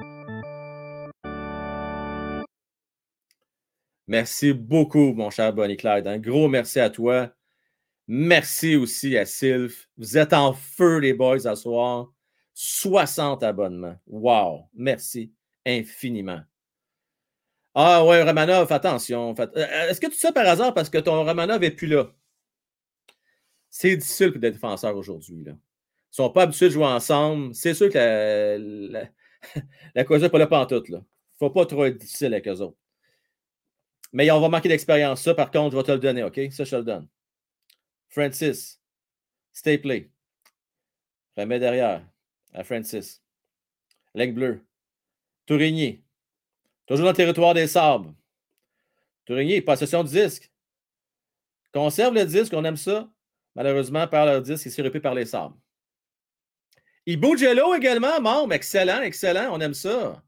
Merci beaucoup, mon cher Bonnie Clyde. Un gros merci à toi. Merci aussi à Sylph. Vous êtes en feu, les boys, ce soir. 60 abonnements. Wow! Merci infiniment. Ah ouais, Romanov, attention. Est-ce que tu sais par hasard parce que ton Romanov n'est plus là? C'est difficile pour des défenseurs aujourd'hui. Ils ne sont pas habitués de jouer ensemble. C'est sûr que la cause n'est pas là pantoute. Il ne faut pas trop être difficile avec eux autres. Mais on va manquer d'expérience. Ça, par contre, je vais te le donner, OK? Ça, je te le donne. Francis. Stay play. Remets derrière à Francis. L'aigle bleu. Tourigny. Toujours dans le territoire des Sabres. Tourigny, possession du disque. Conserve le disque, on aime ça. Malheureusement, perd le disque, il s'est repris par les Sabres. Ibugello également, membre. Excellent, excellent. On aime ça.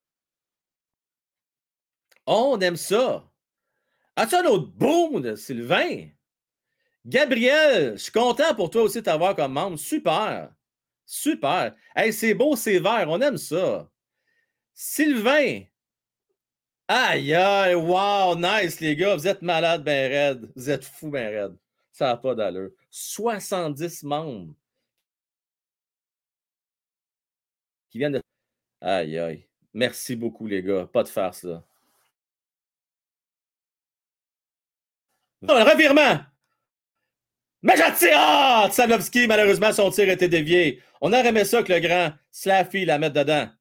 On aime ça. As-tu un autre boom, Sylvain? Gabriel, je suis content pour toi aussi de t'avoir comme membre. Super. Super. Hey, c'est beau, c'est vert. On aime ça. Sylvain. Aïe, aïe, wow, nice, les gars. Vous êtes malades, ben raide. Vous êtes fous, ben raide. Ça n'a pas d'allure. 70 membres qui viennent de... Aïe, aïe. Merci beaucoup, les gars. Pas de farce, là. Oh, un revirement! Mais j'attire! Ah! Tsanovski, malheureusement, son tir a été dévié. On aurait aimé ça que le grand Slaffy la mette dedans.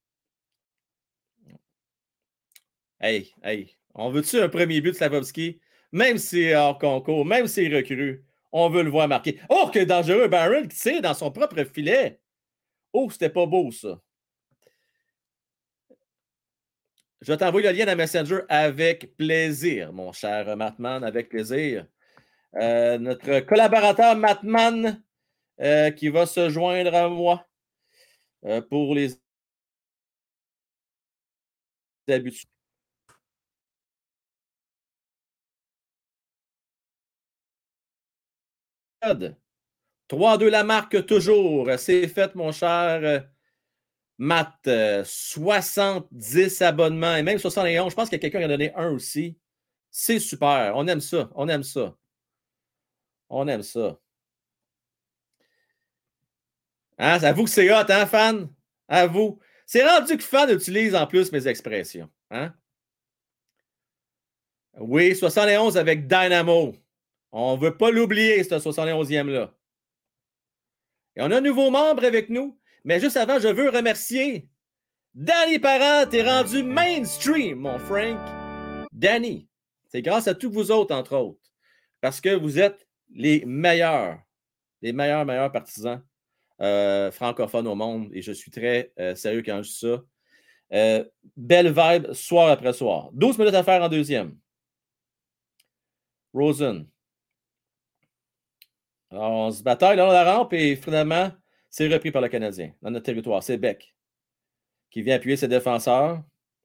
Hey, on veut-tu un premier but de Slavovski? Même si c'est hors concours, même si c'est recru, on veut le voir marquer. Oh, que dangereux! Barron qui tire dans son propre filet. Oh, c'était pas beau, ça. Je vais t'envoyer le lien dans Messenger avec plaisir, mon cher Mattman, avec plaisir. Notre collaborateur Mattman qui va se joindre à moi pour les habitudes. 3-2 la marque toujours. C'est fait, mon cher Matt. 70 abonnements et même 71. Je pense qu'il y a quelqu'un qui en a donné un aussi. C'est super. On aime ça. On aime ça. On aime ça. Hein, avoue que c'est hot, hein, fan? Avoue. C'est rendu que fan utilise en plus mes expressions. Hein? Oui, 71 avec Dynamo. On ne veut pas l'oublier, ce 71e-là. Et on a un nouveau membre avec nous. Mais juste avant, je veux remercier Danny Parent. T'es rendu mainstream, mon Frank. Danny, c'est grâce à tous vous autres, entre autres. Parce que vous êtes les meilleurs partisans francophones au monde. Et je suis très sérieux quand je dis ça. Belle vibe, soir après soir. 12 minutes à faire en deuxième. Rosen. Alors, on se bataille là dans la rampe et finalement, c'est repris par le Canadien dans notre territoire. C'est Beck qui vient appuyer ses défenseurs.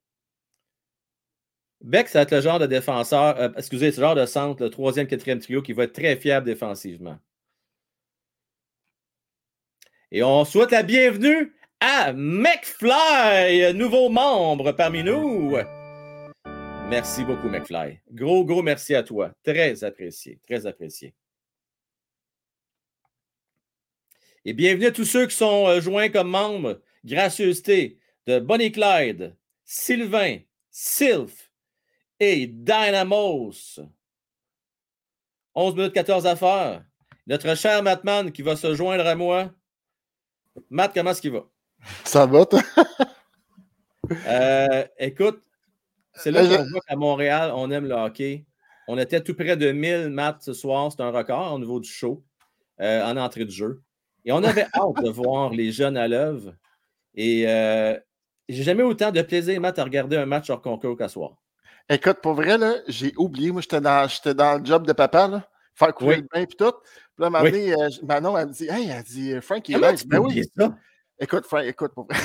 Beck, ça va être le genre de défenseur, c'est le genre de centre, le 3e, 4e trio qui va être très fiable défensivement. Et on souhaite la bienvenue à McFly, nouveau membre parmi nous. Merci beaucoup, McFly. Gros merci à toi. Très apprécié, très apprécié. Et bienvenue à tous ceux qui sont joints comme membres. Gracieuseté de Bonnie Clyde, Sylvain, Sylph et Dynamos. 11 minutes 14 à faire. Notre cher Mattman qui va se joindre à moi. Matt, comment est-ce qu'il va? Ça va, toi? Écoute, c'est là qu'on voit qu'à Montréal, on aime le hockey. On était tout près de 1000, Matt, ce soir. C'est un record au niveau du show, en entrée de jeu. Et on avait hâte de voir les jeunes à l'œuvre. Et j'ai jamais eu autant de plaisir, Matt, à regarder un match hors concours qu'à soir. Écoute, pour vrai, là, j'ai oublié. Moi, j'étais dans le job de papa, là, faire courir le bain et tout. Puis là, à un moment donné, Manon, elle me dit, hey, elle dit, Frank, il est là. Ben oui. Ça? Écoute, Frank, écoute, pour vrai.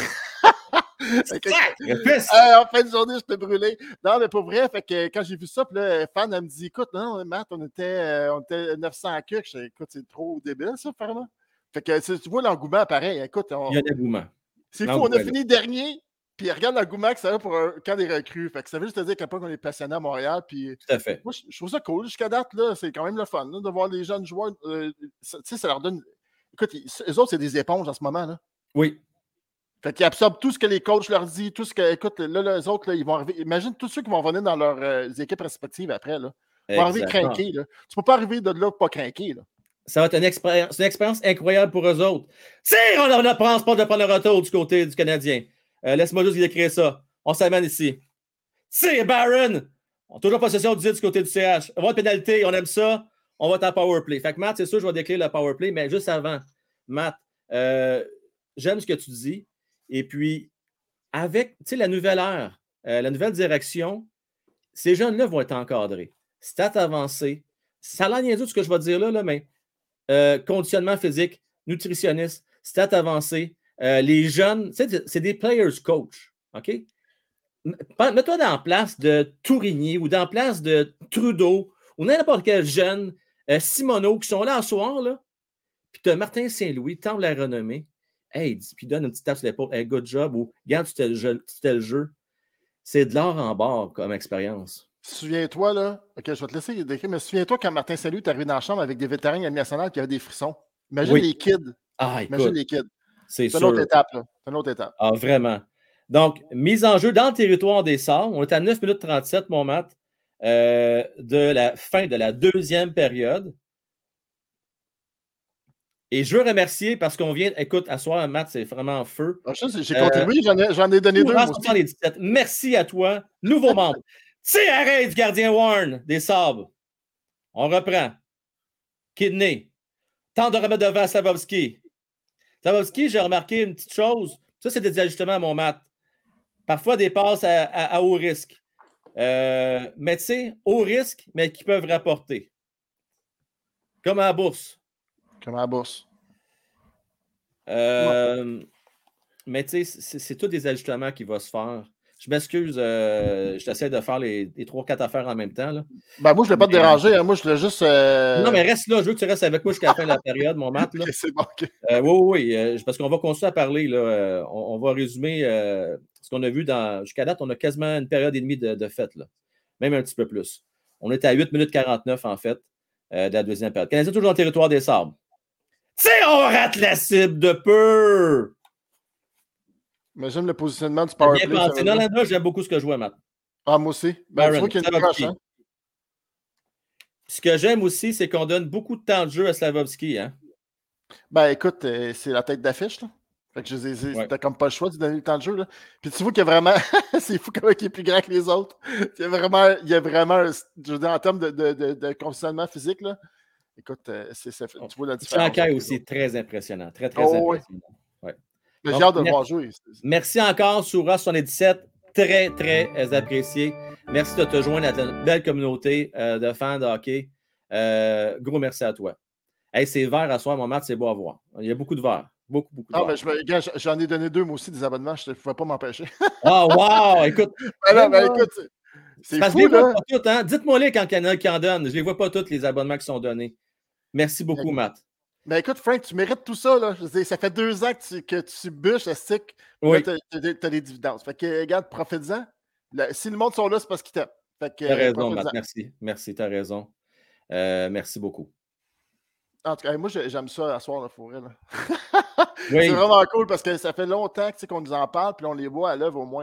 En fin de journée, je t'ai brûlé. Non, mais pour vrai, fait que quand j'ai vu ça, puis là, Fan, elle me dit, écoute, non, Matt, on était 900 à cul. Je dis, écoute, c'est trop débile, ça, vraiment. Fait que tu vois l'engouement pareil. Écoute, il y a l'engouement. C'est fou, on a fini dernier. Puis regarde l'engouement que ça a pour un camp des recrues. Fait que ça veut juste te dire à quel point on est passionné à Montréal. Puis, tout à fait. Moi, je trouve ça cool. Jusqu'à date, là, c'est quand même le fun là, de voir les jeunes joueurs. Tu sais, ça leur donne. Écoute, eux autres, c'est des éponges en ce moment. Là. Oui. Fait qu'ils absorbent tout ce que les coachs leur disent, tout ce que. Écoute, là, les autres, là, ils vont arriver. Imagine tous ceux qui vont venir dans leurs équipes respectives après. Là. Ils vont arriver craqués. Là. Tu peux pas arriver de là pas craqué. Là. Ça va être une expérience incroyable pour eux autres. On apprend pas de prendre le retour du côté du Canadien. Laisse-moi juste décrire ça. On s'amène ici. C'est Barron! On a toujours possession du côté du CH. On va de pénalité, on aime ça. On va être en powerplay. Fait que Matt, c'est sûr, je vais décrire le powerplay, mais juste avant, Matt, j'aime ce que tu dis. Et puis, avec la nouvelle ère, la nouvelle direction, ces jeunes-là vont être encadrés. Stats avancées. Ça a l'air niaiseux ce que je vais dire là, mais conditionnement physique, nutritionniste, stats avancées. Les jeunes, c'est des players coach. OK? Mets-toi dans la place de Tourigny ou dans la place de Trudeau ou n'importe quel jeune, Simoneau, qui sont là en soir, là, puis tu as Martin Saint-Louis, temple la renommée. Hey, puis donne une petite tape sur l'épaule. Hey, good job. Ou regarde, c'était le jeu. C'est de l'or en barre comme expérience. Souviens-toi, là. OK, je vais te laisser décrire, mais souviens-toi quand Martin Saint-Louis est arrivé dans la chambre avec des vétérans de la Ligue nationale qui avaient des frissons. Imagine les kids. Imagine les kids. C'est une autre étape, là. C'est une autre étape. Ah, vraiment. Donc, mise en jeu dans le territoire des Sables. On est à 9 minutes 37, mon Matt, de la fin de la deuxième période. Et je veux remercier parce qu'on vient. Écoute, à soir, Matt, c'est vraiment en feu. J'ai contribué, j'en ai donné deux. Les 17. Merci à toi, nouveau membre. Arrête du gardien Warren des Sables. On reprend. Kidney. Tente de remettre devant Slavovski. Slavovski, j'ai remarqué une petite chose. Ça, c'est des ajustements à mon Matt. Parfois, des passes à haut risque. Mais tu sais, haut risque, mais qui peuvent rapporter. Comme à la bourse. Comme à la bourse. Mais tu sais, c'est tous des ajustements qui vont se faire. Je m'excuse, j'essaie de faire les 3-4 affaires en même temps. Là. Ben, moi, je ne voulais pas te déranger. Hein. Moi, je voulais juste. Non, mais reste là. Je veux que tu restes avec moi jusqu'à la fin de la période, mon Matt. Là. C'est bon, OK. Oui, parce qu'on va continuer à parler. Là. On va résumer ce qu'on a vu jusqu'à date. On a quasiment une période et demie de fête. Là. Même un petit peu plus. On est à 8 minutes 49, en fait, de la deuxième période. Canadien toujours dans le territoire des Sables. On rate la cible de peu! Mais j'aime le positionnement du powerplay. Bien pensé. Non, là, j'aime beaucoup ce que je vois, Matt. Ah, moi aussi. Ben, tu vois qu'il y a une proche, hein? Ce que j'aime aussi, c'est qu'on donne beaucoup de temps de jeu à Slavovski. Hein? Ben, écoute, c'est la tête d'affiche, là. Fait que t'as comme pas le choix de donner le temps de jeu, là. Puis tu vois qu'il y a vraiment... c'est fou comment il est plus grand que les autres. Il y a vraiment je veux dire, en termes de conditionnement physique, là. Écoute, tu vois la différence. Chancaille aussi, très impressionnant. Très, très impressionnant. Ouais. J'ai hâte de le voir jouer. Merci encore, Soura 77. Très, très apprécié. Merci de te joindre à ta belle communauté de fans de hockey. Gros merci à toi. Hey, c'est vert à soir, mon Matt, c'est beau à voir. Il y a beaucoup de verre. Beaucoup de verre. Ben, j'en ai donné 2, moi aussi, des abonnements. Je ne pouvais pas m'empêcher. Oh, wow! Écoute. Écoute, c'est fou, là. Pas toutes, hein? Dites-moi-les quand il y en a qui en donnent. Je ne les vois pas tous, les abonnements qui sont donnés. Merci beaucoup, Matt. Mais écoute, Frank, tu mérites tout ça. Là. Je veux dire, ça fait 2 ans que tu bûches le stick. Oui. Tu as des dividendes. Fait que, regarde, profite-en. Si le monde sont là, c'est parce qu'ils t'aiment. Tu as raison, Matt. Merci, tu as raison. Merci beaucoup. En tout cas, moi, j'aime ça à soir, la forêt. Oui. C'est vraiment cool parce que ça fait longtemps qu'on nous en parle, puis on les voit à l'œuvre au moins. Là.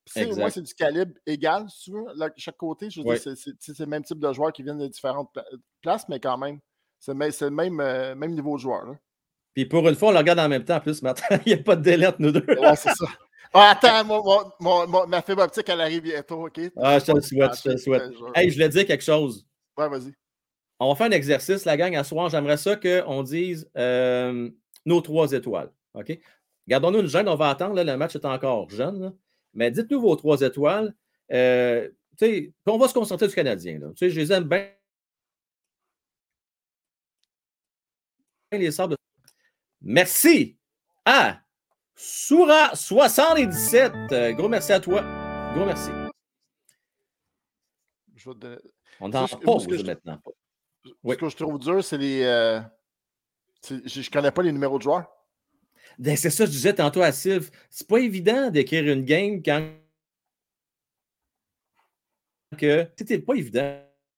Puis, au moins, c'est du calibre égal, si tu veux, là, chaque côté. Je veux dire, c'est le même type de joueurs qui viennent de différentes places, mais quand même, c'est le même niveau de joueur. Là. Puis pour une fois, on le regarde en même temps en plus, mais attends, il n'y a pas de délai entre nous deux. Ouais, c'est ça. Ah, attends, ma fibre optique, elle arrive bientôt, OK? Ah, je te le souhaite, je te le souhaite. Hey, je voulais dire quelque chose. Ouais, vas-y. On va faire un exercice, la gang, à soir. J'aimerais ça qu'on dise nos 3 étoiles. OK? Gardons-nous une jeune, on va attendre. Là, le match est encore jeune. Là. Mais dites-nous vos 3 étoiles. On va se concentrer sur le Canadien. Là. Je les aime bien. Les Sabres. Merci à Soura77. Gros merci à toi. Gros merci. On est en pause maintenant. Ce que je trouve dur, c'est les. Je connais pas les numéros de joueurs. Ben, c'est ça que je disais tantôt à Sylve. C'est pas évident d'écrire une game quand. C'était pas évident.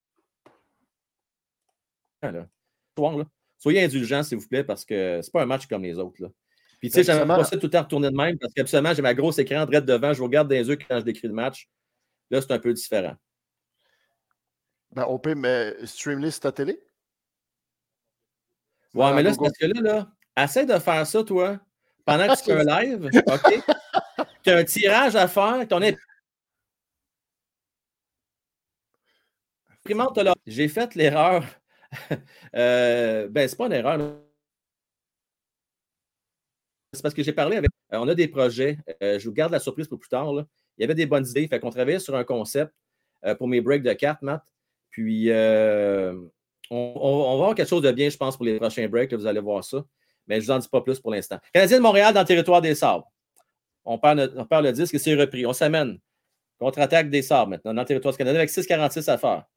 Là. Soyez indulgents, s'il vous plaît, parce que c'est pas un match comme les autres. Là. Puis, tu sais, j'aimerais pas ça tout le temps retourner de même, parce qu'absolument, j'ai ma grosse écran direct devant, je vous regarde dans les yeux quand je décris le match. Là, c'est un peu différent. Ben, on peut, mais streamer sur ta télé? Ouais, mais là, c'est parce que là, essaie de faire ça, toi, pendant que tu fais un live, OK? Tu as un tirage à faire, ton imprimante là. J'ai fait l'erreur. C'est pas une erreur. Là. C'est parce que j'ai parlé avec. On a des projets. Je vous garde la surprise pour plus tard. Là. Il y avait des bonnes idées. Fait qu'on travaillait sur un concept pour mes breaks de cartes, Matt. Puis, on va avoir quelque chose de bien, je pense, pour les prochains breaks. Là, vous allez voir ça. Mais je ne vous en dis pas plus pour l'instant. Canadien de Montréal dans le territoire des Sabres. On perd le disque et c'est repris. On s'amène. Contre-attaque des Sabres maintenant dans le territoire du Canada avec 6,46 à faire.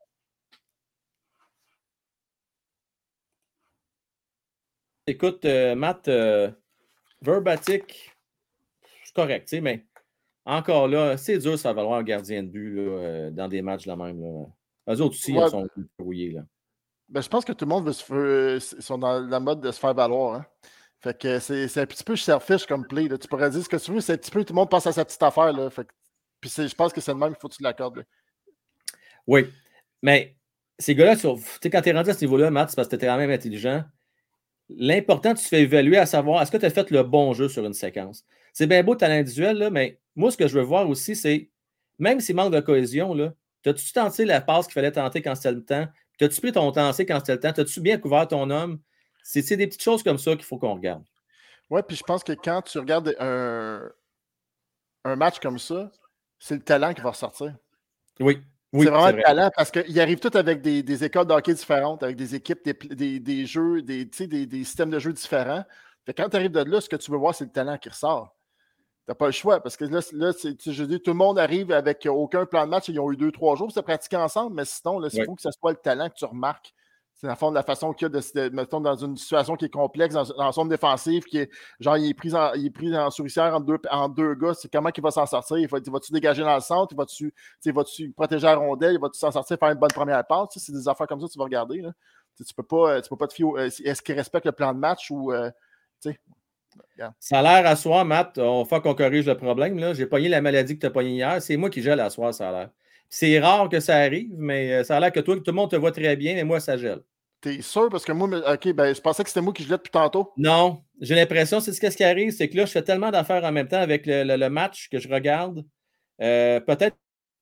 Écoute, Matt, Verbatic, c'est correct, mais encore là, c'est dur, ça va valoir un gardien de but là, dans des matchs là même. Là. Eux autres aussi, ils sont brouillés. Là. Ben, je pense que tout le monde sont dans la mode de se faire valoir. Hein? Fait que c'est un petit peu selfish comme play. Là. Tu pourrais dire ce que tu veux, c'est un petit peu tout le monde pense à sa petite affaire. Là. Fait que, puis je pense que c'est le même, il faut que tu l'accordes. Oui, mais ces gars-là, quand tu es rendu à ce niveau-là, Matt, c'est parce que tu es quand même intelligent. L'important, tu te fais évaluer à savoir est-ce que tu as fait le bon jeu sur une séquence. C'est bien beau talent individuel, là, mais moi, ce que je veux voir aussi, c'est même s'il manque de cohésion, as-tu tenté la passe qu'il fallait tenter quand c'était le temps? As-tu pris ton temps quand c'était le temps? As-tu bien couvert ton homme? C'est des petites choses comme ça qu'il faut qu'on regarde. Oui, puis je pense que quand tu regardes un match comme ça, c'est le talent qui va ressortir. Oui. C'est vraiment le talent parce qu'ils arrivent tous avec des écoles de hockey différentes, avec des équipes, des jeux, des systèmes de jeu différents. Fait quand tu arrives de là, ce que tu veux voir, c'est le talent qui ressort. Tu n'as pas le choix parce que là je dis, tout le monde arrive avec aucun plan de match. Ils ont eu 2-3 jours pour se pratiquer ensemble, mais sinon, il faut que ce soit le talent que tu remarques. C'est dans le fond de la façon qu'il y a mettons, dans une situation qui est complexe, dans la zone défensive, qui est genre il est pris en souricière en deux gars. C'est comment il va s'en sortir? Va-tu dégager dans le centre? Va-tu protéger la rondelle? Va-tu s'en sortir faire une bonne première passe? C'est des affaires comme ça que tu vas regarder. Là. Tu peux pas te fier est-ce qu'il respecte le plan de match ou Ça a l'air à soir, Matt. On va qu'on corrige le problème. J'ai pogné la maladie que tu as pognée hier. C'est moi qui gèle à soir, ça a l'air. C'est rare que ça arrive, mais ça a l'air que toi, tout le monde te voit très bien, mais moi, ça gèle. T'es sûr? Parce que moi, OK, je pensais que c'était moi qui gelais depuis tantôt. Non, j'ai l'impression, c'est ce qui arrive, c'est que là, je fais tellement d'affaires en même temps avec le match que je regarde. Peut-être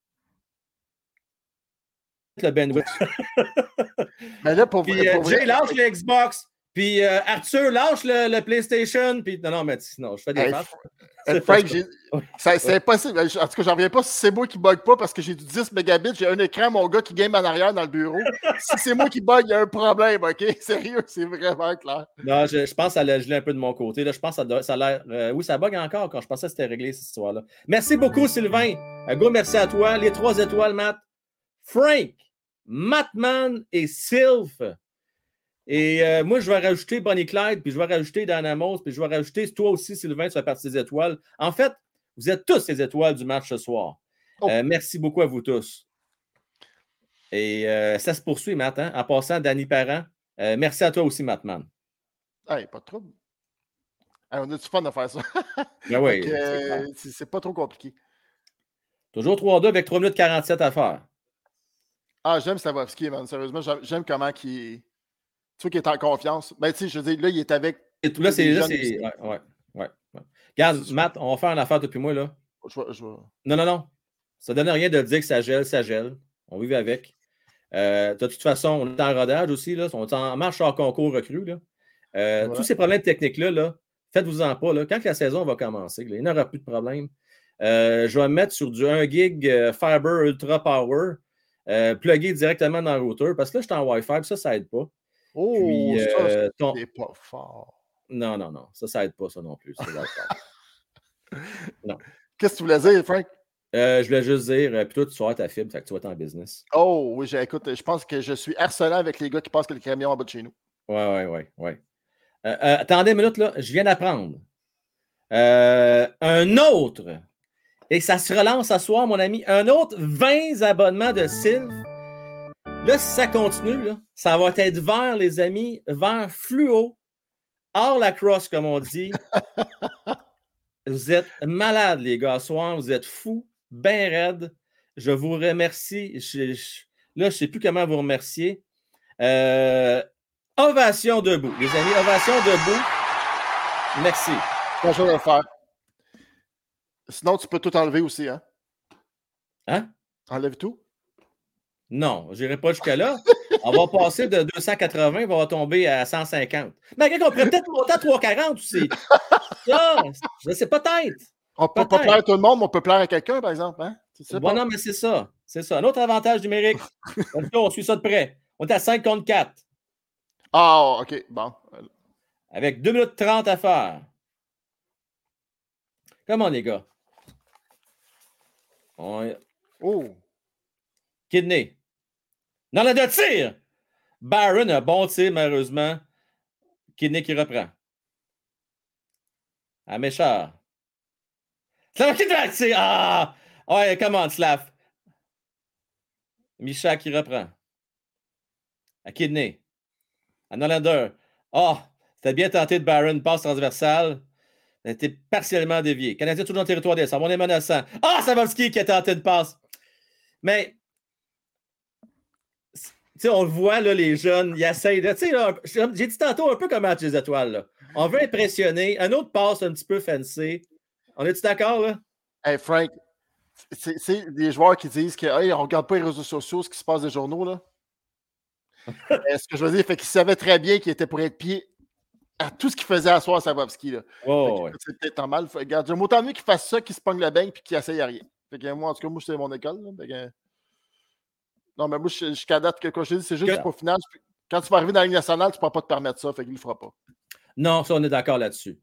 le bandwidth. Mais là, pour Jay lâche le Xbox. Puis Arthur lâche le PlayStation. Puis non, mais non, je fais des passes. Frank, c'est impossible. En tout cas, j'en reviens pas si c'est moi qui bug pas parce que j'ai du 10 mégabits, j'ai un écran, mon gars qui game en arrière dans le bureau. Si c'est moi qui bug, il y a un problème, OK? Sérieux, c'est vraiment clair. Non, je pense que ça l'a gelé un peu de mon côté. Là, je pense que ça a l'air. Oui, ça bug encore quand je pensais que c'était réglé cette histoire-là. Merci beaucoup, Sylvain. Un gros merci à toi. Les 3 étoiles, Matt. Frank, Mattman et Sylve. Et moi, je vais rajouter Bonnie Clyde, puis je vais rajouter Dan Amos, puis je vais rajouter toi aussi, Sylvain, tu fais partie des étoiles. En fait, vous êtes tous les étoiles du match ce soir. Merci beaucoup à vous tous. Et ça se poursuit, Matt. Hein? En passant, Danny Parent, merci à toi aussi, Mattman. Hey, pas de trouble. Hey, on a du fun de faire ça. Ben oui, c'est pas trop compliqué. Toujours 3-2 avec 3 minutes 47 à faire. Ah, j'aime Stavrovski, man. Sérieusement, j'aime comment il. Tu vois qu'il est en confiance. Ben, tu sais, je veux dire, là, il est avec. Et tout là, c'est. Ouais. Regarde, Matt, on va faire une affaire depuis moi, là. Non. Ça ne donne rien de dire que ça gèle. On vive avec. De toute façon, on est en rodage aussi, là. On est en marche hors concours recrue, là. Tous ces problèmes techniques-là, faites-vous-en pas, là. Quand la saison va commencer, là, il n'y aura plus de problème. Je vais me mettre sur du 1 gig Fiber Ultra Power, plugué directement dans le router, parce que là, je suis en Wi-Fi, ça aide pas. Oh, puis, ça, c'est pas fort. Non. Ça aide pas, ça non plus. Non. Qu'est-ce que tu voulais dire, Frank? Je voulais juste dire, puis toi, tu sors ta fibre, fait que tu vas être en business. Oh, oui, écoute, je pense que je suis harcelant avec les gars qui passent que le camion en bas de chez nous. Ouais. Attendez une minute, là. Je viens d'apprendre. Un autre, et ça se relance ce soir, mon ami, un autre 20 abonnements de Sylve. Là, si ça continue, là, ça va être vert, les amis, vert fluo, hors la crosse, comme on dit. Vous êtes malades, les gars, ce soir. Vous êtes fous, bien raides. Je vous remercie. Là, je ne sais plus comment vous remercier. Ovation debout, les amis. Ovation debout. Merci. Pas chose à faire. Sinon, tu peux tout enlever aussi, hein? Hein? Enlève tout? Non, je n'irai pas jusqu'à là. On va passer de 280, on va tomber à 150. Mais on pourrait peut-être monter à 340 aussi. Ça, je sais peut-être. On peut pas plaire à tout le monde, mais on peut plaire à quelqu'un, par exemple. Hein? Bon, non, mais c'est ça. C'est ça. Un autre avantage numérique. On suit ça de près. On est à 5 contre 4. Ah, OK. Bon. Avec 2 minutes 30 à faire. Comment, les gars? Oh! Kidney. Dans le de tir! Barron, un bon tir, malheureusement. Kidney qui reprend. À Méchard. Slav qui doit tirer! Ah! Ouais, comment, Slav? Micha qui reprend. À Kidney. À Nolander. Ah! C'était bien tenté de Barron. Passe transversale. Ça a été partiellement dévié. Canadien toujours dans le territoire des Sabres. On est menaçant. Ah! Savovski qui a tenté de passe. Mais... Tu sais, on le voit, là, les jeunes, ils essayent de. Tu sais, j'ai dit tantôt un peu comme Match des étoiles. Là. On veut impressionner. Un autre passe un petit peu fancy. On est-tu d'accord, là? Hey, Frank, c'est des joueurs qui disent qu'on ne regarde pas les réseaux sociaux, ce qui se passe des journaux, là. Ce que je veux dire, fait qu'ils savaient très bien qu'il était pour être pied à tout ce qu'il faisait à soir à Savovski, là. Oh, c'est peut-être normal. Regarde, j'aime autant mieux qu'il fasse ça qu'il se pogne le bain et qu'il essaye à rien. Fait que moi, en tout cas, moi, c'est mon école. Là. Fait que... Non, mais moi, jusqu'à date, que je te dis, c'est juste pour final. Quand tu vas arriver dans la Ligue nationale, tu ne pourras pas te permettre ça. Fait qu'il ne le fera pas. Non, ça, on est d'accord là-dessus.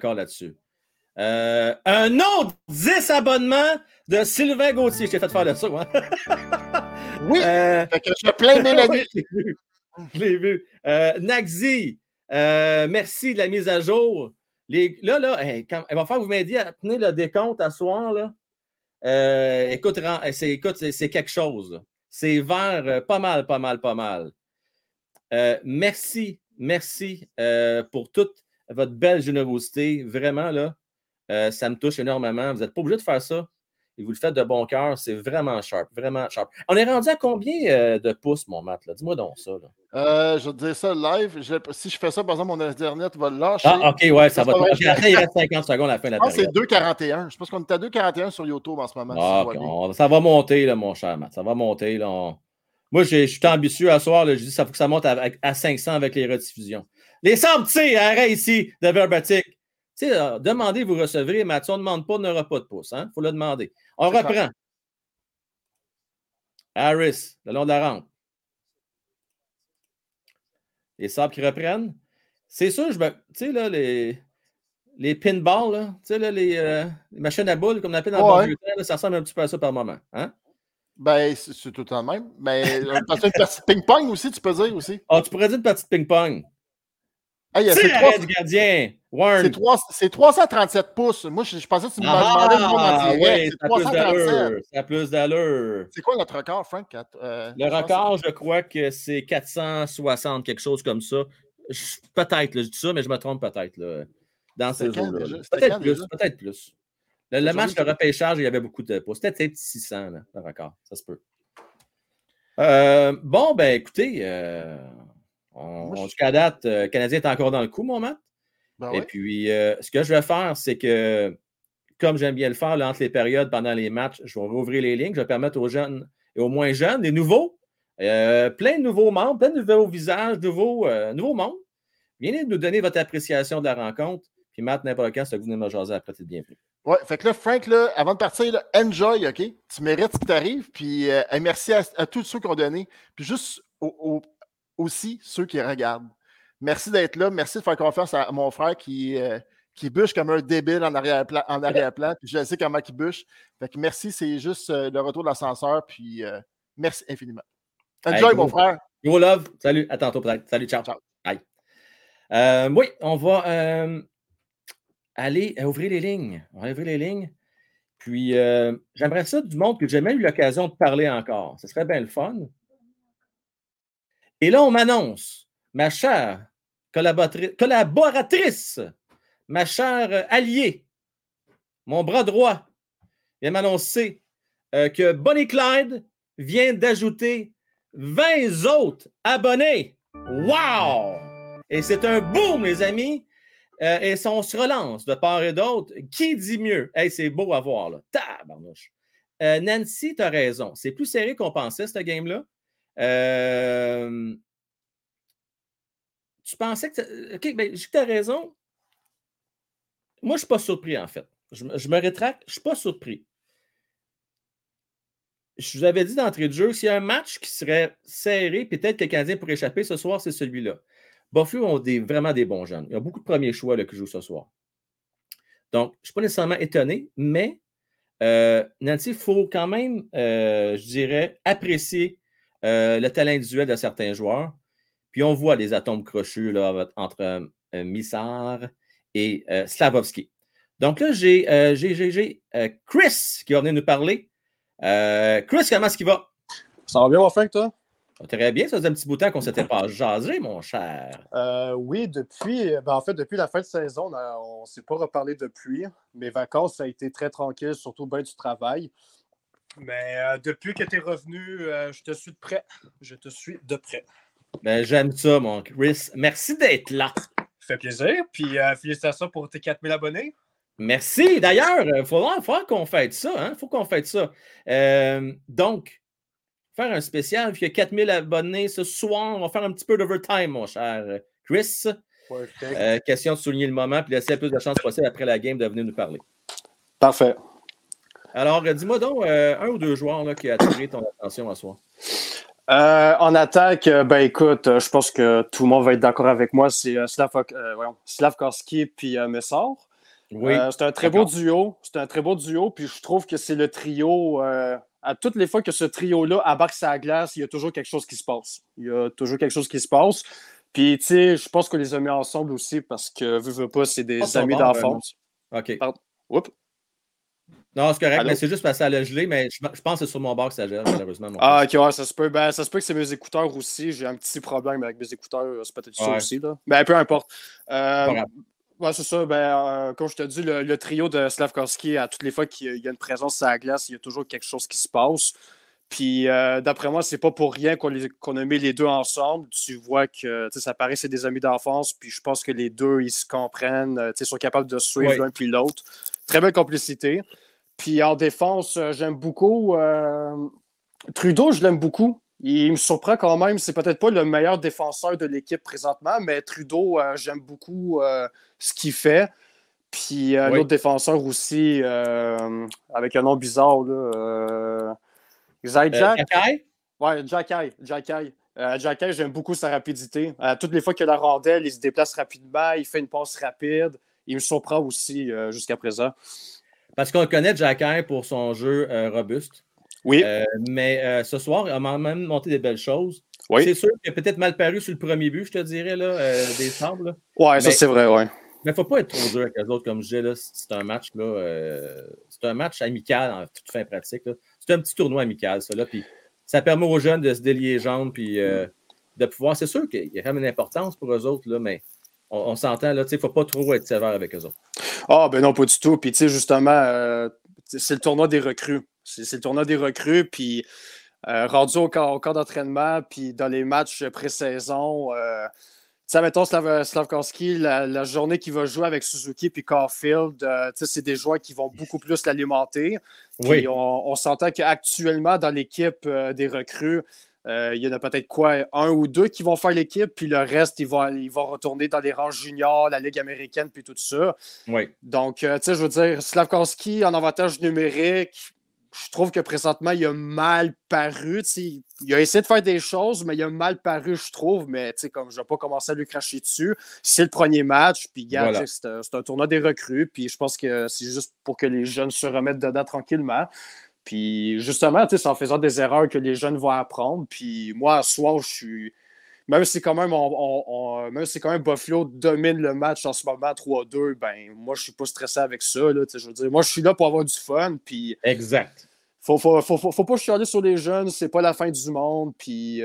Un autre 10 abonnements de Sylvain Gauthier. Je t'ai fait faire le saut, hein? Oui! Fait que je plains Mélanie. Je l'ai vu. Naxi, merci de la mise à jour. Il va falloir que vous m'aidiez à tenir le décompte à soir, là. Écoute, c'est quelque chose. Là. C'est vert pas mal. Merci pour toute votre belle générosité. Vraiment, là, ça me touche énormément. Vous n'êtes pas obligé de faire ça. Et vous le faites de bon cœur. C'est vraiment sharp. On est rendu à combien de pouces, mon Matt? Là? Dis-moi donc ça. Là. Je vais te dire ça live. Si je fais ça, par exemple, mon Internet va le lâcher. Ah, OK, ouais, ça va. Après, il reste 50 secondes à la fin de la période. Je pense que c'est 2,41. Je pense qu'on est à 2,41 sur YouTube en ce moment. Ah, okay. Ça va monter, là, mon cher Matt. Ça va monter. Là. Moi, je suis ambitieux à soir. Là. Je dis qu'il faut que ça monte à 500 avec les rediffusions. Les Sabres, tu sais, arrête ici de Verbatic. Tu sais, demandez, vous recevrez. Matt, si on ne demande pas, on n'aura pas de pouce. Il faut le demander. On reprend. Clair. Harris, le long de la rampe. Les Sabres qui reprennent. C'est sûr, tu sais, là, les pinballs, là, tu sais, là, les machines à boules, comme on appelle dans le bon vieux temps, ça ressemble un petit peu à ça par moment. Hein? Ben, c'est tout le temps le même. Mais une partie de ping-pong aussi, tu peux dire aussi. Ah, tu pourrais dire une partie de ping-pong. Hey, c'est du gardien. C'est 337 pouces. Moi, je pensais que tu me demandais le monde en direct. C'est 337. Ça a plus d'allure. C'est quoi notre record, Frank? Le record, je crois que c'est 460, quelque chose comme ça. Peut-être, je dis ça, mais je me trompe peut-être là, dans ces jours-là. Peut-être plus. Le match de repêchage, il y avait beaucoup de points. C'était peut-être 600, là, le record. Ça se peut. Bon, ben écoutez, jusqu'à date, le Canadien est encore dans le coup, mon Matt. Et puis, ce que je vais faire, c'est que, comme j'aime bien le faire là, entre les périodes, pendant les matchs, je vais rouvrir les lignes. Je vais permettre aux jeunes et aux moins jeunes, les nouveaux, plein de nouveaux membres, plein de nouveaux visages, nouveaux mondes. Venez nous donner votre appréciation de la rencontre. Puis Matt, n'importe quand, c'est que vous venez me jaser après, t'es bienvenu. Ouais, fait que là, Frank, là, avant de partir, là, enjoy, OK? Tu mérites ce qui t'arrive. Puis merci à tous ceux qui ont donné. Puis juste aussi ceux qui regardent. Merci d'être là. Merci de faire confiance à mon frère qui bûche comme un débile en arrière-plan. Puis je sais comment il bûche. Fait que merci, c'est juste le retour de l'ascenseur. Puis merci infiniment. Enjoy, mon frère. Go love. Salut. À tantôt peut-être. Salut, ciao. Bye. Oui, on va aller ouvrir les lignes. On va ouvrir les lignes. Puis, j'aimerais ça du monde que j'ai jamais eu l'occasion de parler encore. Ce serait bien le fun. Et là, on m'annonce, ma chère collaboratrice, ma chère alliée, mon bras droit, vient m'annoncer que Bonnie Clyde vient d'ajouter 20 autres abonnés. Wow! Et c'est un boom, les amis! Et on se relance de part et d'autre. Qui dit mieux? Hey, c'est beau à voir, là. Tabarnouche. Nancy, tu as raison. C'est plus serré qu'on pensait, cette game-là. Tu pensais que... OK, bien, tu as raison. Moi, je ne suis pas surpris, en fait. Je me rétracte. Je ne suis pas surpris. Je vous avais dit d'entrée de jeu, s'il y a un match qui serait serré, peut-être que le Canadien pourrait échapper ce soir, c'est celui-là. Buffalo ont vraiment des bons jeunes. Il y a beaucoup de premiers choix là, qui jouent ce soir. Donc, je ne suis pas nécessairement étonné, mais Nancy, il faut quand même, je dirais, apprécier le talent individuel de certains joueurs. Puis on voit des atomes crochus là, entre Missar et Slavovski. Donc là, j'ai Chris qui va venir nous parler. Chris, comment est-ce qu'il va? Ça va bien, mon frère, toi? Très bien, ça faisait un petit bout de temps qu'on ne s'était pas jasé, mon cher. Oui, depuis la fin de saison, on ne s'est pas reparlé depuis. Mes vacances, ça a été très tranquille, surtout bien du travail. Mais depuis que tu es revenu, je te suis de près. Je te suis de près. Ben, j'aime ça, mon Chris. Merci d'être là. Ça fait plaisir. Puis félicitations pour tes 4000 abonnés. Merci. D'ailleurs, il faudra qu'on fête ça. Il faut qu'on fête ça. Donc, faire un spécial, puis il y a 4000 abonnés ce soir. On va faire un petit peu d'overtime, mon cher Chris. Question de souligner le moment, puis laisser le plus de chance possible après la game de venir nous parler. Parfait. Alors, dis-moi donc un ou deux joueurs là, qui a attiré ton attention à soir. En attaque, ben écoute, je pense que tout le monde va être d'accord avec moi. C'est Slavkovski puis Messar. Oui. C'est un très beau duo. C'est un très beau duo, puis je trouve que c'est le trio... à toutes les fois que ce trio-là embarque sa glace, il y a toujours quelque chose qui se passe. Puis, tu sais, je pense qu'on les a mis ensemble aussi parce que, veux pas, c'est des amis d'enfance. OK. Pardon. Oups. Non, c'est correct, Allô? mais c'est juste parce que ça a gelé, mais je pense que c'est sur mon bord que ça gèle, malheureusement. OK, ouais, ça se peut. Ben, ça se peut que c'est mes écouteurs aussi. J'ai un petit problème avec mes écouteurs. C'est peut-être ça aussi, là. Ben, peu importe. Ouais, c'est ça. Comme je te dis, le trio de Slavkovski, à toutes les fois qu'il y a une présence sur la glace, il y a toujours quelque chose qui se passe. Puis, d'après moi, c'est pas pour rien qu'on a mis les deux ensemble. Tu vois que ça paraît que c'est des amis d'enfance. Puis, je pense que les deux, ils se comprennent. Ils sont capables de suivre l'un puis l'autre. Très belle complicité. Puis, en défense, j'aime beaucoup. Trudeau, je l'aime beaucoup. Il me surprend quand même. C'est peut-être pas le meilleur défenseur de l'équipe présentement, mais Trudeau, j'aime beaucoup ce qu'il fait. Puis l'autre défenseur aussi, avec un nom bizarre, là, Jacky? Ouais, Jacky. Jacky, j'aime beaucoup sa rapidité. Toutes les fois qu'il a la rondelle, il se déplace rapidement, il fait une passe rapide. Il me surprend aussi jusqu'à présent. Parce qu'on connaît Jacky pour son jeu robuste. Oui. Mais ce soir, il a même monté des belles choses. Oui. C'est sûr qu'il a peut-être mal paru sur le premier but, je te dirais, là, des sables. Là. Ouais, ça c'est vrai, ouais. Mais il ne faut pas être trop dur avec les autres, comme je disais. Là, c'est un match là, c'est un match amical en toute fin pratique. Là. C'est un petit tournoi amical, ça. Là, puis ça permet aux jeunes de se délier les jambes puis de pouvoir. C'est sûr qu'il y a quand même une importance pour eux autres, là, mais On s'entend, là, il ne faut pas trop être sévère avec eux autres. Ah, ben non, pas du tout. Puis, tu sais, justement, c'est le tournoi des recrues. C'est le tournoi des recrues, puis rendu au camp d'entraînement, puis dans les matchs pré-saison, tu sais, mettons Slavkovski, la journée qu'il va jouer avec Suzuki puis Caulfield, tu sais, c'est des joueurs qui vont beaucoup plus l'alimenter. Puis Oui. on s'entend qu'actuellement, dans l'équipe des recrues, il y en a peut-être un ou deux qui vont faire l'équipe, puis le reste, ils vont retourner dans les rangs juniors, la Ligue américaine, puis tout ça. Oui. Donc, tu sais, je veux dire, Slavkovski en avantage numérique, je trouve que présentement, il a mal paru. Il a essayé de faire des choses, mais il a mal paru, je trouve. Mais comme je ne vais pas commencer à lui cracher dessus, c'est le premier match. Puis, regarde, voilà. C'est un tournoi des recrues. Puis, je pense que c'est juste pour que les jeunes se remettent dedans tranquillement. Puis, justement, c'est en faisant des erreurs que les jeunes vont apprendre. Puis, moi, à soir, je suis. Même si quand même Buffalo domine le match en ce moment 3-2, ben moi je suis pas stressé avec ça. Là, je veux dire, moi je suis là pour avoir du fun. Puis exact. Faut pas chialer sur les jeunes, c'est pas la fin du monde. Puis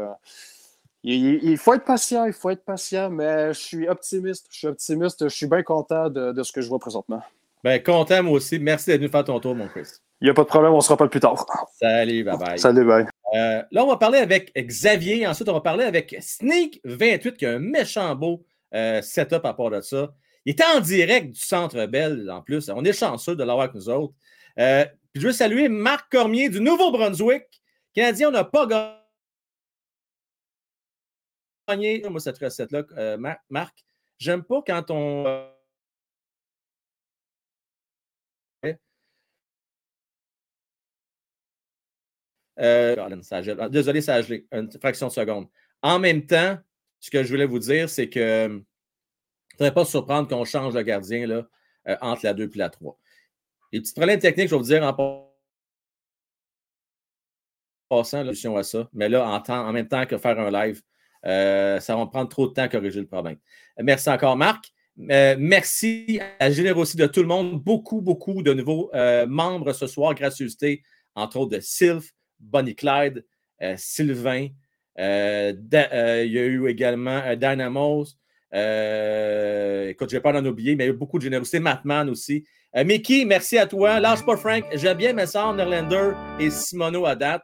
il faut être patient, mais je suis optimiste. Je suis bien content de ce que je vois présentement. Ben content moi aussi. Merci d'être venu faire ton tour, mon Chris. Il n'y a pas de problème, on se rappelle plus tard. Salut, bye-bye. Salut, bye. Là, on va parler avec Xavier. Ensuite, on va parler avec Sneak28, qui a un méchant beau setup à part de ça. Il était en direct du Centre Bell, en plus. On est chanceux de l'avoir avec nous autres. Puis je veux saluer Marc Cormier du Nouveau-Brunswick. Canadien, on n'a pas gagné. Moi, cette recette-là, Marc, j'aime pas quand on... Désolé, ça a gelé. Une fraction de seconde. En même temps, ce que je voulais vous dire, c'est que il ne faudrait pas se surprendre qu'on change le gardien là, entre la 2 et la 3. Les petits problèmes techniques, je vais vous dire en passant solution à ça. Mais là, en même temps que faire un live, ça va me prendre trop de temps à corriger le problème. Merci encore, Marc. Merci à la générosité de tout le monde. Beaucoup, beaucoup de nouveaux membres ce soir. Gracieuseté, entre autres, de Sylph, Bonnie Clyde, Sylvain. Il y a eu également Dynamos. Écoute, je ne vais pas en oublier, mais il y a eu beaucoup de générosité. Mattman aussi. Mickey, merci à toi. Lâche pas Frank. J'aime bien mes sœurs, Nerlander et Simono à date.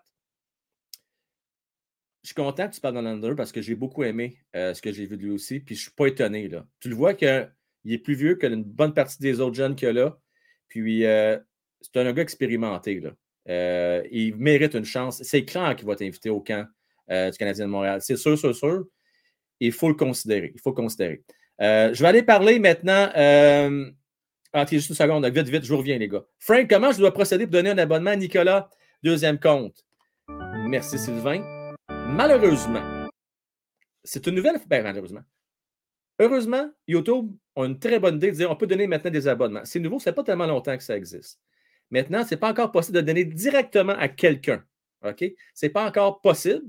Je suis content que tu parles de Nerlander parce que j'ai beaucoup aimé ce que j'ai vu de lui aussi. Puis je ne suis pas étonné. Là. Tu le vois qu'il est plus vieux qu'une bonne partie des autres jeunes qu'il y a là. Puis c'est un gars expérimenté. Là. Il mérite une chance. C'est clair qu'il va t'inviter au camp du Canadien de Montréal. C'est sûr. Il faut le considérer. Je vais aller parler maintenant. Attends, juste une seconde. Vite, je vous reviens, les gars. Frank, comment je dois procéder pour donner un abonnement à Nicolas, deuxième compte? Merci, Sylvain. Malheureusement, c'est une nouvelle. Ben, malheureusement. Heureusement, YouTube a une très bonne idée de dire on peut donner maintenant des abonnements. C'est nouveau, ça fait pas tellement longtemps que ça existe. Maintenant, ce n'est pas encore possible de donner directement à quelqu'un. OK? Ce n'est pas encore possible.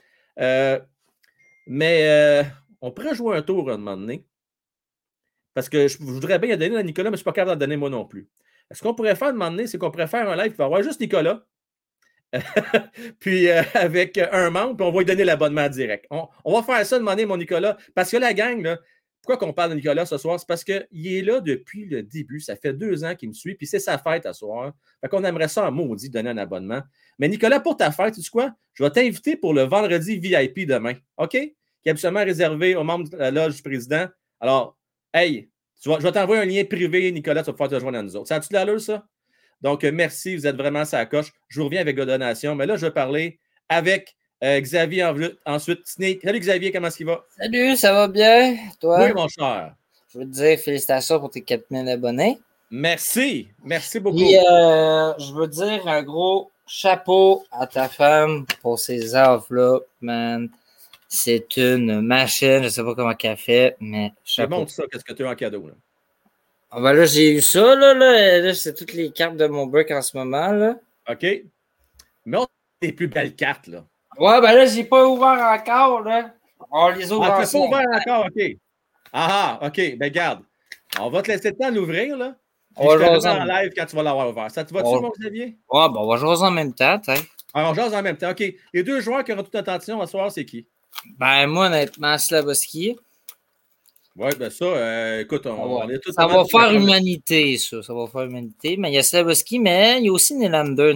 Mais on pourrait jouer un tour à un moment donné. Parce que je voudrais bien donner à Nicolas, mais je ne suis pas capable d'en donner moi non plus. Ce qu'on pourrait faire à un moment donné, c'est qu'on pourrait faire un live, il va y avoir juste Nicolas. Puis avec un membre, puis on va lui donner l'abonnement direct. On va faire ça, demander mon Nicolas. Parce que la gang, là, pourquoi qu'on parle de Nicolas ce soir? C'est parce qu'il est là depuis le début. Ça fait 2 ans qu'il me suit, puis c'est sa fête à soir. Fait qu'on aimerait ça en maudit donner un abonnement. Mais Nicolas, pour ta fête, tu sais quoi? Je vais t'inviter pour le vendredi VIP demain. OK? Qui est absolument réservé aux membres de la loge du président. Alors, hey, je vais t'envoyer un lien privé, Nicolas, tu vas pouvoir te joindre à nous autres. Ça a-tu de l'allure, ça? Donc, merci, vous êtes vraiment sa coche. Je vous reviens avec vos donations. Mais là, je vais parler avec Xavier ensuite. Sneak. Salut Xavier, comment est-ce qu'il va? Salut, ça va bien? Toi? Oui, mon cher. Je veux te dire félicitations pour tes 4000 abonnés. Merci beaucoup. Puis, je veux dire un gros chapeau à ta femme pour ces offres-là, man. C'est une machine, je ne sais pas comment qu'elle fait, mais chapeau. C'est bon, ça, qu'est-ce que tu as en cadeau, là? Ah ben là, j'ai eu ça, là, c'est toutes les cartes de mon break en ce moment, là. OK. Mais on a les plus belles cartes, là. Ouais, ben là, j'ai pas ouvert encore, là. On les ouvre ensemble. Tu pas ouvert encore, OK. OK. Ben, garde. On va te laisser le temps de l'ouvrir, là. Puis je te le mets en live quand tu vas l'avoir ouvert. Ça te va-tu, mon Xavier? Ouais, ben, on va jouer en même temps, t'sais. Alors, on jase en même temps. OK. Les 2 joueurs qui auront toute attention à ce soir, c'est qui? Ben, moi, honnêtement, Slavkovski. Oui, ben ça, écoute, on est tous. Ça va faire humanité, ça. Ça va faire humanité. Mais il y a Slavovski, mais il y a aussi Nylander.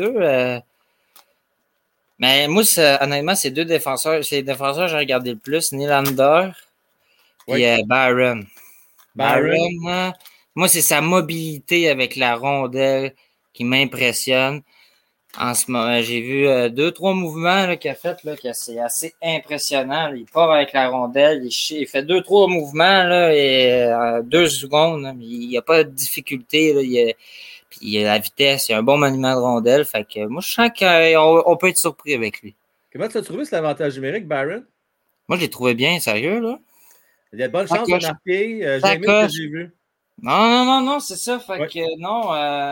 Mais moi, honnêtement, c'est deux défenseurs. C'est les défenseurs que j'ai regardé le plus. Nylander et Byron. Byron, moi, c'est sa mobilité avec la rondelle qui m'impressionne. En ce moment, j'ai vu 2-3 mouvements là, qu'il a fait, là, que c'est assez impressionnant. Là. Il part avec la rondelle, il fait 2-3 mouvements là, et 2 secondes. Là, il n'y a pas de difficulté. Là, puis il a la vitesse, il a un bon maniement de rondelle. Fait que moi, je sens qu'on peut être surpris avec lui. Comment tu as trouvé cet avantage numérique, Byron? Moi, je l'ai trouvé bien, sérieux. Là. Il y a de bonnes chances de marquer. J'ai aimé ce que j'ai vu. Non, c'est ça. Fait que non,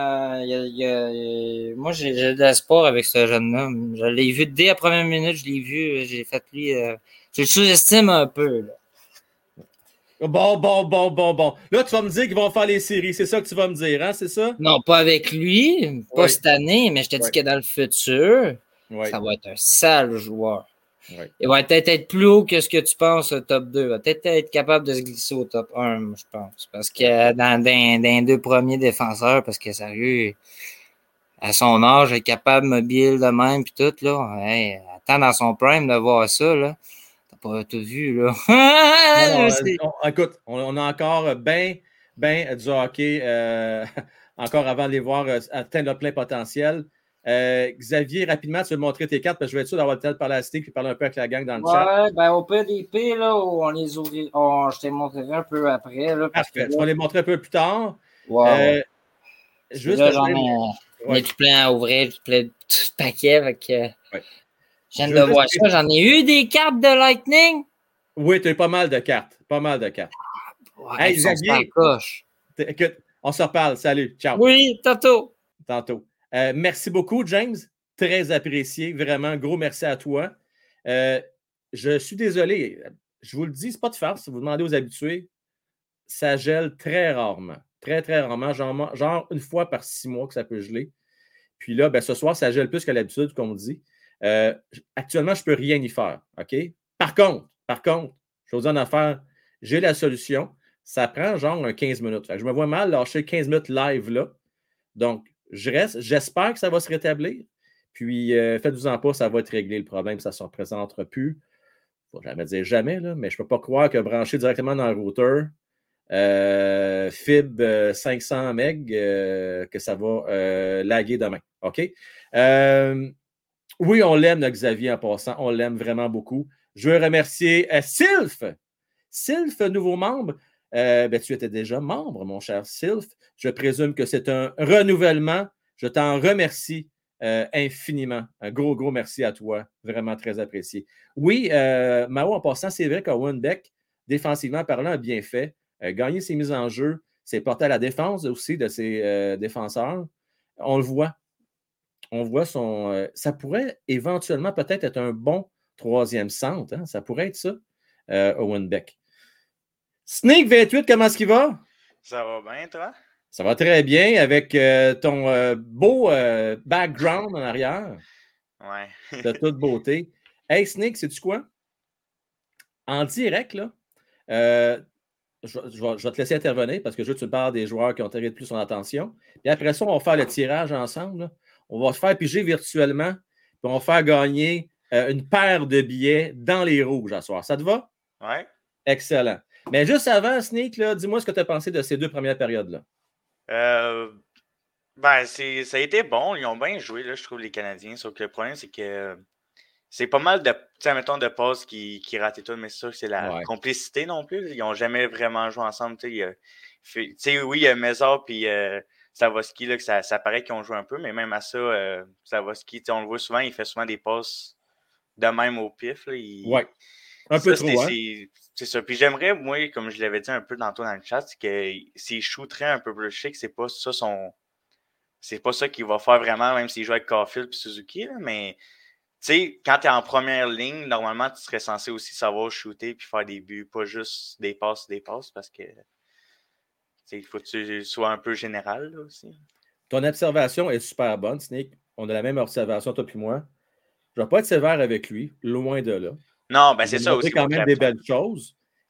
moi j'ai de l'espoir avec ce jeune-là. Je l'ai vu dès la première minute, je l'ai vu, j'ai fait lui. Je le sous-estime un peu. Là. Bon. Là, tu vas me dire qu'ils vont faire les séries. C'est ça que tu vas me dire, hein? C'est ça? Non, pas avec lui, pas cette année, mais je te dis que dans le futur, ça va être un sale joueur. Il va peut-être être plus haut que ce que tu penses au top 2. Il va peut-être être capable de se glisser au top 1, je pense. Parce que dans les 2 premiers défenseurs, parce que sérieux, à son âge, être capable mobile de même puis tout, là. Attends dans son prime de voir ça, là. T'as pas tout vu, là. Écoute, on a encore bien du hockey encore avant de les voir atteindre leur plein potentiel. Xavier, rapidement, tu veux montrer tes cartes, parce que je vais être sûr d'avoir le temps de parler à Stick et parler un peu avec la gang dans le chat. Ouais, ben au PDP, là, on les ouvrit. Je t'ai montré un peu après. Là, parfait. Tu vas les montrer un peu plus tard. Ouais. Juste là, j'en ai tout plein à ouvrir, tout paquet. Avec, je viens de voir ça. J'en ai eu des cartes de Lightning. Oui, tu as eu pas mal de cartes. Hey, Xavier, on se reparle. Salut. Ciao. Oui, tantôt. Merci beaucoup, James. Très apprécié. Vraiment, gros merci à toi. Je suis désolé. Je vous le dis, c'est pas de farce. Si vous demandez aux habitués, ça gèle très rarement. Très, très rarement. Genre une fois par 6 mois que ça peut geler. Puis là, ce soir, ça gèle plus que l'habitude, comme on dit. Actuellement, je ne peux rien y faire. OK? Par contre, je vous dis en affaire, j'ai la solution. Ça prend genre un 15 minutes. Fait que je me vois mal lâcher 15 minutes live là. Donc, je reste. J'espère que ça va se rétablir. Puis, faites-vous-en pas, ça va être réglé le problème. Ça ne se représentera plus. Il ne faut jamais dire jamais, là, mais je ne peux pas croire que brancher directement dans le routeur, Fib 500 MB, que ça va laguer demain. OK? Oui, on l'aime, notre Xavier, en passant. On l'aime vraiment beaucoup. Je veux remercier Sylph. Sylph, nouveau membre. Tu étais déjà membre, mon cher Sylph. Je présume que c'est un renouvellement. Je t'en remercie infiniment. Un gros, gros merci à toi. Vraiment très apprécié. Oui, Mao, en passant, c'est vrai qu'Owen Beck, défensivement parlant, a bien fait. Gagner ses mises en jeu, c'est porté à la défense aussi de ses défenseurs. On le voit. On voit son... ça pourrait éventuellement peut-être être un bon troisième centre. Hein? Ça pourrait être ça, Owen Beck. Sneak 28, comment est-ce qu'il va? Ça va bien, toi? Ça va très bien avec ton beau background en arrière. Ouais. De toute beauté. Hey, Sneak, sais-tu quoi? En direct, là, je vais te laisser intervenir parce que je veux que tu me parles des joueurs qui ont attiré plus son attention. Puis après ça, on va faire le tirage ensemble. Là. On va se faire piger virtuellement. Puis on va faire gagner une paire de billets dans les rouges à soir. Ça te va? Oui. Excellent. Mais juste avant, Sneak, là, dis-moi ce que tu as pensé de ces 2 premières périodes-là. Ça a été bon. Ils ont bien joué, là, je trouve, les Canadiens. Sauf que le problème, c'est que c'est pas mal de, mettons, de passes qui rataient tout, mais c'est sûr que c'est la complicité non plus. Ils n'ont jamais vraiment joué ensemble. Oui, il y a Mézard et Slavovski, là, que ça paraît qu'ils ont joué un peu, mais même à ça, Slavovski, on le voit souvent, il fait souvent des passes de même au pif. Oui. Un peu trop, hein? C'est ça. Puis j'aimerais, moi, comme je l'avais dit un peu tantôt dans le chat, c'est que s'il shooterait un peu plus, je sais que c'est pas ça c'est pas ça qu'il va faire vraiment, même s'il joue avec Caulfield et Suzuki, là, mais quand tu es en première ligne, normalement, tu serais censé aussi savoir shooter puis faire des buts, pas juste des passes, parce que il faut que tu sois un peu général là, aussi. Ton observation est super bonne, Sneak. On a la même observation, toi et moi. Je ne vais pas être sévère avec lui, loin de là. Non, c'est ça aussi. Il a quand même des belles choses,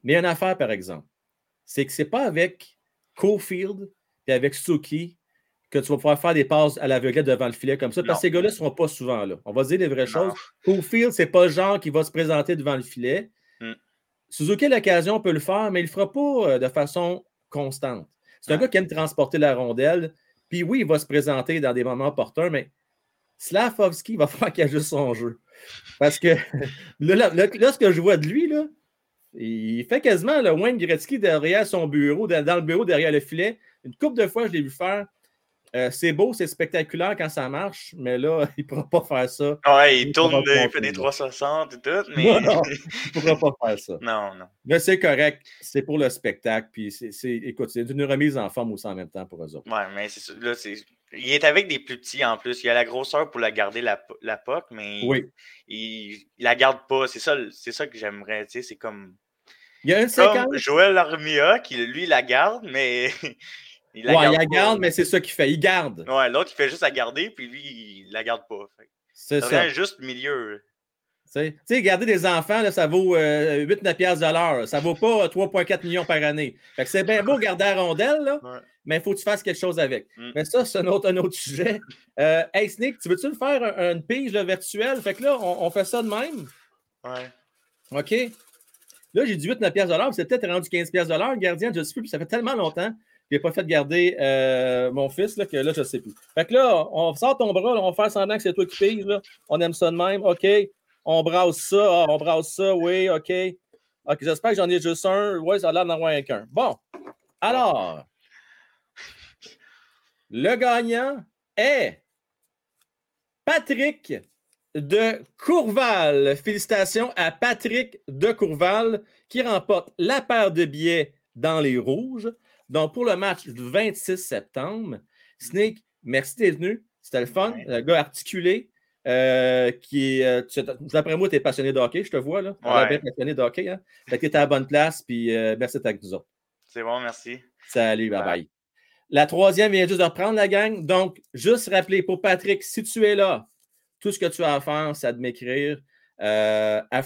Mais il y a une affaire, par exemple, c'est que ce n'est pas avec Caulfield et avec Suzuki que tu vas pouvoir faire des passes à l'aveuglette devant le filet comme ça, parce que ces gars-là ne seront pas souvent là. On va dire les vraies choses. Caulfield, ce n'est pas le genre qui va se présenter devant le filet. Suzuki, à l'occasion, peut le faire, mais il ne le fera pas de façon constante. C'est un gars qui aime transporter la rondelle. Puis oui, il va se présenter dans des moments opportuns, mais Slafkovský va falloir qu'il ajuste son jeu. Parce que là, ce que je vois de lui, là, il fait quasiment le Wayne Gretzky derrière son bureau, dans le bureau derrière le filet. Une couple de fois, je l'ai vu faire. C'est beau, c'est spectaculaire quand ça marche, mais là, il ne pourra pas faire ça. Ouais, il tourne, il fait des 360 et tout, mais... Non, il ne pourra pas faire ça. Non. Mais c'est correct, c'est pour le spectacle, puis écoute, c'est une remise en forme aussi en même temps pour eux autres. Ouais, mais c'est ça. Là, il est avec des plus petits en plus. Il a la grosseur pour la garder la POC, mais il la garde pas. C'est ça que j'aimerais, tu sais, c'est comme... Il y a une séquence... Comme Joël Armia, qui lui la garde, mais... il la garde, mais c'est ça qu'il fait. Il garde. Ouais, l'autre, il fait juste la garder, puis lui, il la garde pas. C'est ça. Juste milieu. Tu sais, garder des enfants, là, ça vaut 8-9 piastres de l'heure. Ça vaut pas 3,4 millions par année. Fait que c'est bien beau garder la rondelle, là, mais il faut que tu fasses quelque chose avec. Mais ça, c'est un autre sujet. Hey, Sneak, tu veux-tu le faire une pige virtuelle? Fait que là, on fait ça de même. Ouais. OK. Là, j'ai dit 8-9 piastres de l'heure, c'est peut-être rendu 15 piastres de l'heure, gardien, je ne sais plus, puis ça fait tellement longtemps. Je n'ai pas fait garder mon fils, là, que là, je ne sais plus. Fait que là, on sort ton bras, là, on va faire semblant que c'est toi qui pige. Là. On aime ça de même. OK. On brasse ça. Oui, OK. OK, j'espère que j'en ai juste un. Oui, ça a l'air d'en avoir un. Bon. Alors, le gagnant est Patrick de Courval. Félicitations à Patrick de Courval qui remporte la paire de billets dans les rouges. Donc, pour le match du 26 septembre, Snake, merci d'être venu. C'était le fun. Un gars articulé. D'après moi, tu es passionné de hockey, je te vois. Là. Tu es bien passionné de hockey. Hein? Fait que tu es à la bonne place. Puis merci d'être avec nous autres. C'est bon, merci. Salut, bye-bye. La troisième vient juste de reprendre la gang. Donc, juste rappeler pour Patrick, si tu es là, tout ce que tu as à faire, c'est de m'écrire à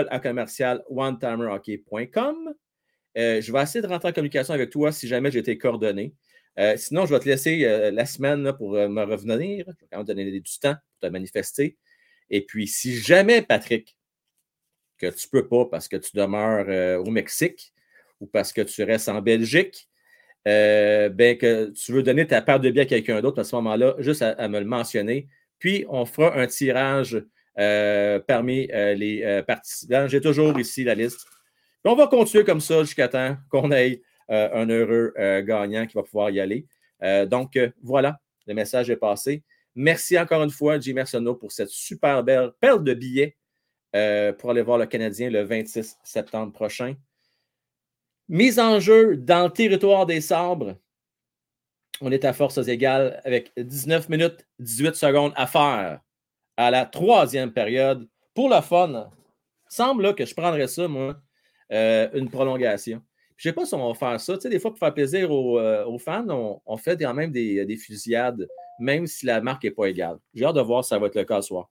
frankwell@commercial-onetimerhockey.com. Je vais essayer de rentrer en communication avec toi si jamais j'ai tes coordonnées. Sinon, je vais te laisser la semaine là, pour me revenir. Je vais quand même te donner du temps pour te manifester. Et puis, si jamais, Patrick, que tu ne peux pas parce que tu demeures au Mexique ou parce que tu restes en Belgique, que tu veux donner ta paire de billets à quelqu'un d'autre, à ce moment-là, juste à me le mentionner. Puis, on fera un tirage parmi les participants. J'ai toujours ici la liste. Puis on va continuer comme ça jusqu'à temps qu'on ait un heureux gagnant qui va pouvoir y aller. Donc, voilà, le message est passé. Merci encore une fois, Jim Arsenault, pour cette super belle perle de billets pour aller voir le Canadien le 26 septembre prochain. Mise en jeu dans le territoire des Sabres. On est à forces égales avec 19 minutes, 18 secondes à faire à la troisième période. Pour le fun, il semble là, que je prendrais ça, moi, une prolongation. Je ne sais pas si on va faire ça. Tu sais, des fois, pour faire plaisir aux fans, on fait quand même des fusillades, même si la marque n'est pas égale. J'ai hâte de voir si ça va être le cas ce soir.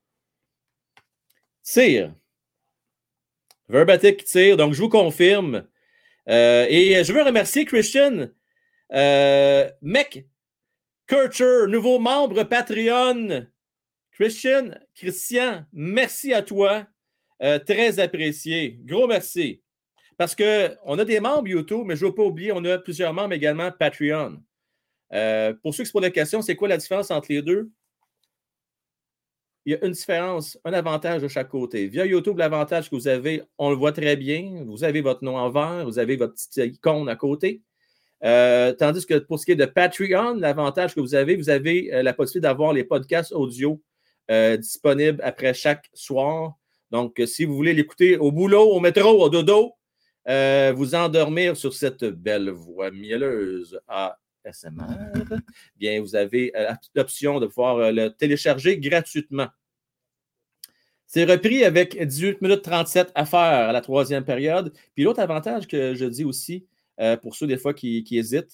Tire. Verbatim qui tire. Donc, je vous confirme. Et je veux remercier Christian McKircher, nouveau membre Patreon. Christian, merci à toi. Très apprécié. Gros merci. Parce qu'on a des membres YouTube, mais je ne veux pas oublier, on a plusieurs membres également Patreon. Pour ceux qui se posent la question, c'est quoi la différence entre les deux? Il y a une différence, un avantage de chaque côté. Via YouTube, l'avantage que vous avez, on le voit très bien. Vous avez votre nom en vert, vous avez votre petite icône à côté. Tandis que pour ce qui est de Patreon, l'avantage que vous avez la possibilité d'avoir les podcasts audio disponibles après chaque soir. Donc, si vous voulez l'écouter au boulot, au métro, au dodo, vous endormir sur cette belle voix mielleuse ASMR, bien, vous avez l'option de pouvoir le télécharger gratuitement. C'est repris avec 18 minutes 37 à faire à la troisième période. Puis l'autre avantage que je dis aussi, pour ceux des fois qui hésitent,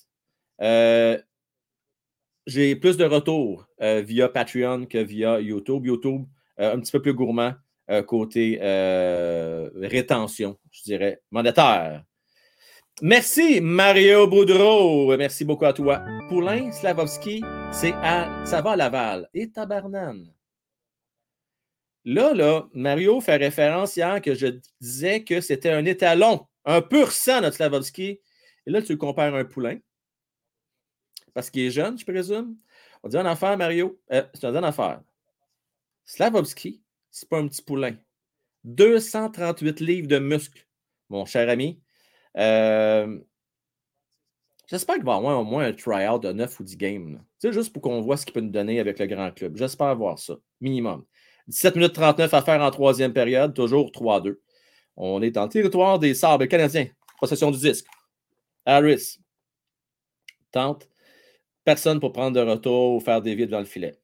j'ai plus de retours via Patreon que via YouTube. YouTube, un petit peu plus gourmand côté rétention, je dirais, monétaire. Merci, Mario Boudreau. Merci beaucoup à toi. Poulain, Slavovski, ça va à Laval. Et tabarnane. Là, Mario fait référence hier que je disais que c'était un étalon, un pur sang, notre Slavovski. Et là, tu le compares à un Poulain. Parce qu'il est jeune, je présume. On dit une affaire, Mario. C'est une affaire. Slavovski, c'est pas un petit Poulain. 238 livres de muscles, mon cher ami. J'espère qu'il va y avoir au moins un try-out de 9 ou 10 games. Tu sais, juste pour qu'on voit ce qu'il peut nous donner avec le grand club. J'espère voir ça, minimum. 17 minutes 39 à faire en troisième période, toujours 3-2. On est dans le territoire des Sabres canadiens. Possession du disque. Harris tente. Personne pour prendre de retour ou faire des vides dans le filet.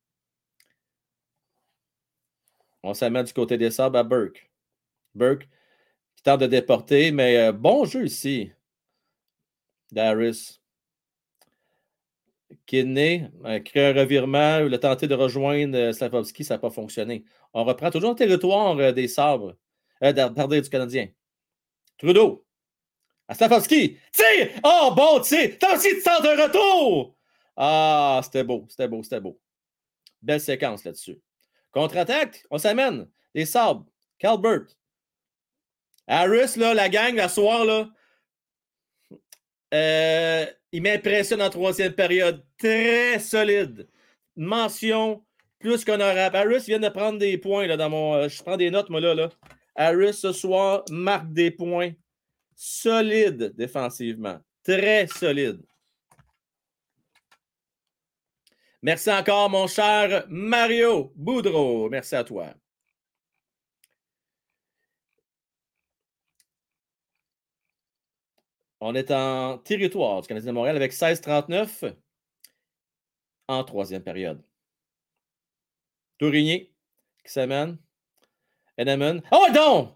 On s'amène du côté des Sabres à Burke. Burke qui tente de déporter, mais bon jeu ici. Harris. Kidney crée un revirement ou le tenter de rejoindre Slavovski, ça n'a pas fonctionné. On reprend toujours le territoire des Sabres. Pardon, du Canadien. Trudeau. À Slavovski. Tire! Oh, bon tir! T'as aussi, tu tentes un retour! Ah, c'était beau. Belle séquence là-dessus. Contre-attaque, on s'amène. Les Sabres. Calbert. Harris, là, la gang, la soir, là. Il m'impressionne en troisième période. Très solide. Mention plus qu'honorable. Harris vient de prendre des points là, dans mon. Je prends des notes, moi, là. Harris, ce soir, marque des points. Solide défensivement. Très solide. Merci encore, mon cher Mario Boudreau. Merci à toi. On est en territoire du Canadien de Montréal avec 16-39 en troisième période. Tourigny qui s'amène. Eneman. Oh, non!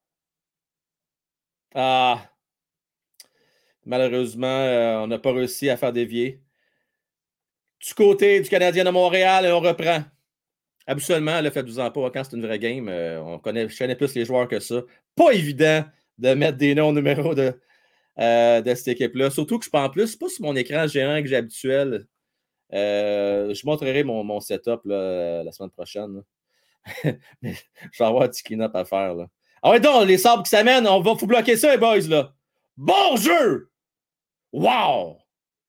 Ah! Malheureusement, on n'a pas réussi à faire dévier. Du côté du Canadien de Montréal, on reprend. Absolument, le fait 12 ans pas quand c'est une vraie game. Je connais plus les joueurs que ça. Pas évident de mettre des noms numéros de cette équipe-là. Surtout que je pense plus, c'est pas sur mon écran géant que j'ai habituel. Je montrerai mon setup là, la semaine prochaine. Mais je vais avoir un petit clean-up à faire. Là. Ah ouais, donc, les Sabres qui s'amènent, faut bloquer ça, les boys. Là. Bon jeu! Wow!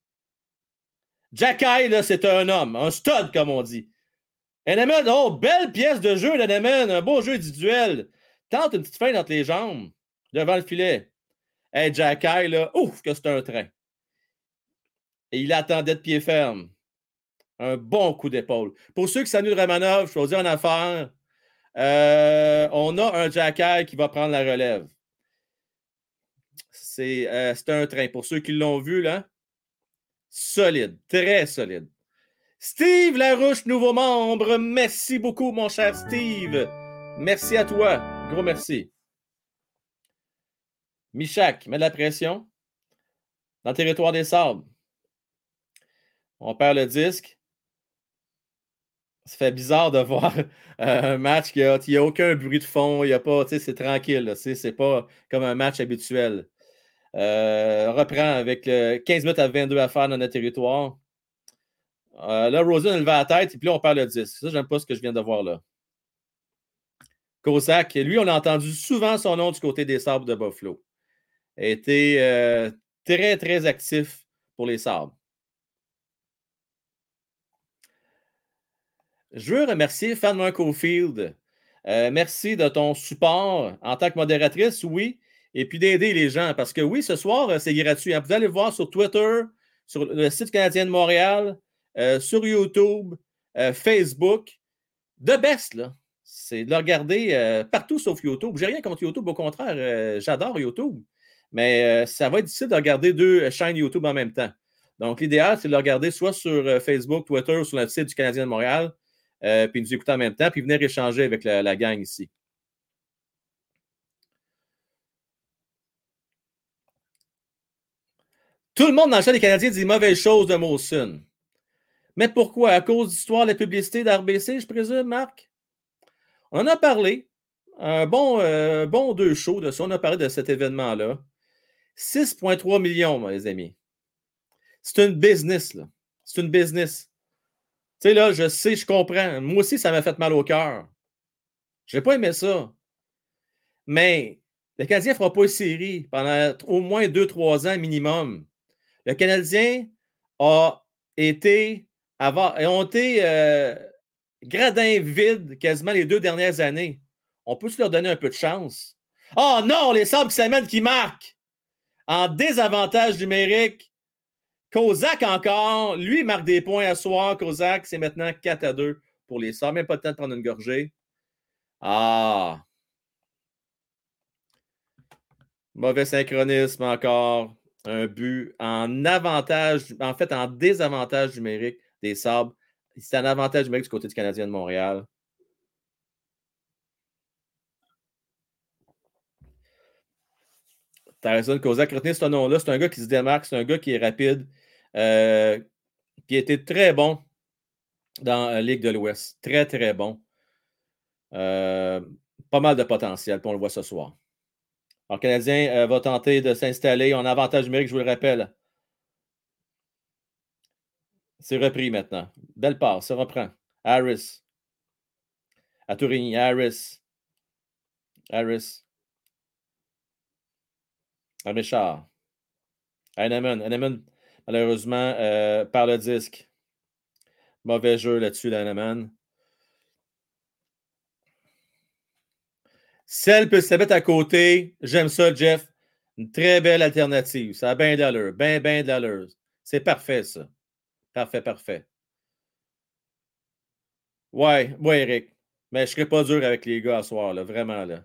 Jacky, là, c'est un homme, un stud, comme on dit. Eneman, oh, belle pièce de jeu, Eneman, un beau jeu individuel. Tente une petite feinte entre les jambes, devant le filet. Hey, Jacky, là, ouf, que c'est un train. Et il attendait de pied ferme. Un bon coup d'épaule. Pour ceux qui s'ennuient de Romanov, je vais vous dire une affaire. On a un Jacky qui va prendre la relève. C'est un train. Pour ceux qui l'ont vu, là, solide, très solide. Steve Larouche, nouveau membre. Merci beaucoup, mon cher Steve. Merci à toi. Gros merci. Michak met de la pression dans le territoire des Sabres. On perd le disque. Ça fait bizarre de voir un match qui il n'y a aucun bruit de fond. Il y a pas, c'est tranquille. C'est pas comme un match habituel. On reprend avec 15 minutes à 22 à faire dans notre territoire. Là, Rosen a levé la tête et puis là, on perd le disque. Ça, j'aime pas ce que je viens de voir là. Kozak, lui, on a entendu souvent son nom du côté des Sabres de Buffalo. Il a été très, très actif pour les Sabres. Je veux remercier Fan Cofield. Merci de ton support en tant que modératrice, oui, et puis d'aider les gens. Parce que oui, ce soir, c'est gratuit. Vous allez le voir sur Twitter, sur le site canadien de Montréal, sur YouTube, Facebook. The best, là. C'est de le regarder partout sauf YouTube. J'ai rien contre YouTube, au contraire, j'adore YouTube. Mais ça va être difficile de regarder deux chaînes YouTube en même temps. Donc, l'idéal, c'est de le regarder soit sur Facebook, Twitter ou sur le site du Canadien de Montréal, puis nous écouter en même temps, puis venir échanger avec la gang ici. Tout le monde dans le chat des Canadiens dit mauvaises choses de Molson. Mais pourquoi? À cause d'histoire de la publicité d'RBC, je présume, Marc? On en a parlé. bon 2 shows de ça. On a parlé de cet événement-là. 6,3 millions, mes amis. C'est une business, là. C'est une business. Tu sais, là, je sais, je comprends. Moi aussi, ça m'a fait mal au cœur. Je n'ai pas aimé ça. Mais le Canadien ne fera pas une série pendant au moins 2-3 ans minimum. Le Canadien ont été gradin vide quasiment les 2 dernières années. On peut se leur donner un peu de chance. Oh non, les Sabres qui s'amènent qui marquent en désavantage numérique. Kozak encore. Lui, il marque des points à soir. Kozak, c'est maintenant 4-2 pour les Sabres. Même pas le temps de prendre une gorgée. Ah! Mauvais synchronisme encore. Un but en avantage, en fait, en désavantage numérique des Sabres. C'est un avantage numérique du côté du Canadien de Montréal. T'as raison, Kozak. Retenez ce nom-là. C'est un gars qui se démarque. C'est un gars qui est rapide. Qui a été très bon dans la Ligue de l'Ouest. Très, très bon. Pas mal de potentiel, puis on le voit ce soir. Alors, le Canadien va tenter de s'installer en avantage numérique, je vous le rappelle. C'est repris maintenant. Belle passe, ça reprend. Harris. À Tourigny, Harris. Harris. À Richard. Heinemann. Heinemann, malheureusement, par le disque. Mauvais jeu là-dessus d'Heinemann. Celle peut se mettre à côté. J'aime ça, Jeff. Une très belle alternative. Ça a bien d'allure. Bien de l'allure. C'est parfait, ça. Parfait, parfait. Ouais, Eric. Mais je ne serai pas dur avec les gars à soir, là. Vraiment, là.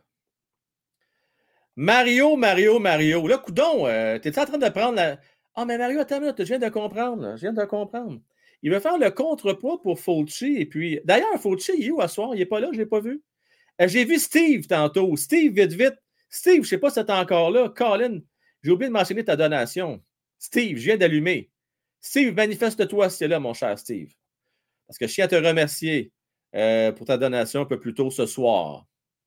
Mario. Là, coudon, t'es-tu en train de prendre la... Ah, mais Mario, attends une minute, je viens de comprendre. Là. Je viens de comprendre. Il veut faire le contrepoids pour Fulci. Et puis... D'ailleurs, Fulci, il est où à soir? Il n'est pas là, je ne l'ai pas vu. J'ai vu Steve tantôt. Steve, vite. Steve, je ne sais pas si tu es encore là. Colin, j'ai oublié de mentionner ta donation. Steve, je viens d'allumer. Steve, manifeste-toi si tu es là, mon cher Steve. Parce que je tiens à te remercier pour ta donation un peu plus tôt ce soir.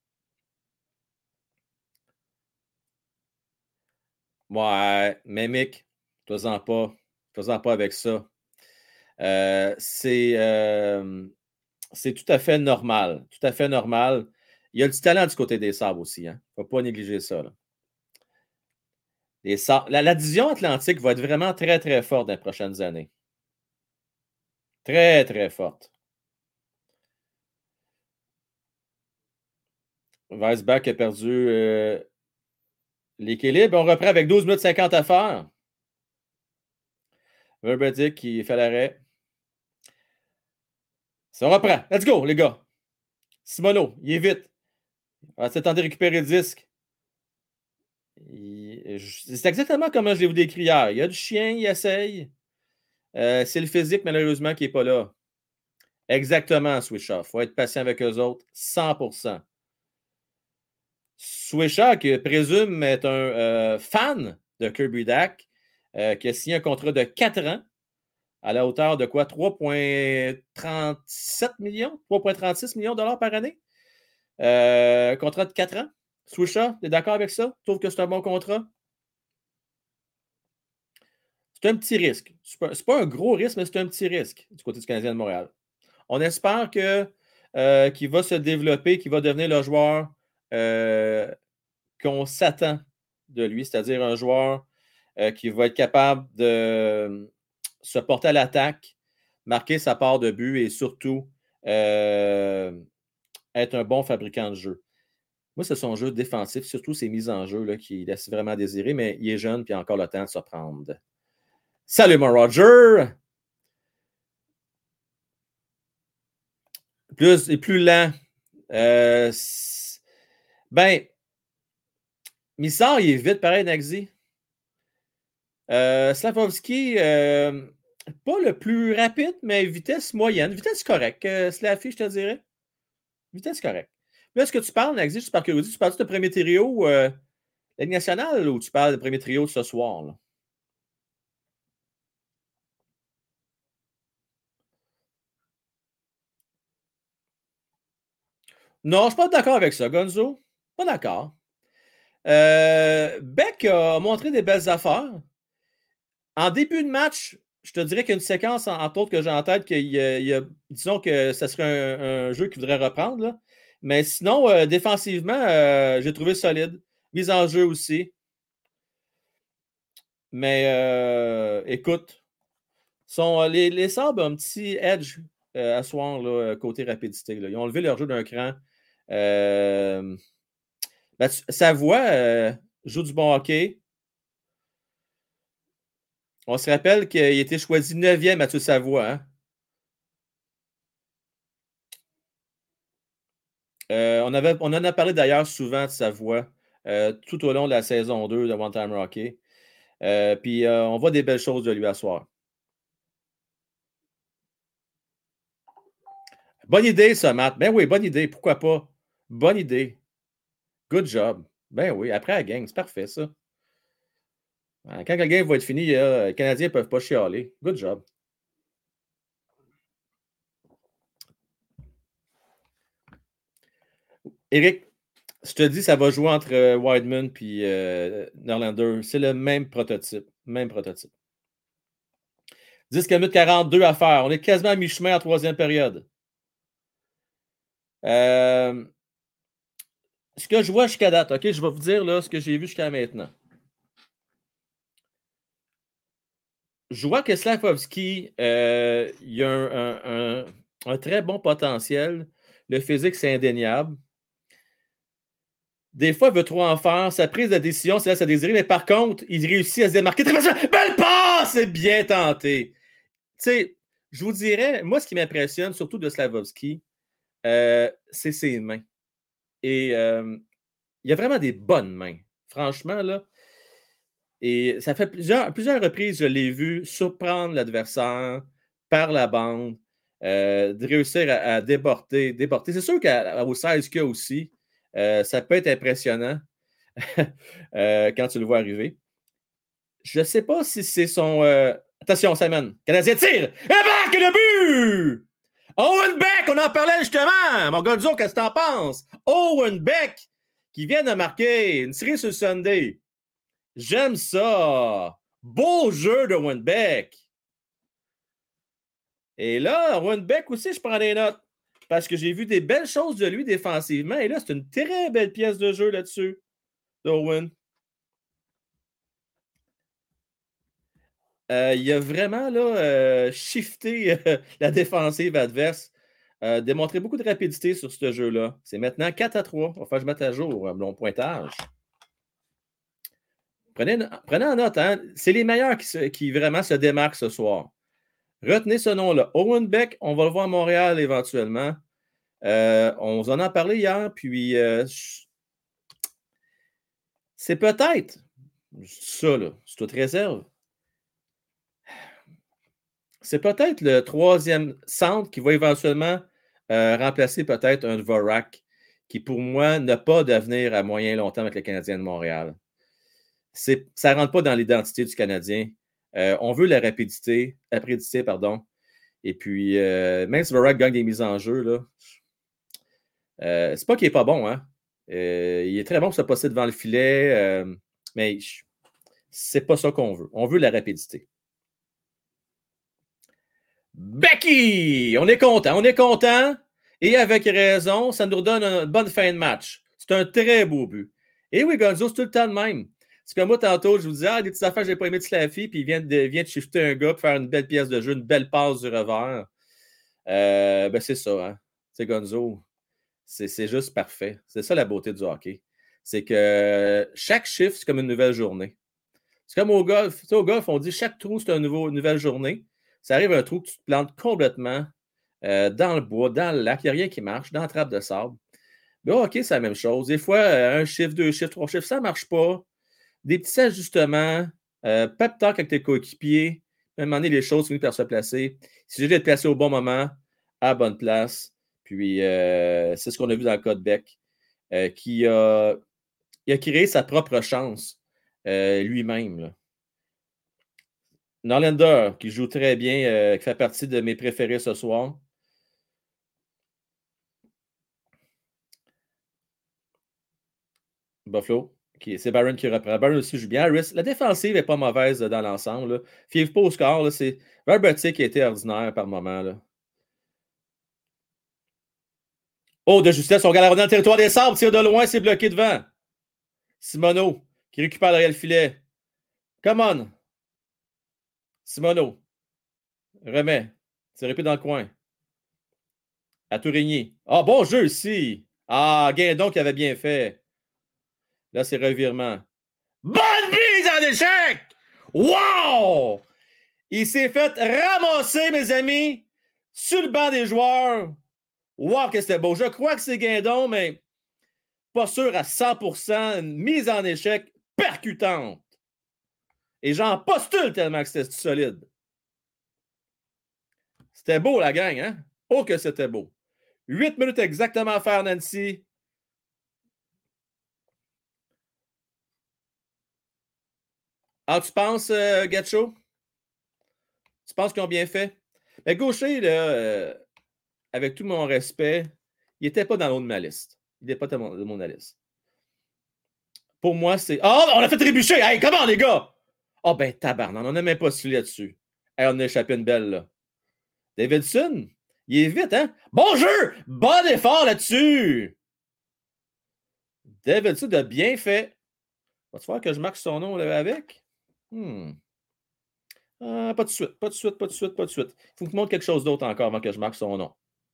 Ouais, mais Mick, fais-en pas avec ça. C'est tout à fait normal. Tout à fait normal. Il y a du talent du côté des Sabres aussi. Il ne faut pas négliger ça. Là. La division atlantique va être vraiment très, très forte dans les prochaines années. Très, très forte. Weissbach a perdu l'équilibre. On reprend avec 12 minutes 50 à faire. Verbetic qui fait l'arrêt. Ça reprend. Let's go, les gars. Simoneau, il est vite. On va s'attendre à récupérer le disque. C'est exactement comme je l'ai vous décrit hier. Il y a du chien, il essaye. C'est le physique, malheureusement, qui n'est pas là. Exactement, Swishaw. Il faut être patient avec eux autres, 100%. Swishaw, qui présume être un fan de Kirby Dach, qui a signé un contrat de 4 ans à la hauteur de quoi? 3,37 millions? 3,36 millions de dollars par année? Contrat de 4 ans. Swishaw, tu es d'accord avec ça? Tu trouves que c'est un bon contrat? C'est un petit risque. Ce n'est pas un gros risque, mais c'est un petit risque du côté du Canadien de Montréal. On espère qu'il va se développer, qu'il va devenir le joueur qu'on s'attend de lui, c'est-à-dire un joueur qui va être capable de se porter à l'attaque, marquer sa part de but et surtout être un bon fabricant de jeu. Moi, c'est son jeu défensif, surtout ses mises en jeu là, qui laissent vraiment à désirer, mais il est jeune et il a encore le temps de se prendre. Salut, mon Roger! Plus lent. Missard, il est vite, pareil, Naxi. Slavovski, pas le plus rapide, mais vitesse moyenne. Vitesse correcte. Slaffy, je te dirais. Vitesse correcte. Là, est-ce que tu parles, Naxi, juste par curiosité, tu parles de premier trio Ligue nationale ou tu parles de premier trio de ce soir? Là? Non, je ne suis pas d'accord avec ça, Gonzo. Pas d'accord. Beck a montré des belles affaires. En début de match, je te dirais qu'il y a une séquence, entre autres, que j'ai en tête, disons que ce serait un jeu qu'il voudrait reprendre. Là. Mais sinon, défensivement, j'ai trouvé solide. Mise en jeu aussi. Mais écoute, les Sabres ont un petit edge à soir, là, côté rapidité. Là. Ils ont levé leur jeu d'un cran. Savoie joue du bon hockey. On se rappelle qu'il a été choisi 9e, Mathieu Savoie. Hein? On en a parlé d'ailleurs souvent de Savoie tout au long de la saison 2 de One Time Hockey. Puis on voit des belles choses de lui à soir. Bonne idée, ça, Matt. Ben oui, bonne idée. Pourquoi pas? Bonne idée. Good job. Ben oui, après la gang, c'est parfait, ça. Quand la game va être finie, les Canadiens ne peuvent pas chialer. Good job. Éric, je te dis, ça va jouer entre Wideman et Norlander. C'est le même prototype. 10 minutes 42 à faire. On est quasiment à mi-chemin en troisième période. Ce que je vois jusqu'à date, OK, je vais vous dire là, ce que j'ai vu jusqu'à maintenant. Je vois que Slafkovsky, il a un très bon potentiel. Le physique, c'est indéniable. Des fois, il veut trop en faire. Sa prise de décision, c'est là sa désirée. Mais par contre, il réussit à se démarquer. Très bien. Belle passe! C'est bien tenté. Tu sais, je vous dirais, moi, ce qui m'impressionne, surtout de Slafkovsky, c'est ses mains. Et il a vraiment des bonnes mains. Franchement, là. Et ça fait plusieurs reprises, je l'ai vu surprendre l'adversaire par la bande, de réussir à déborder. C'est sûr qu'au 16 qu'il y a aussi, ça peut être impressionnant quand tu le vois arriver. Je ne sais pas si c'est son... Attention, Simon. Canadien tire! Et back, le but! Owen Beck, on en parlait justement! Mon Gonzo, qu'est-ce que tu en penses? Owen Beck, qui vient de marquer une série sur Sunday. J'aime ça! Beau jeu de Owen Beck! Et là, Owen Beck aussi, je prends des notes. Parce que j'ai vu des belles choses de lui défensivement. Et là, c'est une très belle pièce de jeu là-dessus, d'Owen. Il a vraiment là, shifté la défensive adverse. Démontré beaucoup de rapidité sur ce jeu-là. C'est maintenant 4-3. On va faire que je mette à jour mon pointage. Prenez en note, hein? C'est les meilleurs qui vraiment se démarquent ce soir. Retenez ce nom-là. Owen Beck, on va le voir à Montréal éventuellement. On vous en a parlé hier, puis c'est peut-être, ça là, c'est toute réserve, c'est peut-être le troisième centre qui va éventuellement remplacer peut-être un Dvorak qui, pour moi, n'a pas d'avenir à moyen et long terme avec le Canadien de Montréal. Ça ne rentre pas dans l'identité du Canadien. On veut la rapidité, pardon. Et puis, même si Dvorak gagne des mises en jeu, là, c'est pas qu'il n'est pas bon, hein. Il est très bon pour se passer devant le filet, mais c'est pas ça qu'on veut. On veut la rapidité. Becky! On est content. Et avec raison, ça nous redonne une bonne fin de match. C'est un très beau but. Et oui, Gonzo, c'est tout le temps de même. C'est comme moi, tantôt, je vous disais, des petites affaires, je n'ai pas aimé de Slaffy, puis il vient de shifter un gars pour faire une belle pièce de jeu, une belle passe du revers. Ben c'est ça, hein. C'est Gonzo. C'est juste parfait. C'est ça la beauté du hockey. C'est que chaque chiffre, c'est comme une nouvelle journée. C'est comme au golf. Tu sais, au golf, on dit chaque trou, c'est une nouvelle journée. Ça arrive un trou que tu te plantes complètement dans le bois, dans le lac. Il n'y a rien qui marche, dans la trappe de sable. Mais OK, c'est la même chose. Des fois, un chiffre, 2 chiffres, 3 chiffres, ça ne marche pas. Des petits ajustements, pep talk avec tes coéquipiers. À un moment donné, les choses finissent par se placer. Il suffit d'être placé au bon moment, à la bonne place. Puis, c'est ce qu'on a vu dans le cas de Beck, qui a créé sa propre chance lui-même. Là. Norlander, qui joue très bien, qui fait partie de mes préférés ce soir. Buffalo. C'est Barron qui reprend. Barron aussi joue bien. Harris, la défensive n'est pas mauvaise dans l'ensemble. Fiez-vous pas au score. Là, c'est Verbetic qui a été ordinaire par moment. Là. Oh, de justesse, on regarde dans le territoire des Sabres. Tire de loin, c'est bloqué devant. Simoneau qui récupère derrière le filet. Come on. Simoneau. Remet. Tiré plus dans le coin. À Tourigny. Ah, bon jeu ici. Ah, Guindon qui avait bien fait. Là, c'est revirement. Bonne mise en échec! Wow! Il s'est fait ramasser, mes amis, sur le banc des joueurs. Wow, que c'était beau. Je crois que c'est Guindon, mais pas sûr à 100%. Une mise en échec percutante. Et j'en postule tellement que c'était solide. C'était beau, la gang, hein? Oh, que c'était beau. 8 minutes exactement à faire, Nancy. Ah, tu penses, Gatcho? Tu penses qu'ils ont bien fait? Mais Gaucher, là, avec tout mon respect, il n'était pas dans l'eau de ma liste. Il n'était pas dans mon liste. Pour moi, c'est... Oh, on a fait trébucher! Hey, comment, les gars? Oh, ben, tabarnak, on n'a même pas su là-dessus. Hey, on a échappé une belle, là. Davidson, il est vite, hein? Bon jeu! Bon effort là-dessus! Davidson a bien fait. Va-tu voir que je marque son nom là, avec? Pas de suite, pas de suite, pas de suite, pas de suite. Il faut que tu montres quelque chose d'autre encore avant que je marque son nom.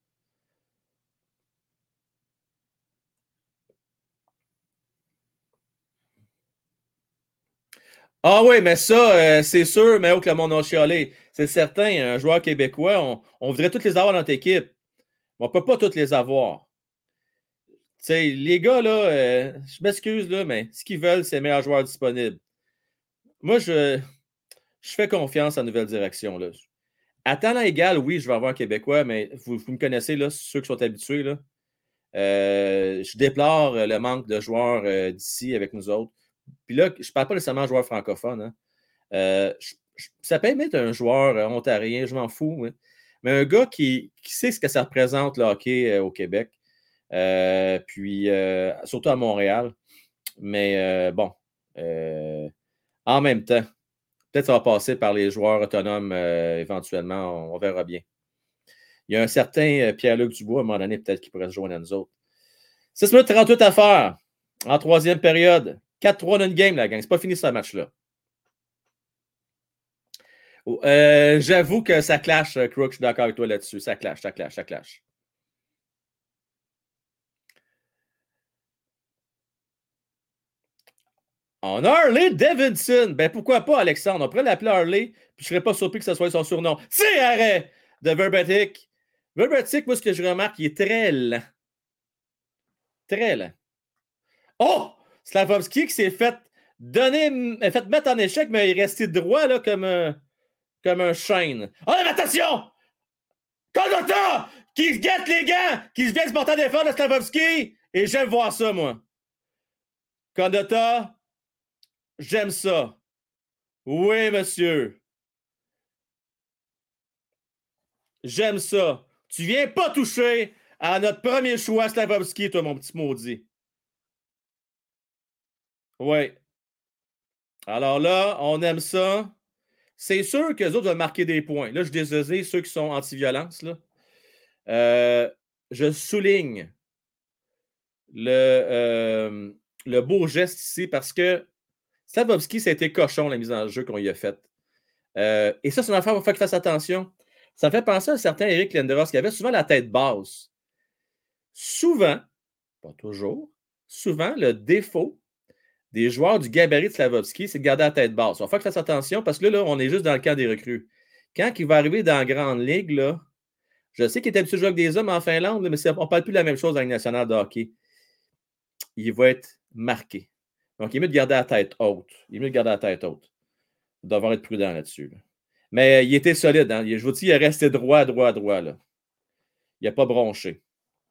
Ah oui, mais ça, c'est sûr, mais que le monde a chialé. C'est certain, un joueur québécois, on voudrait tous les avoir dans notre équipe. Mais on ne peut pas tous les avoir. T'sais, les gars, là, je m'excuse, là, mais ce qu'ils veulent, c'est les meilleurs joueurs disponibles. Moi, je fais confiance à la nouvelle direction. Là. À talent égal, oui, je vais avoir un Québécois, mais vous me connaissez, là, ceux qui sont habitués. Là. Je déplore le manque de joueurs d'ici avec nous autres. Puis là, je ne parle pas nécessairement de joueurs francophones. Hein. Ça peut être un joueur ontarien, je m'en fous. Hein. Mais un gars qui sait ce que ça représente le hockey au Québec. Puis surtout à Montréal. Mais bon, en même temps, peut-être que ça va passer par les joueurs autonomes éventuellement. On verra bien. Il y a un certain Pierre-Luc Dubois, à un moment donné, peut-être qu'il pourrait se joindre à nous autres. 6 minutes 38 à faire en troisième période. 4-3 dans une game, la gang. C'est pas fini ce match-là. J'avoue que ça clash, Crook. Je suis d'accord avec toi là-dessus. Ça clash. On a Harley Davidson. Ben pourquoi pas, Alexandre? On pourrait l'appeler Harley, puis je ne serais pas surpris que ce soit son surnom. C'est arrêt de Verbetic. Verbetic, moi, ce que je remarque, il est très lent. Très lent. Oh! Slavovski qui s'est fait mettre en échec, mais il est resté droit là, comme un chêne. Oh, mais attention! Condota! Qui guette les gants! Qui vient se porter à défendre de Slavovski! Et j'aime voir ça, moi. Condota, j'aime ça. Oui, monsieur. J'aime ça. Tu viens pas toucher à notre premier choix, Slavovski, toi, mon petit maudit. Oui. Alors là, on aime ça. C'est sûr que les autres vont marquer des points. Là, je désolé ceux qui sont anti-violence. Je souligne le beau geste ici parce que Slavovski, ça a été cochon, la mise en jeu qu'on y a faite. Et ça, c'est une affaire où il faut qu'il fasse attention. Ça me fait penser à un certain Eric Lindros qui avait souvent la tête basse. Souvent, pas toujours, souvent, le défaut des joueurs du gabarit de Slavovski, c'est de garder la tête basse. Il va falloir qu'il fasse attention parce que là, on est juste dans le camp des recrues. Quand il va arriver dans la grande ligue, là, je sais qu'il est habitué de jouer avec des hommes en Finlande, mais on ne parle plus de la même chose dans la Ligue nationale de hockey. Il va être marqué. Donc, il est mieux de garder la tête haute. Il va devoir être prudent là-dessus. Là. Mais il était solide. Hein? Je vous dis, il est resté droit. Là. Il n'a pas bronché.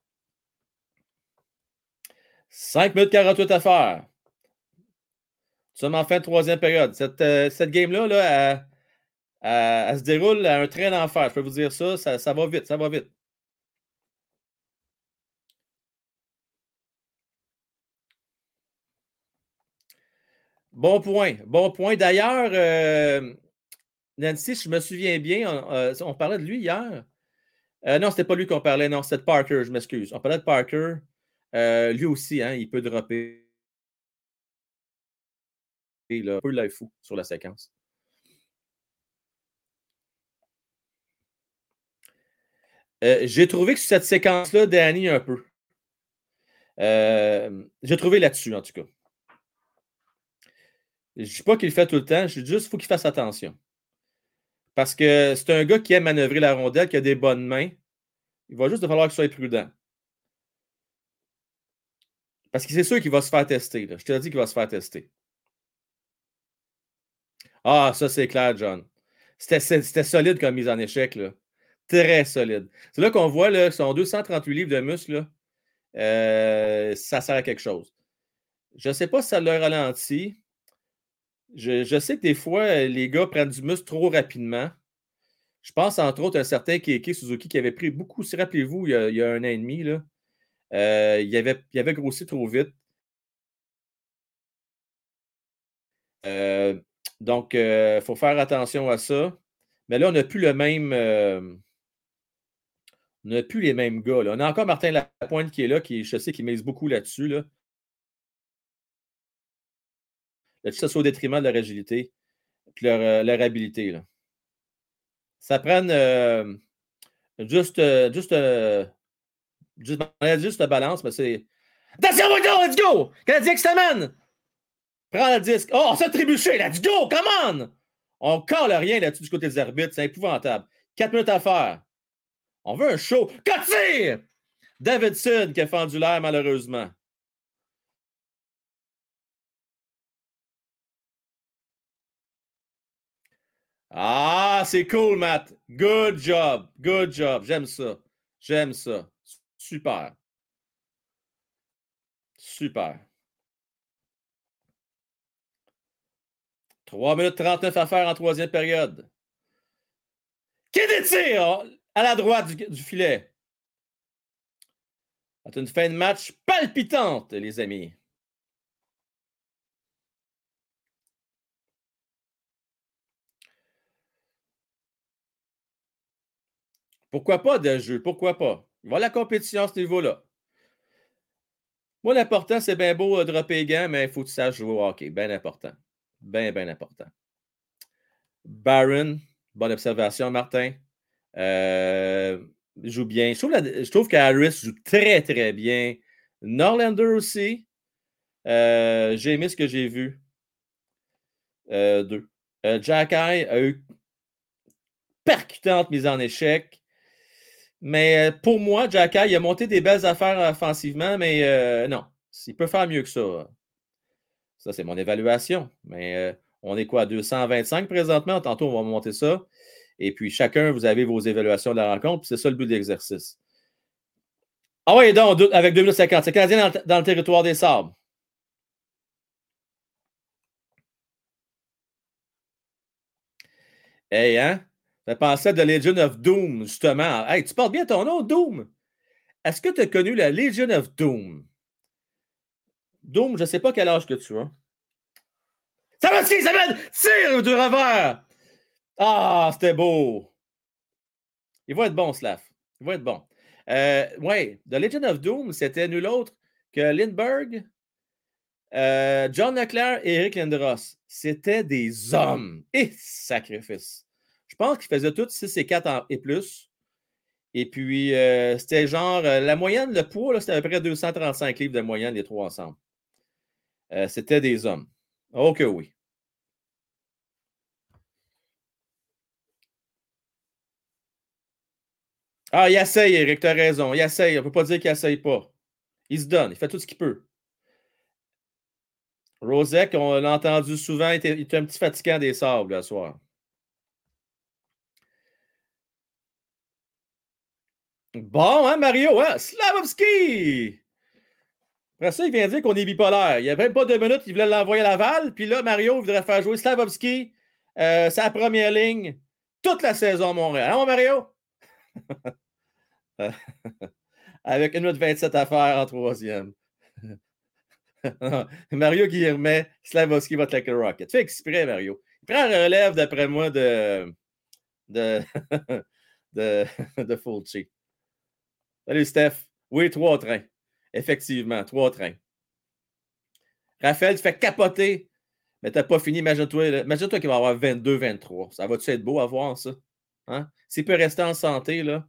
5 minutes 48 à faire. Nous sommes en fin de troisième période. Cette game-là, là, elle se déroule à un train d'enfer. Je peux vous dire ça. Ça va vite. Bon point. Bon point. D'ailleurs, Nancy, je me souviens bien, on parlait de lui hier. Non, c'était pas lui qu'on parlait. Non, c'était de Parker, je m'excuse. On parlait de Parker. Lui aussi, hein, il peut dropper. Là, un peu live fou sur la séquence. J'ai trouvé que sur cette séquence-là, Danny, un peu. J'ai trouvé là-dessus, en tout cas. Je ne dis pas qu'il le fait tout le temps, je dis juste qu'il faut qu'il fasse attention. Parce que c'est un gars qui aime manœuvrer la rondelle, qui a des bonnes mains. Il va juste falloir qu'il soit prudent. Parce que c'est sûr qu'il va se faire tester. Là. Je te dis qu'il va se faire tester. Ah, ça, c'est clair, John. C'était solide comme mise en échec. Là. Très solide. C'est là qu'on voit là, son 238 livres de muscle. Là, ça sert à quelque chose. Je ne sais pas si ça le ralentit. Je sais que des fois, les gars prennent du muscle trop rapidement. Je pense entre autres à un certain Keiki Suzuki qui avait pris beaucoup, si rappelez-vous, il y a 1 an et demi, là, il avait grossi trop vite. Donc, il faut faire attention à ça. Mais là, on n'a plus le même. On n'a plus les mêmes gars. Là. On a encore Martin Lapointe qui est là, je sais qu'il mise beaucoup là-dessus. Là. Là-dessus, ça soit au détriment de leur agilité et leur habilité. Là. Ça prend juste la balance, mais c'est. Attention, let's go! Canadien qui s'amène! Prends le disque. Oh, on s'est trébuché, let's go! Come on! On colle rien là-dessus du côté des arbitres, c'est épouvantable. 4 minutes à faire. On veut un show. Tir! Davidson qui a fendu l'air, malheureusement. Ah, c'est cool, Matt. Good job. Good job. J'aime ça. J'aime ça. Super. Super. 3 minutes 39 à faire en troisième période. Qui détire à la droite du filet? C'est une fin de match palpitante, les amis. Pourquoi pas de jeu? Pourquoi pas? Il va y avoir la compétition à ce niveau-là. Moi, l'important, c'est bien beau dropper les gants, mais il faut que tu saches jouer au hockey. Bien important. Bien, bien important. Barron, bonne observation, Martin. Joue bien. Je trouve qu'Harris joue très, très bien. Norlander aussi. J'ai aimé ce que j'ai vu. 2. Jack Eye a eu percutante mise en échec. Mais pour moi, Jack Eye, il a monté des belles affaires offensivement, mais non. Il peut faire mieux que ça. Ça, c'est mon évaluation. Mais on est quoi, 225 présentement? Tantôt, on va monter ça. Et puis, chacun, vous avez vos évaluations de la rencontre. Puis c'est ça le but de l'exercice. Ah oui, donc, avec 2 minutes 50. C'est Canadien dans le territoire des Sabres. Hey, hein? Ça pensait de Legion of Doom, justement. Hey, tu portes bien ton nom, Doom. Est-ce que tu as connu la Legion of Doom? Doom, je ne sais pas quel âge que tu as. Ça va, ça va! Tire du revers! Ah, c'était beau! Il va être bon, Slav. Il va être bon. Oui, The Legion of Doom, c'était nul autre que Lindbergh, John Leclerc et Eric Lindros. C'était des hommes. Et sacrifice. Je pense qu'ils faisaient tous 6 et 4 et plus. Et puis, c'était genre, la moyenne, le poids, là, c'était à peu près 235 livres de moyenne, les trois ensemble. C'était des hommes. Oh que oui. Ah, il essaye, Eric, tu as raison. Il essaye. On ne peut pas dire qu'il n'essaye pas. Il se donne. Il fait tout ce qu'il peut. Rosek, on l'a entendu souvent, il était un petit fatigant des sables le soir. Bon, hein, Mario? Hein? Slavovski! Après ça, il vient dire qu'on est bipolaire. Il n'y a même pas 2 minutes, il voulait l'envoyer à Laval. Puis là, Mario voudrait faire jouer Slavovski, sa première ligne, toute la saison à Montréal. Hein, mon Mario? Avec 1 minute 27 à faire en troisième. Mario qui remet Slafkovský va claquer le Rocket. Fais exprès, Mario. Il prend la relève, d'après moi, de Fulci. Salut, Steph. Oui, 3 trains. Effectivement, 3 trains. Raphaël, tu fais capoter. Mais tu n'as pas fini. Imagine-toi qu'il va avoir 22-23. Ça va-tu être beau à voir, ça? Hein? S'il peut rester en santé, là.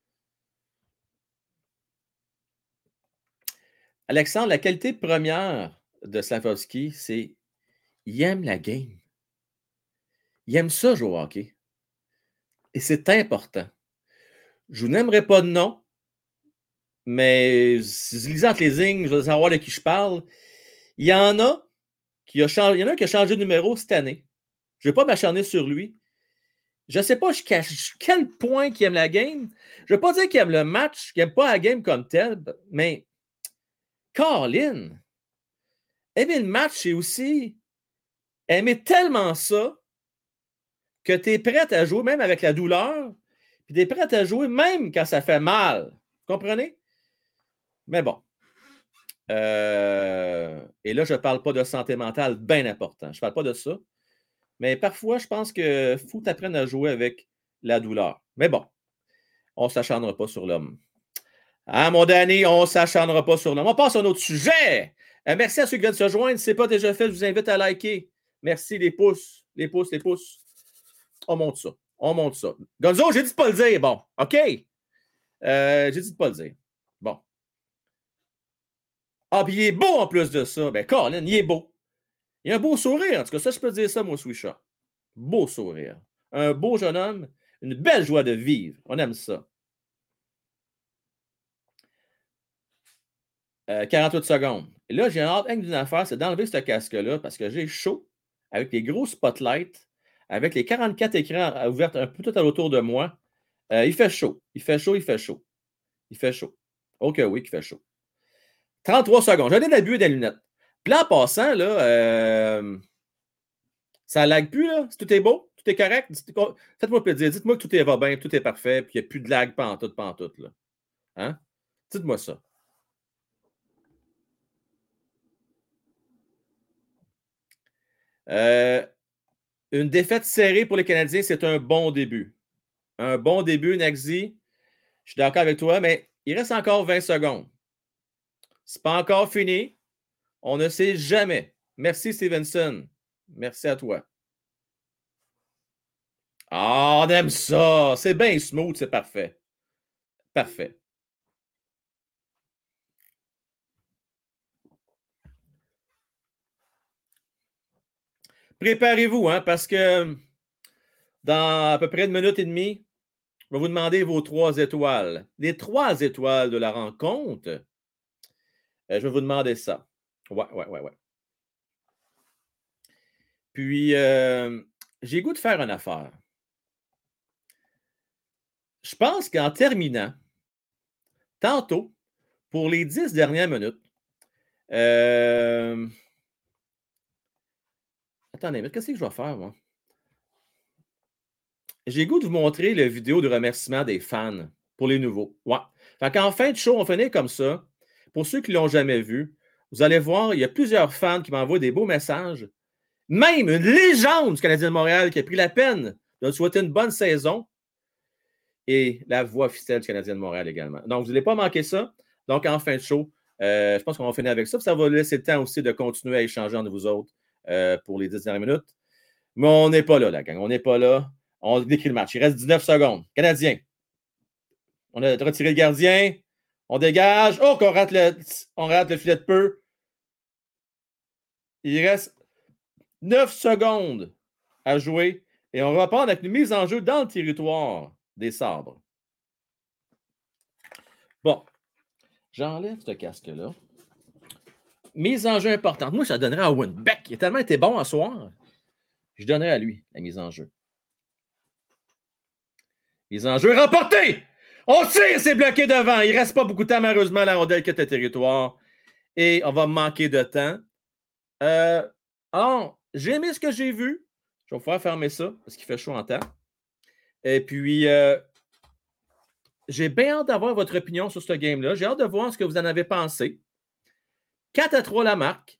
Alexandre, la qualité première de Slafkovský, c'est qu'il aime la game. Il aime ça jouer au hockey. Et c'est important. Je n'aimerais pas de nom, mais si je lis entre les lignes, je veux savoir de qui je parle. Il y en a qui a changé, il y en a un qui a changé de numéro cette année. Je ne vais pas m'acharner sur lui. Je ne sais pas jusqu'à quel point il aime la game. Je ne vais pas dire qu'il aime le match, qu'il n'aime pas la game comme tel, mais Colin, aimer le match, c'est aussi aimer tellement ça que tu es prêt à jouer même avec la douleur, puis tu es prêt à jouer même quand ça fait mal. Vous comprenez? Mais bon. Et là, je ne parle pas de santé mentale bien important. Je ne parle pas de ça. Mais parfois, je pense qu'il faut t'apprendre à jouer avec la douleur. Mais bon, on ne s'acharnera pas sur l'homme. Ah, mon Danny, on ne s'acharnera pas sur l'homme. On passe à un autre sujet. Merci à ceux qui viennent se joindre. Si ce n'est pas déjà fait, je vous invite à liker. Merci, les pouces. Les pouces, les pouces. On monte ça. On monte ça. Gonzo, j'ai dit de ne pas le dire. Bon, OK. J'ai dit de ne pas le dire. Bon. Ah, puis il est beau en plus de ça. Ben, Colin, il est beau. Il a un beau sourire. En tout cas, ça, je peux dire ça, moi, Swisha. Beau sourire. Un beau jeune homme. Une belle joie de vivre. On aime ça. 48 secondes. Et là, j'ai hâte d'une affaire, c'est d'enlever ce casque-là parce que j'ai chaud avec les gros spotlights, avec les 44 écrans ouverts un peu tout autour de moi. Il fait chaud. Il fait chaud, il fait chaud. Il fait chaud. OK, oui, il fait chaud. 33 secondes. J'en ai d'abus des lunettes. Puis là, en passant, là, ça ne lag plus, là. Tout est beau, tout est correct. Faites-moi plaisir. Dites-moi que tout va bien, tout est parfait, puis il n'y a plus de lag pantoute, là. Hein? Dites-moi ça. Une défaite serrée pour les Canadiens, c'est un bon début. Un bon début, Naxi. Je suis d'accord avec toi, mais il reste encore 20 secondes. C'est pas encore fini. On ne sait jamais. Merci, Stevenson. Merci à toi. Ah, on aime ça. C'est bien smooth, c'est parfait. Parfait. Préparez-vous, hein, parce que dans à peu près 1 minute et demie, je vais vous demander vos 3 étoiles. Les 3 étoiles de la rencontre. Je vais vous demander ça. Ouais. Puis, j'ai goût de faire une affaire. Je pense qu'en terminant, tantôt, pour les 10 dernières minutes, attendez, mais qu'est-ce que je vais faire, moi? J'ai goût de vous montrer la vidéo de remerciement des fans pour les nouveaux. Ouais. Fait qu'en fin de show, on finit comme ça. Pour ceux qui ne l'ont jamais vu, vous allez voir, il y a plusieurs fans qui m'envoient des beaux messages. Même une légende du Canadien de Montréal qui a pris la peine de nous souhaiter une bonne saison. Et la voix officielle du Canadien de Montréal également. Donc, vous n'allez pas manquer ça. Donc, en fin de show, je pense qu'on va finir avec ça. Ça va laisser le temps aussi de continuer à échanger entre vous autres pour les 10 dernières minutes. Mais on n'est pas là, la gang. On n'est pas là. On décrit le match. Il reste 19 secondes. Canadien. On a retiré le gardien. On dégage. Oh, on rate le filet de peu. Il reste 9 secondes à jouer. Et on va reprendre avec une mise en jeu dans le territoire des Sabres. Bon. J'enlève ce casque-là. Mise en jeu importante. Moi, ça donnerait à Owen Beck. Il a tellement été bon à soir. Je donnerais à lui la mise en jeu. Mise en jeu remportée! On tire, c'est bloqué devant. Il ne reste pas beaucoup de temps, malheureusement, la rondelle quitte le territoire. Et on va manquer de temps. Alors, j'ai aimé ce que j'ai vu. Je vais pouvoir fermer ça parce qu'il fait chaud en temps. Et puis, j'ai bien hâte d'avoir votre opinion sur ce game-là. J'ai hâte de voir ce que vous en avez pensé. 4-3 la marque.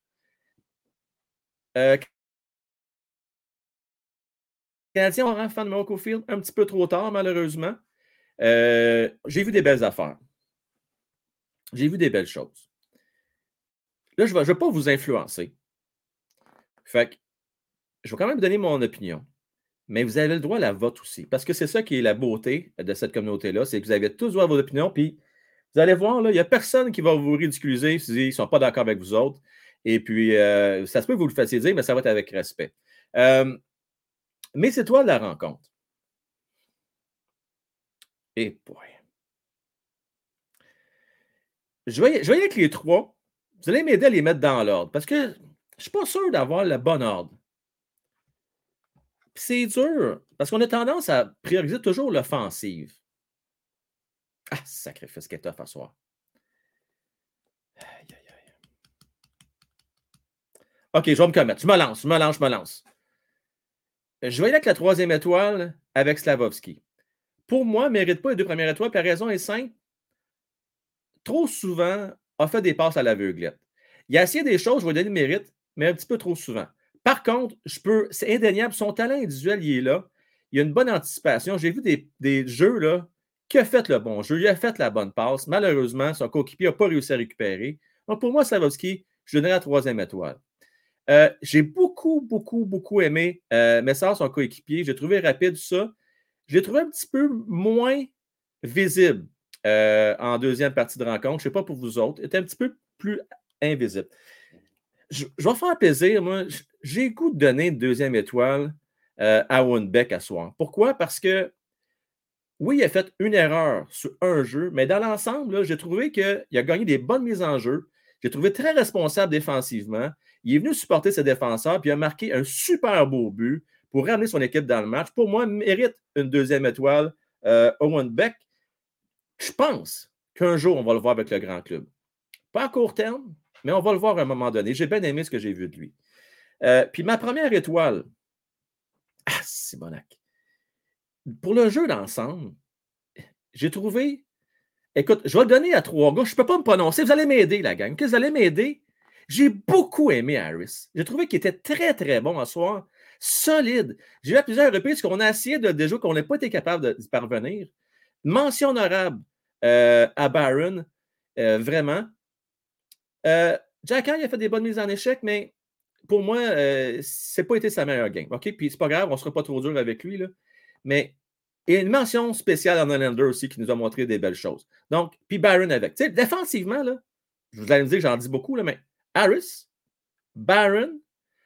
Canadiens ont un fan de Merrill Field un petit peu trop tard, malheureusement. J'ai vu des belles affaires. J'ai vu des belles choses. Là, je ne vais pas vous influencer. Fait que je vais quand même donner mon opinion. Mais vous avez le droit à la vote aussi. Parce que c'est ça qui est la beauté de cette communauté-là, c'est que vous avez tous le droit à vos opinions, puis vous allez voir, il n'y a personne qui va vous ridiculiser s'ils ne sont pas d'accord avec vous autres. Et puis, ça se peut que vous le fassiez dire, mais ça va être avec respect. Mais c'est toi de la rencontre. Et boy. Je vais y aller avec les trois. Vous allez m'aider à les mettre dans l'ordre. Parce que je ne suis pas sûr d'avoir le bon ordre. Puis c'est dur. Parce qu'on a tendance à prioriser toujours l'offensive. Ah, sacrifice qu'elle est tough à soir. Aïe, aïe, aïe. OK, je vais me commettre. Je me lance. Je vais y aller avec la troisième étoile avec Slavovski. Pour moi, il ne mérite pas les deux premières étoiles, puis la raison est simple. Trop souvent, a fait des passes à l'aveuglette. Il a essayé des choses, je vais donner le mérite, mais un petit peu trop souvent. Par contre, c'est indéniable, son talent individuel, il est là. Il a une bonne anticipation. J'ai vu des jeux là, qui a fait le bon jeu, il a fait la bonne passe. Malheureusement, son coéquipier n'a pas réussi à récupérer. Donc, pour moi, Slavovski, je donnerai la troisième étoile. J'ai beaucoup aimé Messard, son coéquipier. J'ai trouvé rapide ça. J'ai trouvé un petit peu moins visible en deuxième partie de rencontre. Je ne sais pas pour vous autres. Il était un petit peu plus invisible. Je vais faire plaisir. Moi, j'ai le goût de donner une deuxième étoile à Owen Beck à soir. Pourquoi? Parce que oui, il a fait une erreur sur un jeu, mais dans l'ensemble, j'ai trouvé qu'il a gagné des bonnes mises en jeu. J'ai trouvé très responsable défensivement. Il est venu supporter ses défenseurs, puis il a marqué un super beau but pour ramener son équipe dans le match. Pour moi, il mérite une deuxième étoile. Owen Beck, je pense qu'un jour, on va le voir avec le grand club. Pas à court terme, mais on va le voir à un moment donné. J'ai bien aimé ce que j'ai vu de lui. Puis ma première étoile, c'est Monac. Pour le jeu d'ensemble, j'ai trouvé... Écoute, je vais le donner à trois gars. Je ne peux pas me prononcer. Vous allez m'aider, la gang. Vous allez m'aider. J'ai beaucoup aimé Harris. J'ai trouvé qu'il était très, très bon ce soir. Solide. J'ai vu à plusieurs reprises qu'on a essayé des jeux qu'on n'a pas été capable d'y parvenir. Mention honorable à Barron. Vraiment. Jack Hall, il a fait des bonnes mises en échec, mais pour moi, ça n'a pas été sa meilleure game. OK? Puis c'est pas grave, on ne sera pas trop dur avec lui. Là. Mais il y a une mention spéciale à Nylander aussi qui nous a montré des belles choses. Donc, puis Barron avec. Tu sais, défensivement, là, vous allez me dire que j'en dis beaucoup, là, mais Harris, Barron,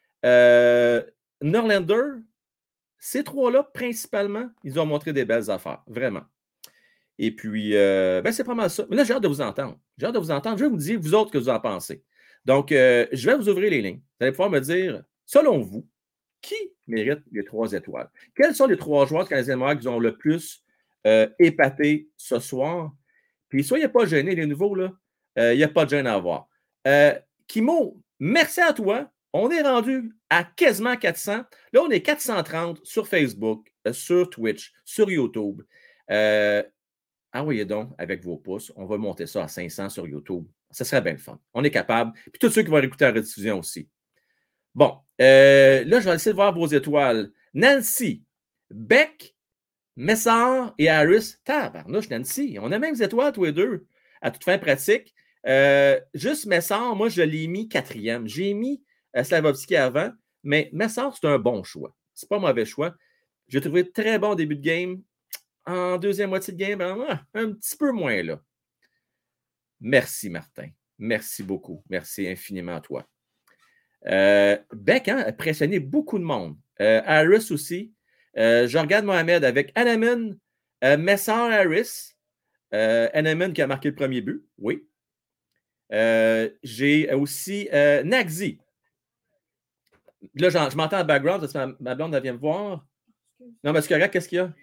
Nylander, ces trois-là, principalement, ils ont montré des belles affaires. Vraiment. Et puis, c'est pas mal ça. Mais là, j'ai hâte de vous entendre. Je vais vous dire, vous autres, que vous en pensez. Donc, je vais vous ouvrir les lignes. Vous allez pouvoir me dire, selon vous, qui mérite les 3 étoiles? Quels sont les 3 joueurs de Canadiens de Montréal qui ont le plus épaté ce soir? Puis, soyez pas gênés, les nouveaux, là. Il n'y a pas de gêne à avoir. Kimo, merci à toi. On est rendu à quasiment 400. Là, on est 430 sur Facebook, sur Twitch, sur YouTube. Envoyez donc avec vos pouces. On va monter ça à 500 sur YouTube. Ça serait bien le fun. On est capable. Puis tous ceux qui vont écouter la rediffusion aussi. Bon, là, je vais essayer de voir vos étoiles. Nancy, Beck, Messard et Harris. Tabarnouche, Nancy. On a même des étoiles tous les deux à toute fin pratique. Juste Messard, moi, je l'ai mis 4e. J'ai mis Slavovski avant, mais Messard, c'est un bon choix. C'est pas un mauvais choix. J'ai trouvé très bon début de game. En deuxième moitié de game, un petit peu moins là. Merci, Martin. Merci beaucoup. Merci infiniment à toi. Beck a impressionné beaucoup de monde. Harris aussi. Je regarde Mohamed avec Anaman, Messard Harris. Anaman qui a marqué le premier but. Oui. J'ai aussi Nagzi. Là, je m'entends en background parce que ma blonde vient me voir. Non, mais c'est correct, qu'est-ce qu'il y a?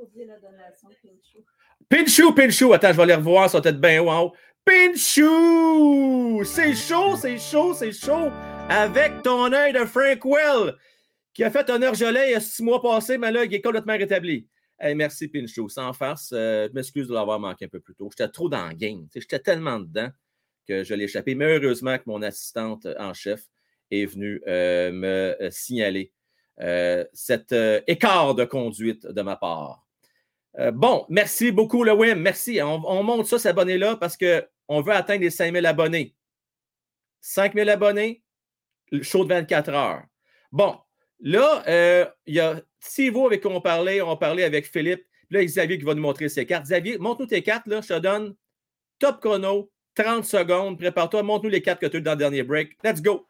Pinchou! Attends, je vais les revoir, ça va être bien wow. Pinchou! C'est chaud! Avec ton œil de Frank Well, qui a fait un orgelet il y a 6 mois passés, mais là, il est complètement rétabli. Hey, merci, Pinchou. Sans farce, je m'excuse de l'avoir manqué un peu plus tôt. J'étais trop dans le game. J'étais tellement dedans que je l'ai échappé. Mais heureusement que mon assistante en chef est venue me signaler cet écart de conduite de ma part. Bon, merci beaucoup, le Wim. Merci. On monte ça, s'abonner-là, parce qu'on veut atteindre les 5000 abonnés. 5000 abonnés, le show de 24 heures. Bon, là, il y a Thibaut avec qui on parlait avec Philippe. Là, Xavier qui va nous montrer ses cartes. Xavier, montre-nous tes cartes, là. Je te donne top chrono, 30 secondes. Prépare-toi, montre-nous les cartes que tu as eues dans le dernier break. Let's go!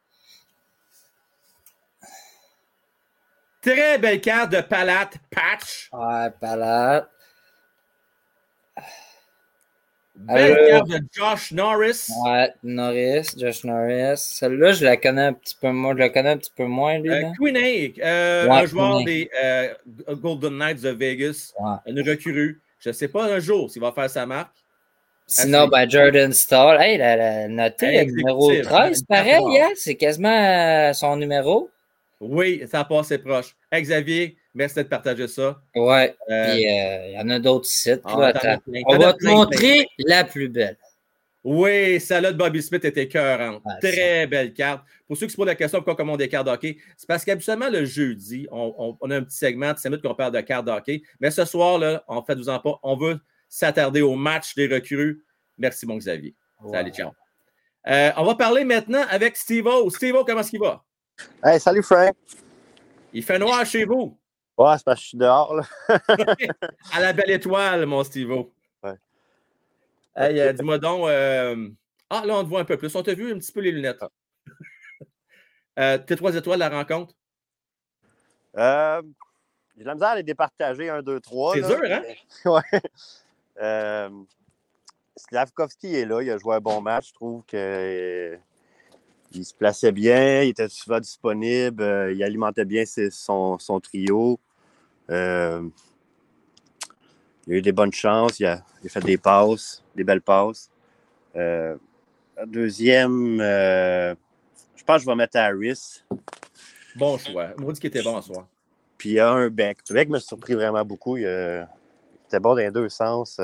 Très belle carte de Palate Patch. Ouais, Palate. Belle carte de Josh Norris. Ouais, Josh Norris. Celle-là, je la connais un petit peu moins. Je la connais un petit peu moins, lui. Queen A, un joueur des Golden Knights de Vegas. Ouais. Une recrue. Je ne sais pas un jour s'il va faire sa marque. Sinon, Jordan Stahl. Hey, la noté, le numéro 13, pareil, hein? C'est quasiment son numéro. Oui, ça a passé proche. Hey, Xavier, merci de partager ça. Ouais, puis il y en a d'autres sites. On va te montrer la plus belle. Oui, celle-là de Bobby Smith était écœurante. Très belle carte. Pour ceux qui se posent la question pourquoi on commande des cartes hockey, c'est parce qu'habituellement, le jeudi, on a un petit segment de 5 minutes qu'on parle de cartes hockey. Mais ce soir, là, en fait, vous en pas, on veut s'attarder au match des recrues. Merci, mon Xavier. Wow. Salut, ciao. On va parler maintenant avec Steve-O. Steve-O, comment est-ce qu'il va? Hey, salut Frank. Il fait noir chez vous. Ouais, c'est parce que je suis dehors, là. À la belle étoile, mon Steve-O. Ouais. Hey, dis-moi donc. Ah, là, on te voit un peu plus. On t'a vu un petit peu les lunettes. Tes 3 étoiles, la rencontre? J'ai la misère à les départager 1, 2, 3. C'est dur, hein? Ouais. Slavkovski est là. Il a joué un bon match. Je trouve que. Il se plaçait bien, il était souvent disponible, il alimentait bien son trio. Il a eu des bonnes chances, il a fait des passes, des belles passes. Deuxième, je pense que je vais mettre Harris. Bon choix. On m'a dit qu'il était bon ce soir. Puis il y a un Beck. Le Beck m'a surpris vraiment beaucoup. Il était bon dans les deux sens.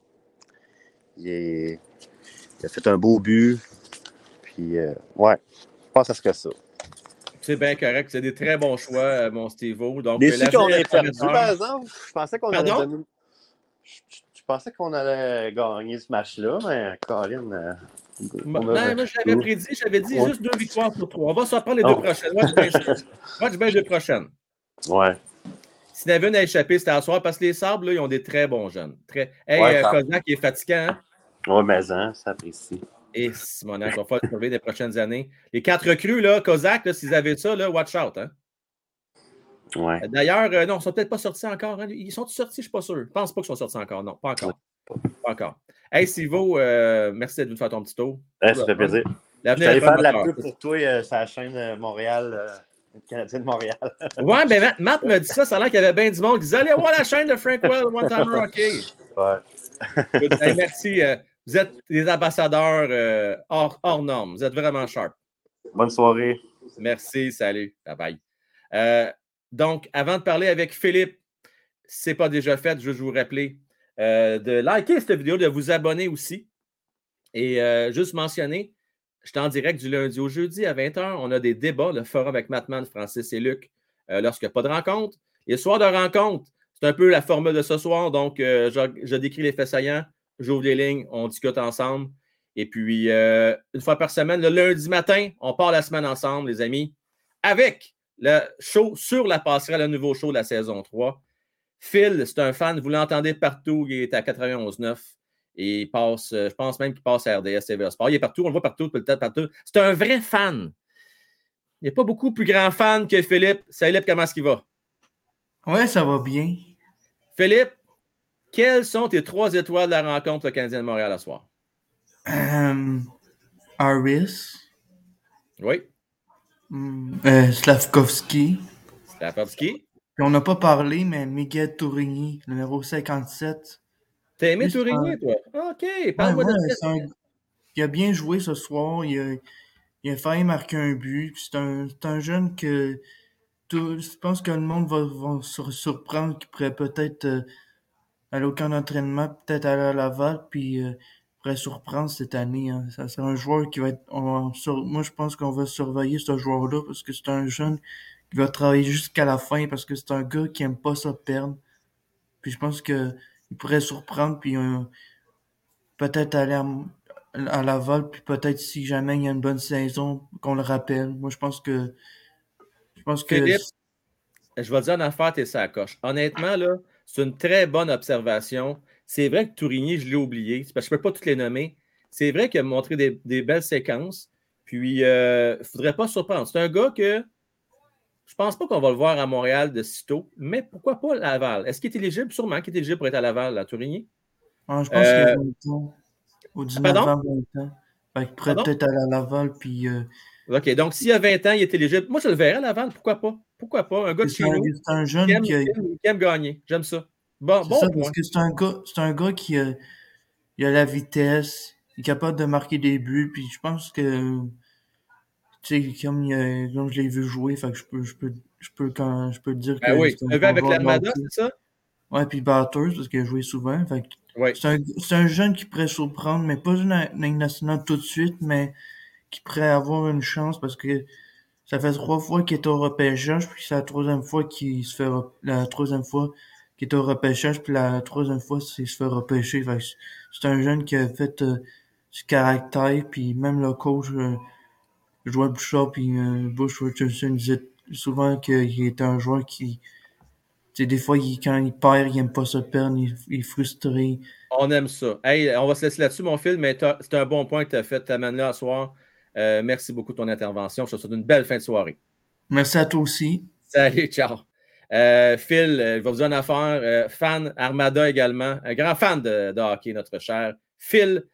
Il a fait un beau but. Puis, ouais, je pense à ce que ça. C'est bien correct. C'est des très bons choix, mon Steve-O. Déçu qu'on ait perdu, par exemple. Je pensais qu'on allait donner... Je pensais qu'on allait gagner ce match-là, mais Colin... non, moi, j'avais prédit, j'avais dit juste 2 victoires sur 3. On va s'en prendre les 2 prochaines. Moi, je mets 2 prochaines. Ouais. S'il y en avait une à échapper, c'était à soir, parce que les Sabres, là, ils ont des très bons jeunes. Hey, Kozak est fatigant, hein? Oui, mais ça apprécie. Et Simonac, il va falloir trouver des prochaines années. Les 4 recrues, là, Kozak, là, s'ils avaient ça, là, watch out. Hein? Ouais. D'ailleurs, non, ils ne sont peut-être pas sortis encore. Hein? Ils sont sortis, je ne suis pas sûr. Je ne pense pas qu'ils sont sortis encore. Non, pas encore. Pas encore. Hey, Sivo, merci d'être venu faire ton petit tour. Ça fait plaisir. Je vais aller faire de la pub pour toi sur la chaîne Montréal, Canadien de Montréal. Ouais, ben Matt me dit ça. Ça a l'air qu'il y avait bien du monde qui disait allez voir la chaîne de Frank Well, One Timer Hockey. Ouais. Hey, merci. Vous êtes des ambassadeurs hors normes. Vous êtes vraiment sharp. Bonne soirée. Merci, salut. Bye bye. Donc, avant de parler avec Philippe, si ce n'est pas déjà fait, je vais vous rappeler de liker cette vidéo, de vous abonner aussi. Et juste mentionner, je suis en direct du lundi au jeudi à 20h. On a des débats, le forum avec Mattman, Francis et Luc, lorsqu'il n'y a pas de rencontre. Les soirs de rencontre, c'est un peu la formule de ce soir. Donc, je décris les faits saillants. J'ouvre les lignes, on discute ensemble. Et puis, une fois par semaine, le lundi matin, on part la semaine ensemble, les amis, avec le show sur la passerelle, le nouveau show de la saison 3. Phil, c'est un fan, vous l'entendez partout, il est à 91.9 et il passe, je pense même qu'il passe à RDS TV Sport. Il est partout, on le voit partout, partout. C'est un vrai fan. Il n'y a pas beaucoup plus grand fan que Philippe. Salut, comment est-ce qu'il va? Ouais, ça va bien. Philippe, quelles sont tes 3 étoiles de la rencontre le Canadien de Montréal ce soir? Harris. Oui. Slavkovski. Slavkovski. Puis on n'a pas parlé, mais Miguel Tourigny, numéro 57. T'as aimé Tourigny, toi? OK, parle-moi de ça. Il a bien joué ce soir. Il a failli marquer un but. C'est un jeune que je pense que le monde va se surprendre, qui pourrait peut-être aller au camp d'entraînement, peut-être aller à Laval, puis pourrait surprendre cette année. Hein. Ça serait un joueur qui va être... moi, je pense qu'on va surveiller ce joueur-là parce que c'est un jeune qui va travailler jusqu'à la fin parce que c'est un gars qui aime pas ça perdre. Puis je pense qu'il pourrait surprendre puis peut-être aller à Laval, puis peut-être si jamais il y a une bonne saison, qu'on le rappelle. Moi, je pense que... Philippe, je vais te dire une affaire, t'es ça coche. Honnêtement, là, c'est une très bonne observation. C'est vrai que Tourigny, je l'ai oublié. C'est parce que je ne peux pas toutes les nommer. C'est vrai qu'il a montré des belles séquences. Puis, il ne faudrait pas surprendre. C'est un gars que je ne pense pas qu'on va le voir à Montréal de sitôt, mais pourquoi pas Laval? Est-ce qu'il est éligible? Sûrement qu'il est éligible pour être à Laval, à Tourigny. Ah, je pense qu'il y a 20 ans. Au 19 Pardon? ans, 20 ans. Fait qu'il pourrait peut-être aller à Laval, puis... OK, donc s'il y a 20 ans, il est éligible. Moi, je le verrais à Laval, pourquoi pas? Pourquoi pas? Un gars de chez nous c'est un jeune qui aime gagner. J'aime ça. Bon ça, point. parce que c'est un gars qui a la vitesse, il est capable de marquer des buts, puis je pense que, tu sais, comme je l'ai vu jouer, fait que je peux dire que oui, c'est un tu l'as vu avec joueur de l'Armada, hockey. c'est ça? Ouais, puis Batters, parce qu'il a joué souvent, fait que c'est un jeune qui pourrait surprendre, mais pas une Ligue nationale tout de suite, mais qui pourrait avoir une chance, parce que ça fait 3 fois qu'il est au repêchage, puis c'est la troisième fois qu'il est au repêchage, puis la troisième fois qu'il se fait repêcher. Fait que c'est un jeune qui a fait du caractère, puis même le coach Joël Bouchard puis Bush Richardson disait souvent qu'il était un joueur qui, tu sais, des fois, quand il perd, il aime pas se perdre, il est frustré. On aime ça. Hey, on va se laisser là-dessus, mon Phil, mais c'est un bon point que tu as fait. Tu amènes là ce soir. Merci beaucoup de ton intervention. Je te souhaite une belle fin de soirée. Merci à toi aussi. Salut, ciao. Phil, je vais vous dire une affaire. Fan Armada également. Un grand fan de hockey, notre cher Phil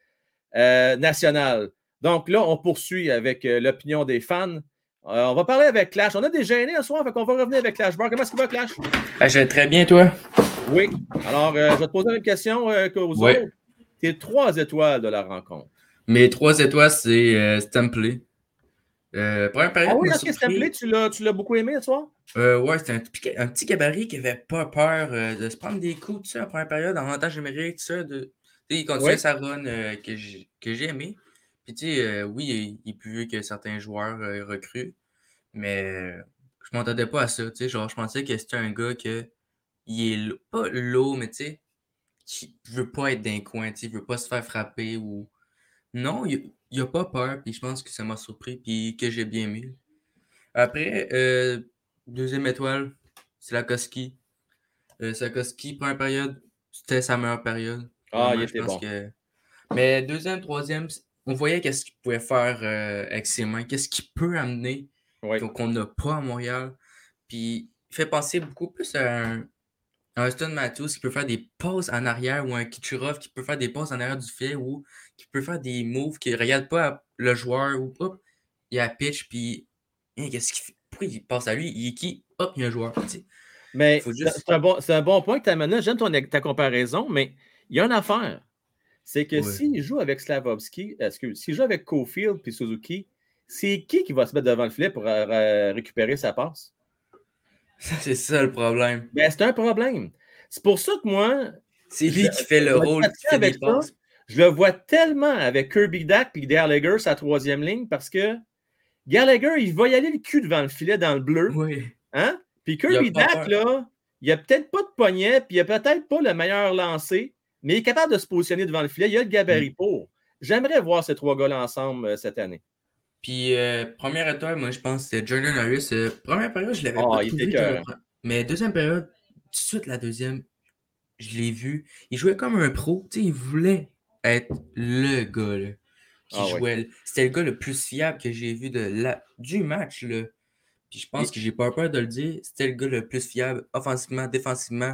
National. Donc là, on poursuit avec l'opinion des fans. On va parler avec Clash. On a des gênés ce soir, fait qu'on va revenir avec Clash Bar. Comment est-ce qu'il va, Clash? Je vais très bien, toi? Oui. Alors, je vais te poser une question qu'aux autres. Tes 3 étoiles de la rencontre. Mes 3 étoiles, c'est Stampley. Première période, oui, ok, Stampley, tu l'as beaucoup aimé ce soir? Ouais, c'était un petit gabarit qui avait pas peur de se prendre des coups, tout ça, en première période, en avantage numérique, tout ça. Il continuait sa run que j'ai aimé. Puis, tu sais, oui, il est plus vieux que certains joueurs recrues, mais je m'entendais pas à ça, tu sais. Genre, je pensais que c'était un gars il est pas low, mais tu sais, qui veut pas être d'un coin, tu sais, il veut pas se faire frapper ou... Non, il a pas peur, puis je pense que ça m'a surpris, puis que j'ai bien aimé. Après, deuxième étoile, c'est Slafkovský. Slafkovský, première période, c'était sa meilleure période. Il était bon. Mais deuxième, troisième, on voyait qu'est-ce qu'il pouvait faire avec ses mains, qu'est-ce qu'il peut amener qu'on n'a pas à Montréal. Puis, il fait penser beaucoup plus à un Auston Matthews qui peut faire des passes en arrière ou un Kucherov qui peut faire des passes en arrière du filet ou qui peut faire des moves qui ne regarde pas le joueur ou hop, il a pitch puis qu'est-ce qu'il fait? Pourquoi il passe à lui? Il est qui? Hop, il y a un joueur. T'sais. Mais c'est un bon point que tu as amené. J'aime ta comparaison, mais il y a une affaire. C'est que s'il joue avec Slafkovský, s'il joue avec Caulfield puis Suzuki, c'est qui va se mettre devant le filet pour récupérer sa passe? C'est ça le problème. Ben, c'est un problème. C'est pour ça que moi... C'est lui qui fait le rôle, qui fait des passes. Je le vois tellement avec Kirby Dach et Gallagher sa troisième ligne parce que Gallagher, il va y aller le cul devant le filet dans le bleu. Oui. Hein? Puis Kirby Dach, là, il a peut-être pas de poignet, puis il a peut-être pas le meilleur lancé, mais il est capable de se positionner devant le filet. Il a le gabarit pour. J'aimerais voir ces 3 gars-là ensemble cette année. Puis, première étoile, moi, je pense que c'était Jordan Harris. Première période, je l'avais pas trouvé. Mais deuxième période, tout de suite, la deuxième, je l'ai vu. Il jouait comme un pro. Tu sais, il voulait être le gars là, qui jouait. Ouais. C'était le gars le plus fiable que j'ai vu du match. Là. Puis je pense que j'ai pas peur de le dire. C'était le gars le plus fiable, offensivement, défensivement.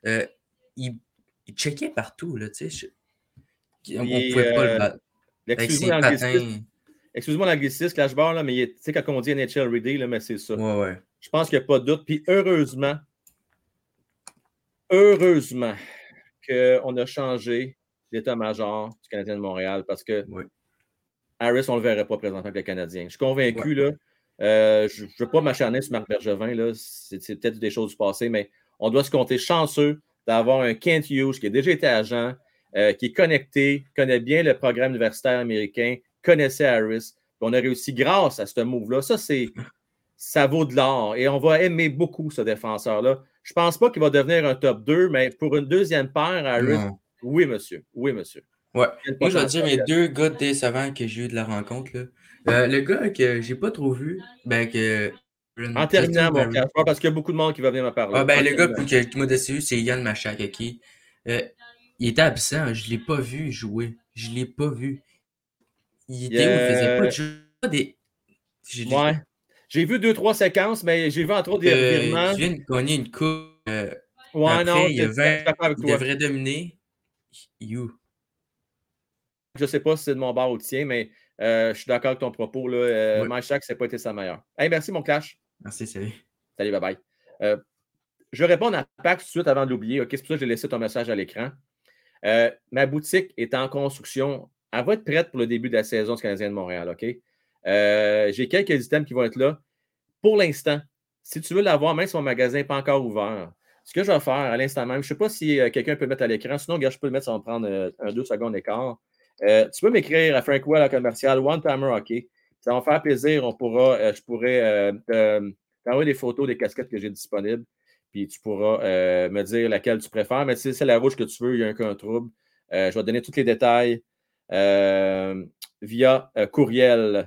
Il checkait partout. Là, tu sais. On pouvait pas le battre. Avec ses patins. Excuse-moi l'anglicisme, Clash Bar, là, mais tu sais, quand on dit NHL Ready, là, mais c'est ça. Ouais. Je pense qu'il n'y a pas de doute. Puis heureusement qu'on a changé l'état-major du Canadien de Montréal parce que Harris, on ne le verrait pas présentement avec le Canadien. Je suis convaincu, là. Je ne veux pas m'acharner sur Marc Bergevin, là. C'est peut-être des choses du passé, mais on doit se compter chanceux d'avoir un Kent Hughes qui a déjà été agent, qui est connecté, connaît bien le programme universitaire américain, connaissait Harris. On a réussi grâce à ce move-là. Ça vaut de l'or. Et on va aimer beaucoup ce défenseur-là. Je ne pense pas qu'il va devenir un top 2, mais pour une deuxième paire, Harris, oui, monsieur. Oui, monsieur. Ouais. Moi, je vais dire mes 2 gars décevants que j'ai eu de la rencontre. Là. Le gars que j'ai pas trop vu, en terminant, mon cas, parce qu'il y a beaucoup de monde qui va venir me parler. Le gars qui m'a déçu, c'est Yann Machak. Il était absent. Je ne l'ai pas vu jouer. Je ne l'ai pas vu. Il était où? Il faisait pas de jeu. Ouais. J'ai vu 2-3 séquences, mais j'ai vu entre autres des revirements. Il vient de gagner une coupe. Après, non, il devrait dominer. You. Je ne sais pas si c'est de mon bord ou de tien, mais je suis d'accord avec ton propos. Machak, ça n'a pas été sa meilleure. Hey, merci, mon Clash. Merci, salut. Salut, bye-bye. Je vais répondre à Pac tout de suite avant de l'oublier. Okay? C'est pour ça que j'ai laissé ton message à l'écran. Ma boutique est en construction. Elle va être prête pour le début de la saison du Canadien de Montréal. OK? J'ai quelques items qui vont être là. Pour l'instant, si tu veux l'avoir, même si mon magasin n'est pas encore ouvert, ce que je vais faire à l'instant même, je ne sais pas si quelqu'un peut le mettre à l'écran. Sinon, regarde, je peux le mettre, ça va me prendre 2 secondes d'écart. Tu peux m'écrire à Frank Well en commercial, One Timer Hockey. Ça va me faire plaisir. Je pourrais t'envoyer des photos des casquettes que j'ai disponibles. Puis tu pourras me dire laquelle tu préfères. Mais si c'est la rouge que tu veux, il n'y a aucun trouble. Je vais te donner tous les détails via courriel.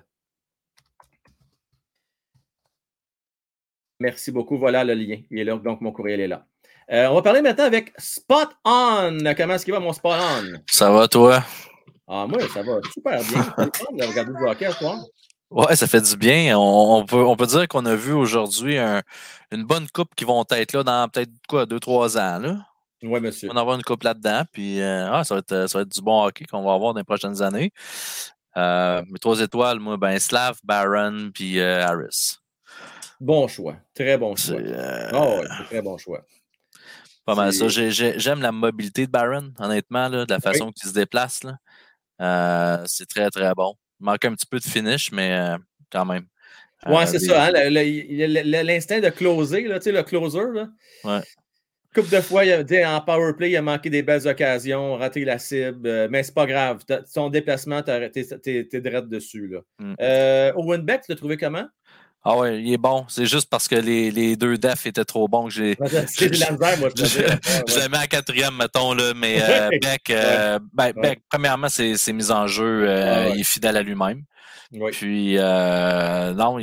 Merci beaucoup. Voilà le lien. Il est là, donc mon courriel est là. On va parler maintenant avec Spot On. Comment est-ce qu'il va, mon Spot On? Ça va, toi? Ah, moi, ça va super bien. Ça va regarder du hockey à soir. Ouais, ça fait du bien. On peut dire qu'on a vu aujourd'hui une bonne coupe qui vont être là dans peut-être 2-3 ans. Là. Oui, monsieur. On va avoir une coupe là-dedans. Puis ça va être du bon hockey qu'on va avoir dans les prochaines années. Mes 3 étoiles, moi, Slav, Barron, puis Harris. Bon choix. Très bon choix. C'est très bon choix. Pas mal ça. J'aime la mobilité de Barron, honnêtement, là, de la façon qu'il se déplace. Là. C'est très, très bon. Il manque un petit peu de finish, mais quand même. Oui, c'est ça. Hein, l'instinct de closer, là, le closer. Là. Ouais. Couple de fois, en power play, il a manqué des belles occasions, raté la cible, mais c'est pas grave. Son déplacement, t'es direct dessus. Là. Owen Beck, tu l'as trouvé comment? Ah ouais, il est bon. C'est juste parce que les 2 defs étaient trop bons que j'ai. C'est de la misère, moi, je l'ai mis en 4e, mettons, là, mais Beck, Beck, premièrement, ses mises en jeu, il est fidèle à lui-même. Oui. Puis, non,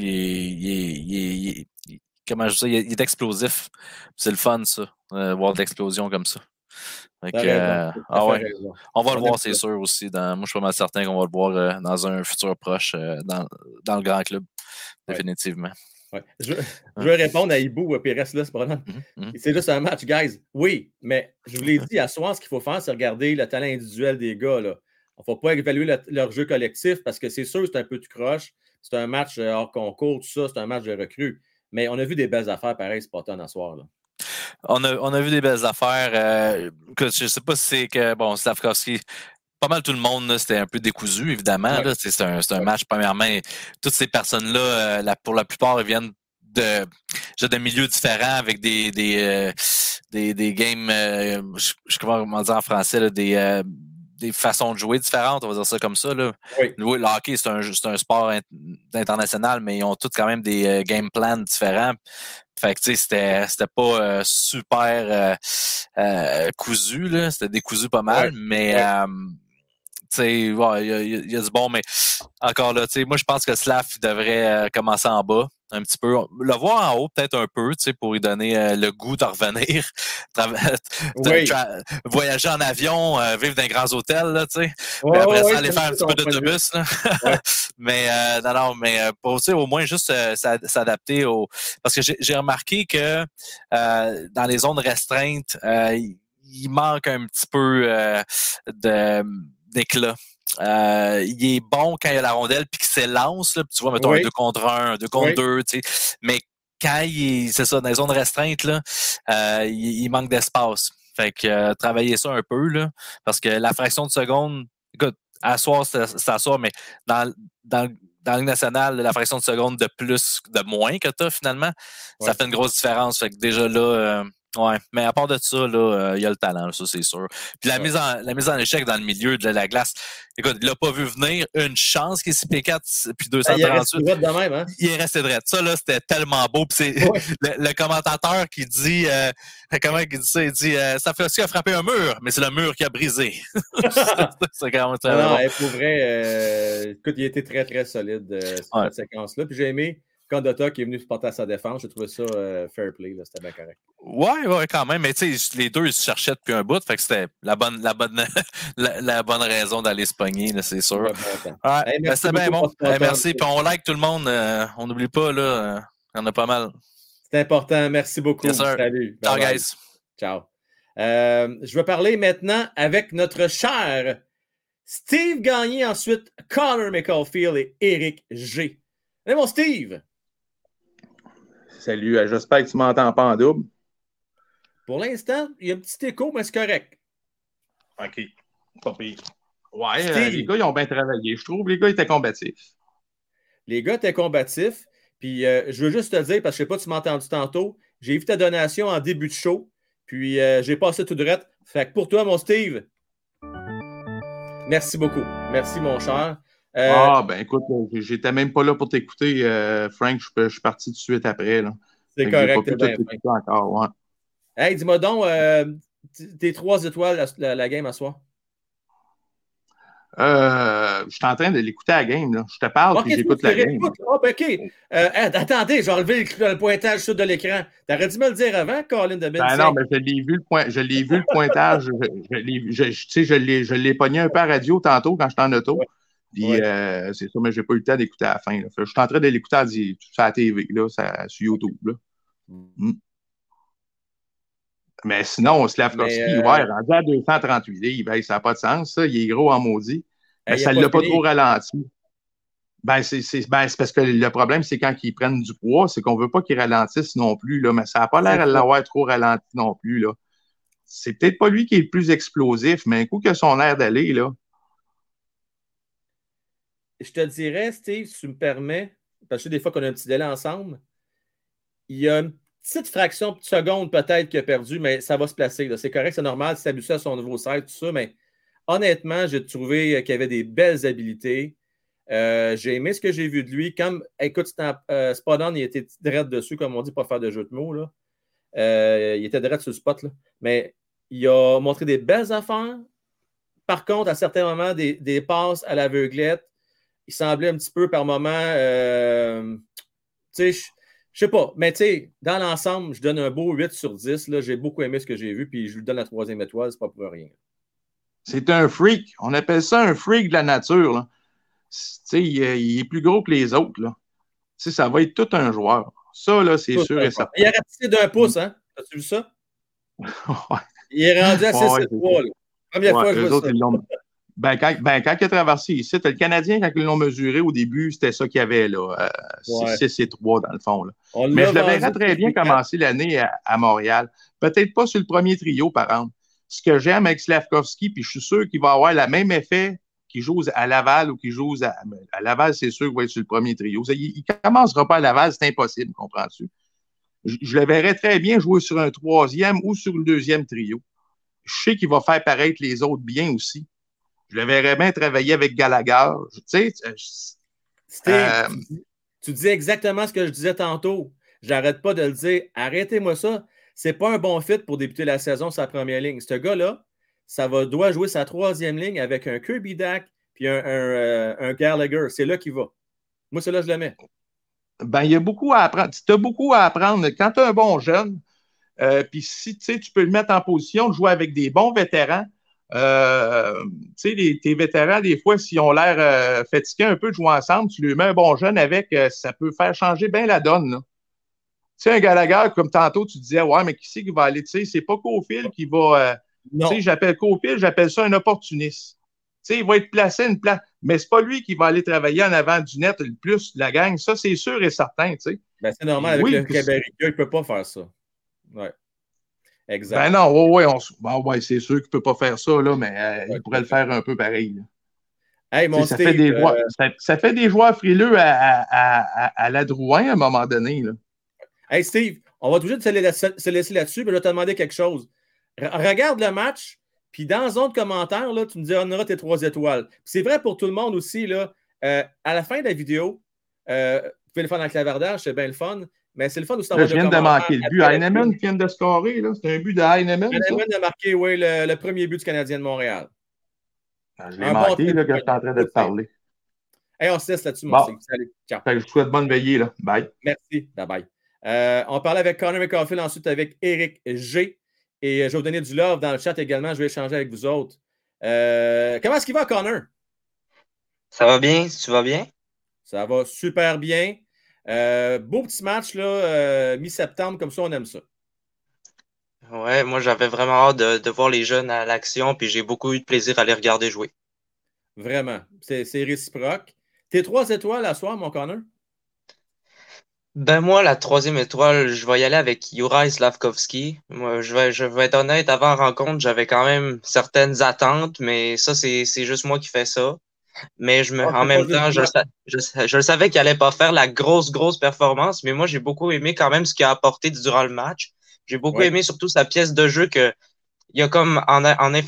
comment je dis ça, il est explosif. C'est le fun, ça, voir de l'explosion comme ça. On va le voir, c'est sûr, aussi. Moi, je suis pas mal certain qu'on va le voir dans un futur proche dans le grand club. Définitivement. Ouais. Je veux répondre à Ibou Pérez, là, c'est pas grave. C'est juste un match, guys. Oui, mais je vous l'ai dit, à soir, ce qu'il faut faire, c'est regarder le talent individuel des gars. Là. On ne faut pas évaluer leur jeu collectif parce que c'est sûr que c'est un peu de croche. C'est un match hors concours, tout ça, c'est un match de recrue. Mais on a vu des belles affaires, pareil, Spotton à soir. Là. On a vu des belles affaires. Je ne sais pas si c'est que, Slavkovski, pas mal tout le monde, là, c'était un peu décousu, évidemment. Ouais. Là, c'est un match, premièrement. Toutes ces personnes-là, pour la plupart, ils viennent de milieux différents avec des games, je sais comment dire en français, là, des façons de jouer différentes, on va dire ça comme ça. Là. Oui. Le hockey, c'est un sport international, mais ils ont tous quand même des game plans différents. Fait que tu sais, c'était pas super cousu, là. C'était décousu pas mal, mais tu sais, il y a du bon, mais encore là, tu sais, moi je pense que Slav devrait commencer en bas un petit peu. Le voir en haut peut-être un peu, tu sais, pour lui donner le goût de revenir. Voyager en avion, vivre dans un grand hôtel, là, tu sais. Mais après ça, aller faire un petit peu d'autobus, là. Mais pour, tu sais, au moins juste s'adapter au... Parce que j'ai remarqué que dans les zones restreintes, il manque un petit peu d'éclat. Il est bon quand il y a la rondelle puis qu'il s'élance, là, tu vois, mettons un 2 contre 1, un 2 contre 2, tu sais. Mais quand c'est ça, dans les zones restreintes, là, il manque d'espace. Fait que travailler ça un peu, là, parce que la fraction de seconde, écoute, à soir, c'est à soir, mais dans la Ligue nationale, la fraction de seconde de plus, de moins que tu as finalement, ça fait une grosse différence. Fait que déjà là, Ouais, mais à part de ça, là, il y a le talent, là, ça c'est sûr. Puis la mise en échec dans le milieu de la glace, écoute, il l'a pas vu venir. Une chance qu'il est 6 puis 238. Il est resté droit de même, hein? Il est resté droit. Ça, là, c'était tellement beau. Puis c'est le commentateur qui dit, comment il dit ça? Il dit, Slavkovski a frappé un mur, mais c'est le mur qui a brisé. C'est quand même très bon. Pour vrai, écoute, il a été très, très solide, cette séquence-là. Puis j'ai aimé Condotta qui est venu se porter à sa défense. J'ai trouvé ça fair play, c'était bien correct. Ouais, quand même. Mais tu sais, les deux, ils se cherchaient depuis un bout. Fait que c'était la bonne raison d'aller se pogner, là, c'est sûr. C'était bien bon. Merci. Puis on like tout le monde. On n'oublie pas, là. Il y en a pas mal. C'est important. Merci beaucoup. Yes, salut. Ciao, guys. Ciao. Je vais parler maintenant avec notre cher Steve Gagné, ensuite Connor McCaulfield et Eric G. Allez, mon Steve! Salut, j'espère que tu m'entends pas en double. Pour l'instant, il y a un petit écho, mais c'est correct. OK. Pas pire. Ouais, les gars, ils ont bien travaillé. Je trouve que les gars étaient combatifs. Les gars étaient combatifs. Puis, je veux juste te dire, parce que je ne sais pas si tu m'as entendu tantôt, j'ai vu ta donation en début de show. Puis, j'ai passé tout de suite. Fait que pour toi, mon Steve, merci beaucoup. Merci, mon cher. Ben écoute, j'étais même pas là pour t'écouter, Frank. Je suis parti tout de suite après. Là. C'est correct, t'es bien. Encore, ouais. Hey, dis-moi donc, tes 3 étoiles la game à soir? Je suis en train de l'écouter à la game. Là. Je te parle et j'écoute la game. OK. Attendez, je vais enlever le pointage de l'écran. T'aurais dû me le dire avant, Colin de Ben non, mais je l'ai vu le pointage. Je l'ai pogné un peu à radio tantôt quand j'étais en auto. Ouais. Puis c'est ça, mais j'ai pas eu le temps d'écouter à la fin. Là. Je suis en train de l'écouter sur la TV, là, sur YouTube. Là. Mais sinon, Slavkovski, rendu à 238 livres, ça n'a pas de sens, ça. Il est gros en maudit. Mais ça ne l'a pas trop ralenti. C'est parce que le problème, c'est quand ils prennent du poids, c'est qu'on ne veut pas qu'ils ralentissent non plus. Là, mais ça n'a pas l'air de l'avoir trop ralenti non plus. Là. C'est peut-être pas lui qui est le plus explosif, mais un coup qu'il a son air d'aller, là. Je te dirais, Steve, si tu me permets, parce que des fois qu'on a un petit délai ensemble, il y a une petite fraction de seconde peut-être qu'il a perdu, mais ça va se placer. Là. C'est correct, c'est normal, c'est habitué à son nouveau site, tout ça, mais honnêtement, j'ai trouvé qu'il avait des belles habiletés. J'ai aimé ce que j'ai vu de lui. Écoute, Spot On, il était direct dessus, comme on dit, pas faire de jeu de mots. Là. Il était direct sur le spot. Là. Mais il a montré des belles affaires. Par contre, à certains moments, des passes à l'aveuglette, il semblait un petit peu par moment, tu sais, je sais pas, mais tu sais, dans l'ensemble, je donne un beau 8 sur 10. Là. J'ai beaucoup aimé ce que j'ai vu, puis je lui donne la 3e étoile, c'est pas pour rien. C'est un freak. On appelle ça un freak de la nature. Là. Tu sais, il est plus gros que les autres. Là. Tu sais, ça va être tout un joueur. Ça, là, c'est sûr et certain. Il a rapetissé d'1 pouce, hein? As-tu vu ça? Ouais. Il est rendu à 6,3. Première fois que je vois ça. Quand il a traversé ici, le Canadien, quand ils l'ont mesuré au début, c'était ça qu'il y avait, là. 6,3 dans le fond. Là. Mais je le verrais très bien commencer l'année à Montréal. Peut-être pas sur le premier trio, par exemple. Ce que j'aime avec Slavkovski, puis je suis sûr qu'il va avoir le même effet qu'il joue à Laval ou qu'il joue à Laval, c'est sûr qu'il va être sur le premier trio. Il ne commencera pas à Laval, c'est impossible, comprends-tu? Je le verrais très bien jouer sur un 3e ou sur le 2e trio. Je sais qu'il va faire paraître les autres bien aussi. Je le verrais bien travailler avec Gallagher. Tu sais, Steve, tu dis exactement ce que je disais tantôt. J'arrête pas de le dire. Arrêtez-moi ça. C'est pas un bon fit pour débuter la saison sur sa première ligne. Ce gars-là, doit jouer sa 3e ligne avec un Kirby Dach puis un Gallagher. C'est là qu'il va. Moi, c'est là que je le mets. Il y a beaucoup à apprendre. Tu as beaucoup à apprendre. Quand tu es un bon jeune, puis si tu peux le mettre en position de jouer avec des bons vétérans, tes vétérans, des fois, s'ils ont l'air fatigués un peu de jouer ensemble, tu lui mets un bon jeune avec, ça peut faire changer bien la donne. Là. Tu sais, un Gallagher, comme tantôt, tu disais, ouais, mais qui c'est qui va aller? Tu sais, c'est pas Caulfield qui va. Tu sais, j'appelle Caulfield, j'appelle ça un opportuniste. Tu sais, il va être placé une place. Mais c'est pas lui qui va aller travailler en avant du net le plus de la gang. Ça, c'est sûr et certain, tu sais. C'est normal, avec le Caberica, il ne peut pas faire ça. Ouais. Exact. Ben non, ouais, c'est sûr qu'il ne peut pas faire ça, là, mais il pourrait le faire un peu pareil. Hey, mon ça, Steve, ça fait des joueurs frileux à la Drouin à un moment donné. Là. Hey Steve, on va toujours se laisser là-dessus, mais je vais te demander quelque chose. Regarde le match, puis dans la zone de commentaires, là, tu me donneras tes 3 étoiles. Puis c'est vrai pour tout le monde aussi, là, à la fin de la vidéo, vous pouvez le faire dans le clavardage, c'est bien le fun, mais c'est le fun aussi d'avoir je viens de manquer le but. Heinemann qui vient de scorer, là. C'est un but de Heinemann. Heinemann a marqué, oui, le premier but du Canadien de Montréal. Je l'ai manqué, là, quand je suis en train de te parler. Hey, on se laisse là-dessus, mon Steve. Salut. Ciao. Je vous souhaite bonne veillée, là. Bye. Merci. Bye-bye. On parlait avec Connor McCaulfield, ensuite avec Éric G. Et je vais vous donner du love dans le chat également. Je vais échanger avec vous autres. Comment est-ce qu'il va, Connor? Ça va bien? Tu vas bien? Ça va super bien. Beau petit match, là, mi-septembre, comme ça, on aime ça. Ouais, moi, j'avais vraiment hâte de voir les jeunes à l'action, puis j'ai beaucoup eu de plaisir à les regarder jouer. Vraiment. C'est réciproque. Tes 3 étoiles à soir, mon Connor? Ben moi, la 3e étoile, je vais y aller avec Juraj Slafkovský. Moi, je vais être honnête, avant la rencontre, j'avais quand même certaines attentes, mais ça, c'est juste moi qui fais ça. Mais en même temps, je le savais qu'il allait pas faire la grosse performance, mais moi, j'ai beaucoup aimé quand même ce qu'il a apporté durant le match. J'ai beaucoup aimé surtout sa pièce de jeu il y a comme en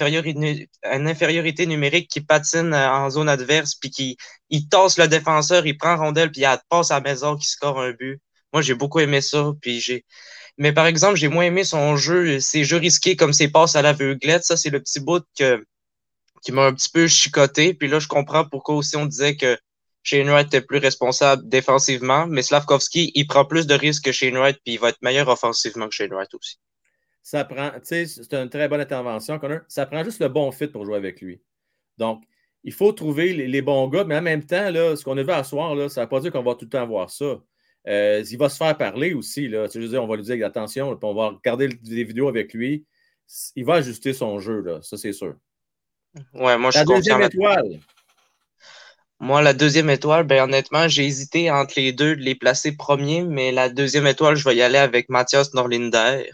infériorité numérique qui patine en zone adverse, puis il tasse le défenseur, il prend rondelle, puis il passe à Maison qui score un but. Moi, j'ai beaucoup aimé ça. Mais par exemple, j'ai moins aimé ses jeux risqués comme ses passes à l'aveuglette. Ça, c'est le petit bout qui m'a un petit peu chicoté. Puis là, je comprends pourquoi aussi on disait que Shane Wright était plus responsable défensivement, mais Slafkovský, il prend plus de risques que Shane Wright, puis il va être meilleur offensivement que Shane Wright aussi. Ça prend, tu sais, c'est une très bonne intervention, Connor. Ça prend juste le bon fit pour jouer avec lui. Donc, il faut trouver les bons gars, mais en même temps, là, ce qu'on a vu à soir, là, ça ne veut pas dire qu'on va tout le temps voir ça. Il va se faire parler aussi. Là. Tu sais, je veux dire, on va lui dire attention, là, puis on va regarder des vidéos avec lui. Il va ajuster son jeu, là, ça c'est sûr. Ouais, moi, je suis confiant. La 2e étoile. Moi, la 2e étoile, ben honnêtement, j'ai hésité entre les deux de les placer premiers, mais la 2e étoile, je vais y aller avec Mathias Norlinder.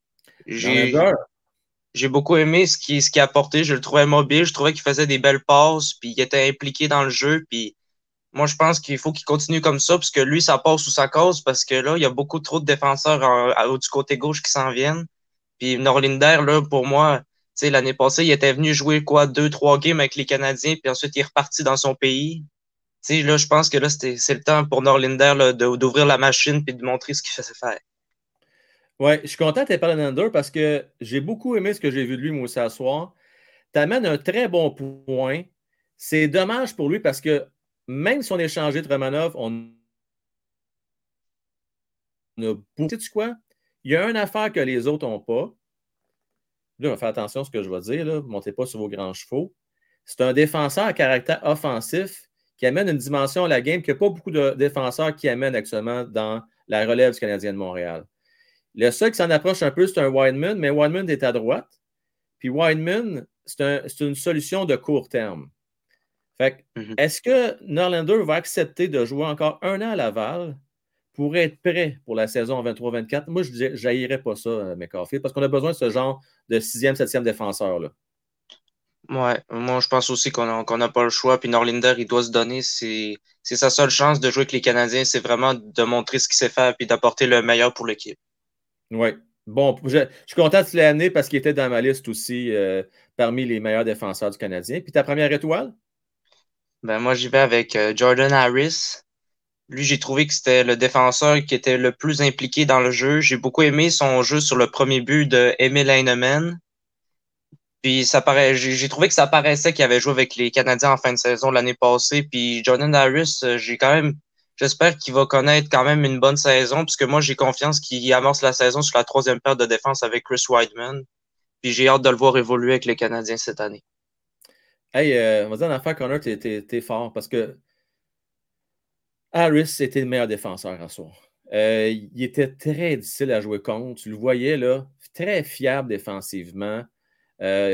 J'ai beaucoup aimé ce qu'il a apporté. Je le trouvais mobile. Je trouvais qu'il faisait des belles passes. Puis il était impliqué dans le jeu. Puis moi, je pense qu'il faut qu'il continue comme ça. Parce que lui, ça passe sous sa cause. Parce que là, il y a beaucoup trop de défenseurs du côté gauche qui s'en viennent. Puis Norlinder, là, pour moi, tu sais, l'année passée, il était venu jouer 2-3 games avec les Canadiens. Puis ensuite, il est reparti dans son pays. Tu sais, là, je pense que là, c'est le temps pour Norlinder là, d'ouvrir la machine puis de montrer ce qu'il faisait faire. Oui, je suis content de parler d'Under parce que j'ai beaucoup aimé ce que j'ai vu de lui, moi aussi, à soir. Tu amènes un très bon point. C'est dommage pour lui parce que même si on a échangé de Romanov, on a beaucoup. Sais-tu quoi? Il y a une affaire que les autres n'ont pas. Là, on va faire attention à ce que je vais dire. Ne montez pas sur vos grands chevaux. C'est un défenseur à caractère offensif qui amène une dimension à la game qu'il n'y a pas beaucoup de défenseurs qui amènent actuellement dans la relève du Canadien de Montréal. Le seul qui s'en approche un peu, c'est un Wideman, mais Wideman est à droite. Puis Wideman, c'est une solution de court terme. Fait est-ce que Norlinder va accepter de jouer encore 1 an à Laval pour être prêt pour la saison 23-24? Moi, je n'haïrais pas ça, McCaulfield, parce qu'on a besoin de ce genre de 6e, 7e défenseur-là. Ouais, moi, je pense aussi qu'on n'a pas le choix. Puis Norlinder, il doit se donner. C'est sa seule chance de jouer avec les Canadiens. C'est vraiment de montrer ce qu'il sait faire et d'apporter le meilleur pour l'équipe. Oui. Bon, je suis content de te l'amener parce qu'il était dans ma liste aussi parmi les meilleurs défenseurs du Canadien. Puis ta première étoile? Ben moi, j'y vais avec Jordan Harris. Lui, j'ai trouvé que c'était le défenseur qui était le plus impliqué dans le jeu. J'ai beaucoup aimé son jeu sur le premier but de Emil Heinemann. Puis j'ai trouvé que ça paraissait qu'il avait joué avec les Canadiens en fin de saison l'année passée. Puis Jordan Harris, j'espère qu'il va connaître quand même une bonne saison, puisque moi, j'ai confiance qu'il amorce la saison sur la 3e paire de défense avec Chris Wideman. Puis j'ai hâte de le voir évoluer avec les Canadiens cette année. Hey, on va dire en affaire, Connor, t'es fort, parce que Harris était le meilleur défenseur à soir. Il était très difficile à jouer contre. Tu le voyais, là, très fiable défensivement. À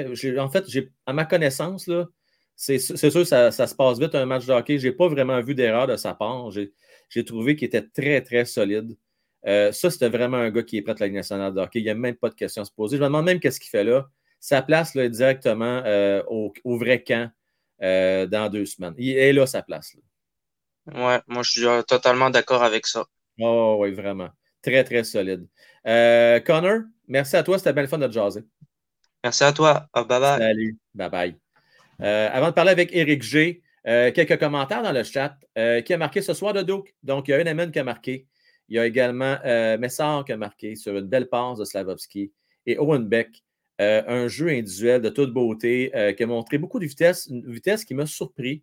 ma connaissance, là, c'est sûr que ça se passe vite un match de hockey. Je n'ai pas vraiment vu d'erreur de sa part. J'ai trouvé qu'il était très, très solide. Ça, c'était vraiment un gars qui est prêt à la Ligue nationale de hockey. Il n'y a même pas de questions à se poser. Je me demande même qu'est-ce qu'il fait là. Sa place là, est directement au vrai camp dans 2 semaines. Il est là, sa place. Là. Ouais, moi, je suis totalement d'accord avec ça. Oh, oui, vraiment. Très, très solide. Connor, merci à toi. C'était bien le fun de te jaser. Merci à toi. Bye-bye. Salut. Bye-bye. Avant de parler avec Éric G, quelques commentaires dans le chat. Qui a marqué ce soir de Duke? Donc, il y a Heinemann qui a marqué. Il y a également Messard qui a marqué sur une belle passe de Slavovski. Et Owen Beck, un jeu individuel de toute beauté qui a montré beaucoup de vitesse, une vitesse qui m'a surpris.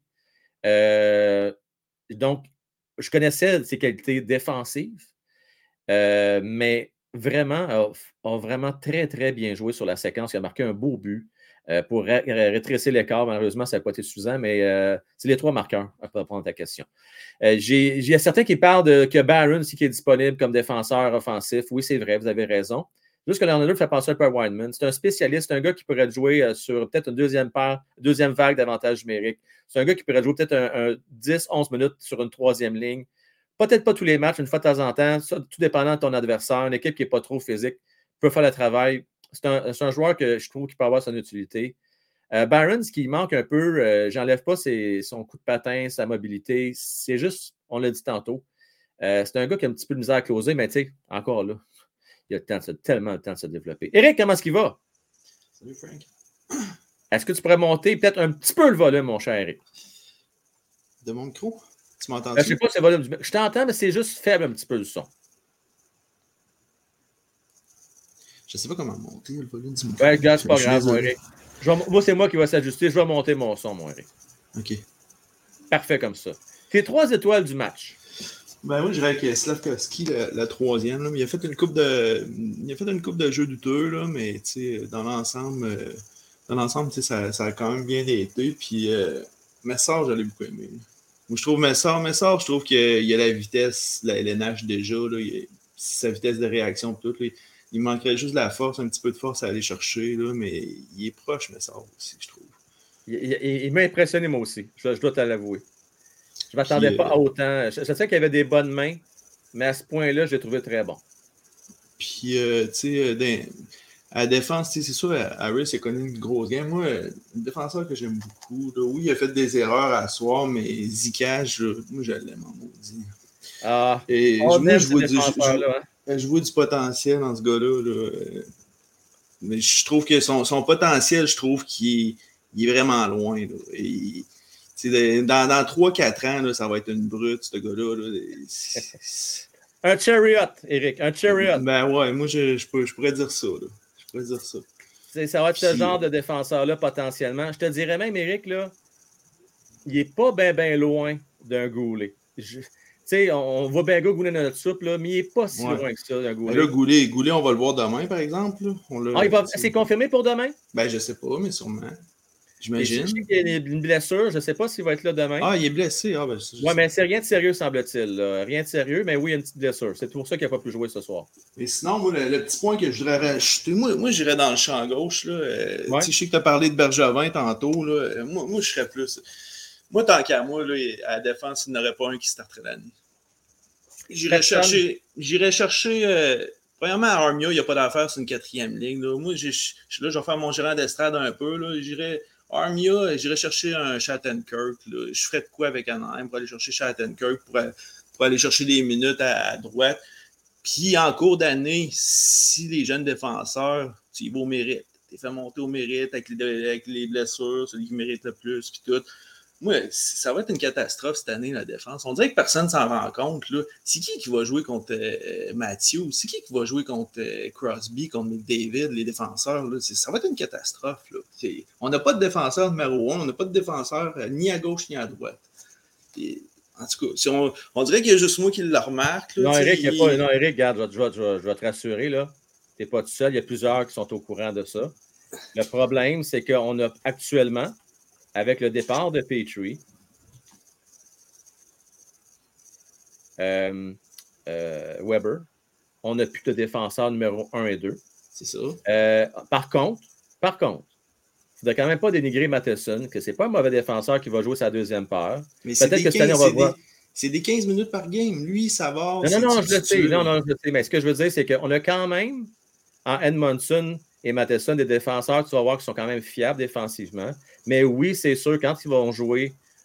Donc, je connaissais ses qualités défensives, mais vraiment, a vraiment très, très bien joué sur la séquence. Il a marqué un beau but pour rétrécir l'écart. Malheureusement, ça n'a pas été suffisant, mais c'est les 3 marqueurs pour répondre à ta question. Il y a certains qui parlent que Barron aussi qui est disponible comme défenseur offensif. Oui, c'est vrai, vous avez raison. Juste que Leonardo fait penser un peu à Wideman. C'est un spécialiste, un gars qui pourrait jouer sur peut-être une deuxième vague d'avantages numériques. C'est un gars qui pourrait jouer peut-être un 10-11 minutes sur une 3e ligne. Peut-être pas tous les matchs, une fois de temps en temps, ça, tout dépendant de ton adversaire. Une équipe qui n'est pas trop physique peut faire le travail. C'est un joueur que je trouve qui peut avoir son utilité. Barron, ce qui manque un peu, j'enlève pas son coup de patin, sa mobilité. C'est juste, on l'a dit tantôt, c'est un gars qui a un petit peu de misère à closer, mais tu sais, encore là, il a tellement le temps de se développer. Éric, comment est-ce qu'il va? Salut, Frank. Est-ce que tu pourrais monter peut-être un petit peu le volume, mon cher Éric? De mon micro? Tu m'entends? Je ne sais pas si c'est le volume du micro. Je t'entends, mais c'est juste faible un petit peu le son. Je ne sais pas comment monter le volume du micro. Ouais, regarde, c'est pas grave, mon Éric. Moi, c'est moi qui vais s'ajuster. Je vais monter mon son, mon Éric. OK. Parfait comme ça. Tes 3 étoiles du match. Ben moi, je dirais que Slavkovski, la 3e, là, mais il a fait une coupe de jeux douteux, là, mais dans l'ensemble, ça a quand même bien été. Puis Messard, je l'ai beaucoup aimé. Moi, je trouve Messard, je trouve qu'il y a la vitesse, l'ailennage déjà, là, sa vitesse de réaction, tout. Là, il manquerait juste de la force, un petit peu de force à aller chercher, là, mais il est proche, Messard aussi, je trouve. Il m'a impressionné, moi aussi. Je dois te l'avouer. Je ne m'attendais pas à autant. Je sais qu'il y avait des bonnes mains, mais à ce point-là, je l'ai trouvé très bon. Puis, à la défense, c'est sûr, Harris a connu une grosse game. Moi, un défenseur que j'aime beaucoup, là, oui, il a fait des erreurs à soir, mais Zikage, moi, je l'aime en maudit. Et je vois du potentiel dans ce gars-là. Là. Mais je trouve que son potentiel, je trouve qu'il est vraiment loin. Là. Et, dans 3-4 ans, là, ça va être une brute, ce gars-là. Là. Un chariot, Éric, un chariot. Ben ouais, moi, je pourrais dire ça. Là. Je pourrais dire ça. Ça va être ce genre de défenseur-là, potentiellement. Je te dirais même, Éric, là, il n'est pas bien loin d'un Goulet. On voit bien Goulet dans notre soupe, là, mais il n'est pas si loin que ça d'un Goulet. Là, Goulet, on va le voir demain, par exemple. Là. C'est confirmé pour demain? Ben, je sais pas, mais sûrement. J'imagine. Je sais qu'il y a une blessure. Je ne sais pas s'il va être là demain. Ah, il est blessé. Ah, ben, oui, mais c'est rien de sérieux, semble-t-il. Rien de sérieux, mais oui, il y a une petite blessure. C'est pour ça qu'il n'a pas pu jouer ce soir. Et sinon, moi, le petit point que je voudrais rajouter, moi j'irais dans le champ gauche. Là. Je sais que tu as parlé de Bergevin tantôt. Là. Moi, je serais plus. Moi, tant qu'à moi, là, à la défense, il n'y en aurait pas un qui starterait l'année. J'irais chercher. Premièrement, à Armia, il n'y a pas d'affaire sur une 4e ligne. Là. Moi, je vais faire mon gérant d'estrade un peu. Là. Armia, j'irais chercher un Shattenkirk. Là. Je ferais de quoi avec Anaheim pour aller chercher Shattenkirk pour aller chercher des minutes à droite. Puis en cours d'année, si les jeunes défenseurs, tu y vas au mérite. Tu es fait monter au mérite avec les blessures, celui qui mérite le plus, puis tout. Moi, ça va être une catastrophe cette année, la défense. On dirait que personne ne s'en rend compte. Là. C'est qui va jouer contre Matthews? C'est qui va jouer contre Crosby, contre McDavid, les défenseurs? Là? Ça va être une catastrophe. Là. On n'a pas de défenseur numéro 1, on n'a pas de défenseur ni à gauche ni à droite. Et, en tout cas, on dirait qu'il y a juste moi qui le remarque. Là, non, Éric, regarde, je vais te rassurer. Tu n'es pas tout seul. Il y a plusieurs qui sont au courant de ça. Le problème, c'est qu'on a actuellement, avec le départ de Petrie, Weber, on n'a plus de défenseurs numéro 1 et 2. C'est ça. Par contre, il ne faudrait quand même pas dénigrer Matheson, que ce n'est pas un mauvais défenseur qui va jouer sa deuxième paire. Mais peut-être que cette année, on va voir. C'est des 15 minutes par game. Lui, ça va. Non, je le sais. Non, je le sais. Mais ce que je veux dire, c'est qu'on a quand même, en Edmondson et Matheson, des défenseurs, tu vas voir, qui sont quand même fiables défensivement. Mais oui, c'est sûr, quand ils vont jouer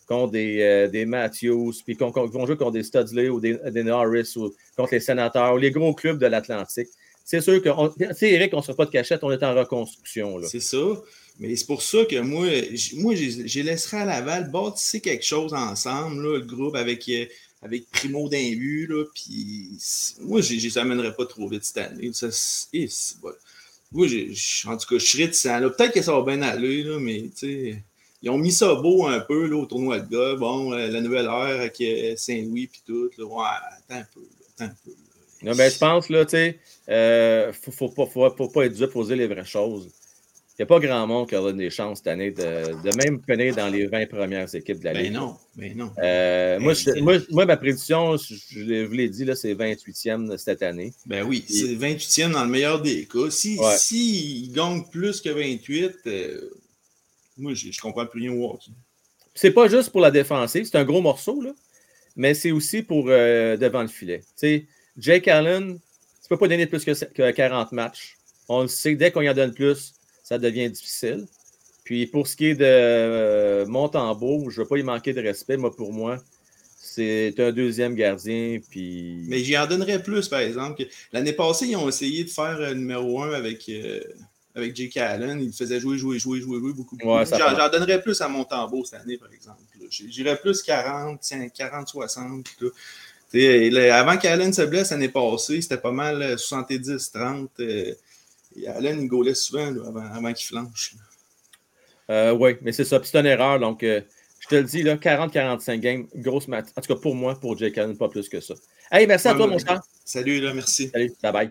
contre des Matthews, puis vont jouer contre des Studley ou des Norris ou contre les Sénateurs ou les gros clubs de l'Atlantique. C'est sûr que, Eric, on ne sera pas de cachette, on est en reconstruction. C'est ça. Mais c'est pour ça que moi j'ai laisserai à Laval bâtisser quelque chose ensemble, là, le groupe avec Primo d'un but, là, puis moi, je les amènerai pas trop vite cette année. Moi, en tout cas, je suis réticent. Peut-être que ça va bien aller, là, mais ils ont mis ça beau un peu là, au tournoi de gars. Bon, la nouvelle ère avec Saint-Louis puis tout. Là, ouais, attends un peu. Non, ben, je pense, là, faut pas être dur, poser les vraies choses. Il n'y a pas grand monde qui aura des chances cette année de même finir dans les 20 premières équipes de la Ligue. Ben non. Moi, ma prédiction, je vous l'ai dit, là, c'est 28e cette année. Ben oui, c'est 28e dans le meilleur des cas. S'ils gagnent plus que 28, moi, je comprends plus rien au hockey. C'est pas juste pour la défensive, c'est un gros morceau, là, mais c'est aussi pour devant le filet. T'sais, Jake Allen, tu ne peux pas donner plus que 40 matchs. On le sait, dès qu'on y en donne plus, ça devient difficile. Puis pour ce qui est de Montembeault, je ne veux pas y manquer de respect. Pour moi, c'est un deuxième gardien. Puis... Mais j'y en donnerais plus, par exemple. L'année passée, ils ont essayé de faire numéro 1 avec Jake Allen. Ils faisaient jouer beaucoup. Ouais, j'en donnerais plus à Montembeault cette année, par exemple. J'irais plus 40-60. Avant qu'Allen se blesse l'année passée, c'était pas mal 70-30. Allen, il gaulait souvent là, avant qu'il flanche. Oui, mais c'est ça. Puis c'est une erreur. Donc, je te le dis, 40-45 games, grosse match. En tout cas, pour moi, pour Jake Allen, pas plus que ça. Hey, merci à toi, mon cher. Salut, là, merci. Salut, bye.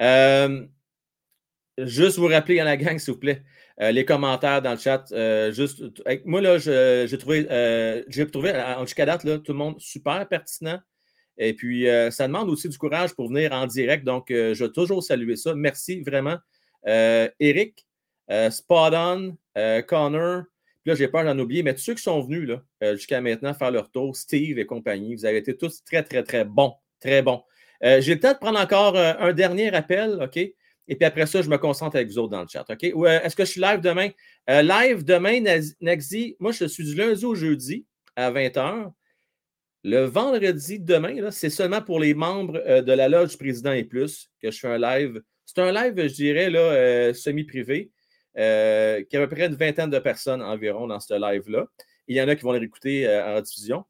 Juste vous rappeler à la gang, s'il vous plaît, les commentaires dans le chat. Moi, là, j'ai trouvé jusqu'à date, là, tout le monde super pertinent. Et puis, ça demande aussi du courage pour venir en direct. Donc, je vais toujours saluer ça. Merci vraiment. Eric, Spot On, Connor. Puis là, j'ai peur d'en oublier. Mais tous ceux qui sont venus là, jusqu'à maintenant faire leur tour, Steve et compagnie, vous avez été tous très, très, très bons. Très bons. J'ai le temps de prendre encore un dernier appel, OK? Et puis après ça, je me concentre avec vous autres dans le chat, OK? Ou est-ce que je suis live demain? Live demain, Naxi. Moi, je suis du lundi au jeudi à 20h. Le vendredi, demain, là, c'est seulement pour les membres de la Loge du Président et plus que je fais un live. C'est un live, je dirais, là, semi-privé, qui a à peu près une vingtaine de personnes environ dans ce live-là. Il y en a qui vont le réécouter en diffusion.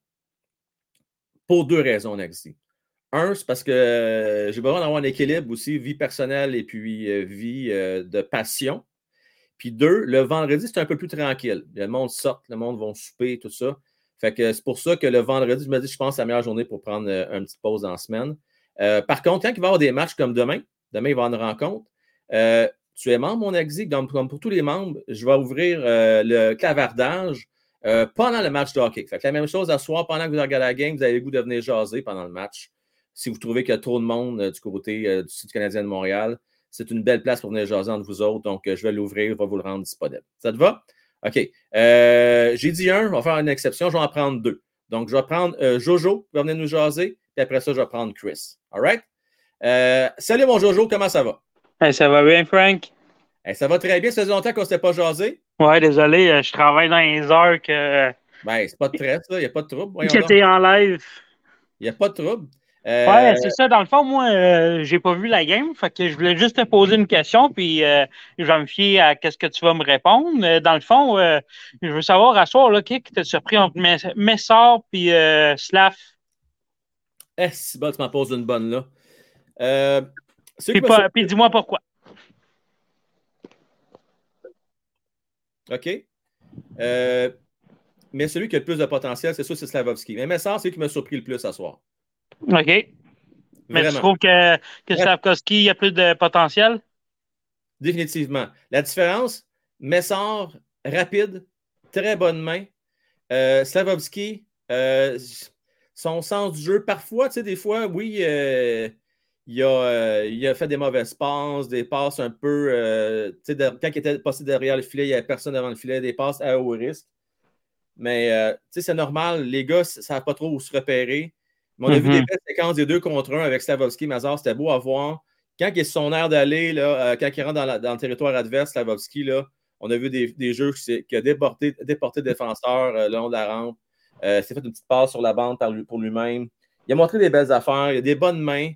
Pour deux raisons, Naxi. Un, c'est parce que j'ai besoin d'avoir un équilibre aussi, vie personnelle et puis vie de passion. Puis deux, le vendredi, c'est un peu plus tranquille. Le monde sort, le monde va souper, tout ça. Fait que c'est pour ça que le vendredi, je me dis, je pense que c'est la meilleure journée pour prendre une petite pause dans la semaine. Par contre, quand il va y avoir des matchs comme demain il va y avoir une rencontre, tu es membre, mon Naxi, donc comme pour tous les membres, je vais ouvrir le clavardage pendant le match de hockey. Fait que la même chose à soir, pendant que vous regardez la game, vous avez le goût de venir jaser pendant le match. Si vous trouvez qu'il y a trop de monde du côté du site canadien de Montréal, c'est une belle place pour venir jaser entre vous autres, donc je vais l'ouvrir, je vais vous le rendre disponible. Ça te va? OK. J'ai dit un, on va faire une exception, je vais en prendre deux. Donc, je vais prendre Jojo qui va venir nous jaser, puis après ça, je vais prendre Chris. All right? Salut mon Jojo, comment ça va? Hey, ça va bien, Frank? Hey, ça va très bien, ça faisait longtemps qu'on ne s'était pas jasé. Ouais, désolé, je travaille dans les heures que. Ben, c'est pas de stress, il n'y a pas de trouble. Que t'es en live. Il n'y a pas de trouble. Ouais, c'est ça. Dans le fond, moi, j'ai pas vu la game. Fait que je voulais juste te poser une question, puis je vais me fier à ce que tu vas me répondre. Dans le fond, je veux savoir à soir, là, qui t'a surpris entre Messard puis Slav? C'est bon, tu m'en poses une bonne là. Puis dis-moi pourquoi. OK. Mais celui qui a le plus de potentiel, c'est sûr, c'est Slavovski. Mais Messard, c'est lui qui m'a surpris le plus à soir. OK. Mais tu trouves que Slavkovski a plus de potentiel? Définitivement. La différence, Messard, rapide, très bonne main. Slavovski, son sens du jeu, parfois, tu sais, des fois, oui, il a fait des mauvaises passes, des passes un peu, tu sais, quand il était passé derrière le filet, il n'y avait personne devant le filet, des passes à haut risque. Mais, tu sais, c'est normal, les gars, ça ne savent pas trop où se repérer. Mais on a vu des belles séquences des 2 contre 1 avec Slavovski, Mazar, c'était beau à voir. Quand il est sur son air d'aller, quand il rentre dans le territoire adverse, Slavovski, là, on a vu des jeux qui a déporté défenseurs le long de la rampe. s'est fait une petite passe sur la bande pour lui-même. Il a montré des belles affaires. Il a des bonnes mains.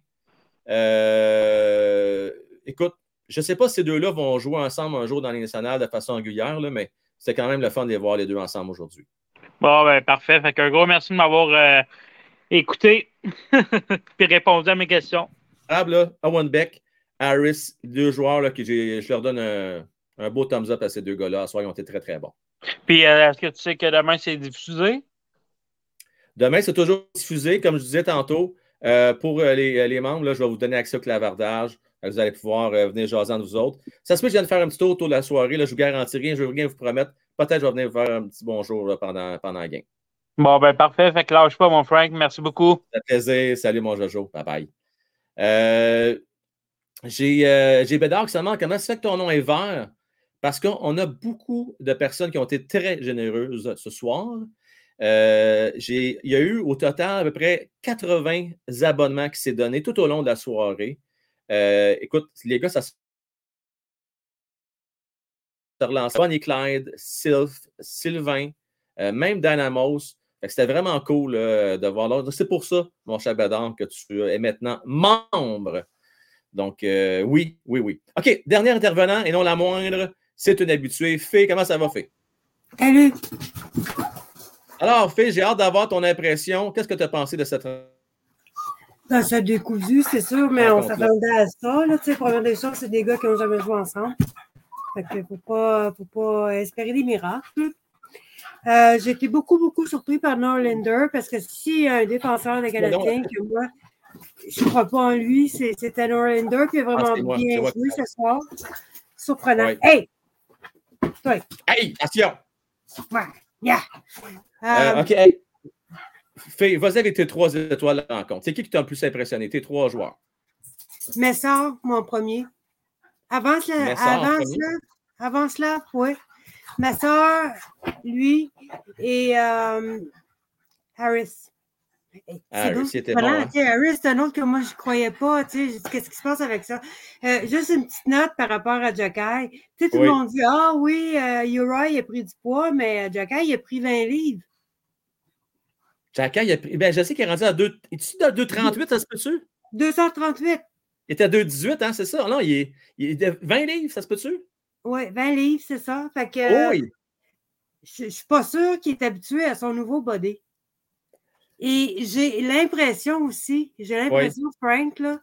Écoute, je ne sais pas si ces deux-là vont jouer ensemble un jour dans les nationales de façon régulière, là, mais c'est quand même le fun de les voir les deux ensemble aujourd'hui. Bon, ben parfait. Fait qu'un gros merci de m'avoir écouté et répondu à mes questions. Là, Owen Beck, Harris, deux joueurs là, je leur donne un beau thumbs up à ces deux gars-là. À soir, ils ont été très, très bons. Puis, est-ce que tu sais que demain, c'est diffusé? Demain, c'est toujours diffusé, comme je disais tantôt. Pour les membres, là, je vais vous donner accès au clavardage. Vous allez pouvoir venir jaser entre vous autres. Ça se peut que je vienne faire un petit tour autour de la soirée. Là, je ne vous garantis rien, je ne veux rien vous promettre. Peut-être que je vais venir vous faire un petit bonjour là, pendant la game. Bon, ben parfait. Fait que lâche pas, mon Frank. Merci beaucoup. Ça fait plaisir. Salut, mon Jojo. Bye-bye. J'ai Bédard qui se demande comment ça fait que ton nom est vert. Parce qu'on a beaucoup de personnes qui ont été très généreuses ce soir. Il y a eu au total à peu près 80 abonnements qui s'est donné tout au long de la soirée. Écoute, les gars, ça se relance. Bonnie Clyde, Sylvain, même Dynamos. C'était vraiment cool de voir là. C'est pour ça, mon cher Bédard, que tu es maintenant membre. Donc, oui. OK, dernier intervenant, et non la moindre, c'est une habituée. Fé, comment ça va, Fé? Salut! Alors, Fé, j'ai hâte d'avoir ton impression. Qu'est-ce que tu as pensé de cette... Ben, c'est décousu, c'est sûr, mais on s'attendait à ça. Là, première des choses, c'est des gars qui n'ont jamais joué ensemble. Fait que faut pas espérer des miracles. J'ai été beaucoup surpris par Norlander parce que s'il y a un défenseur des Canadiens que moi, je ne crois pas en lui, c'était Norlander qui a vraiment bien joué ce soir. Surprenant. Ouais. Hey! Toi. Hey! Attention! Ouais. Yeah! OK, hey. Fais, vas-y avec tes 3 étoiles de la rencontre. C'est qui t'a le plus impressionné? Tes 3 joueurs. Messard, mon premier. Avant cela, oui. Messard, lui, et Harris. Harris, c'était bon. Hein? Harris, c'est un autre que moi, je ne croyais pas. Qu'est-ce qui se passe avec ça? Juste une petite note par rapport à Jacky. Tout le monde dit, ah oui, Uri a pris du poids, mais Jacky, il a pris 20 livres. Jacky, il a pris... Ben, je sais qu'il est rendu à 2... Es-tu à 2,38, ça se peut-tu? 238. Il était à 2,18, hein, c'est ça? Non, il est 20 livres, ça se peut-tu? Oui, 20 livres, c'est ça. Fait que oui. Je ne suis pas sûre qu'il est habitué à son nouveau body. Et j'ai l'impression aussi, Frank, là,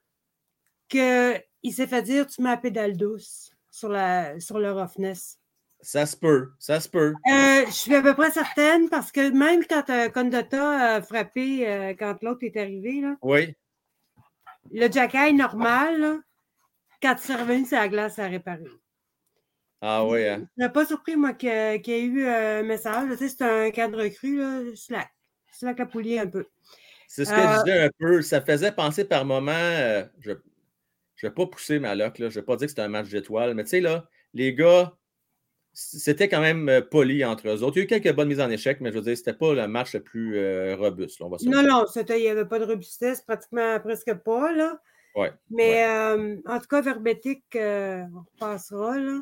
qu'il s'est fait dire, tu mets la pédale douce sur le roughness. Ça se peut. Je suis à peu près certaine parce que même quand Condotta a frappé quand l'autre est arrivé, là, le Jacky normal, là, quand il s'est revenu sur la glace, ça a réparé. Ah oui, hein? Je n'ai pas surpris, moi, qu'il y ait eu un message. Tu sais, c'est un cadre recru, là, slack la poulie un peu. C'est ce que je disais un peu. Ça faisait penser par moments, je ne vais pas pousser ma loc, là, je ne vais pas dire que c'était un match d'étoiles, mais tu sais, là, les gars, c'était quand même poli entre eux autres. Il y a eu quelques bonnes mises en échec, mais je veux dire, c'était pas le match le plus robuste. Là, non, il n'y avait pas de robustesse, pratiquement presque pas, là. Ouais. Mais en tout cas, Verbetic, on repassera, là.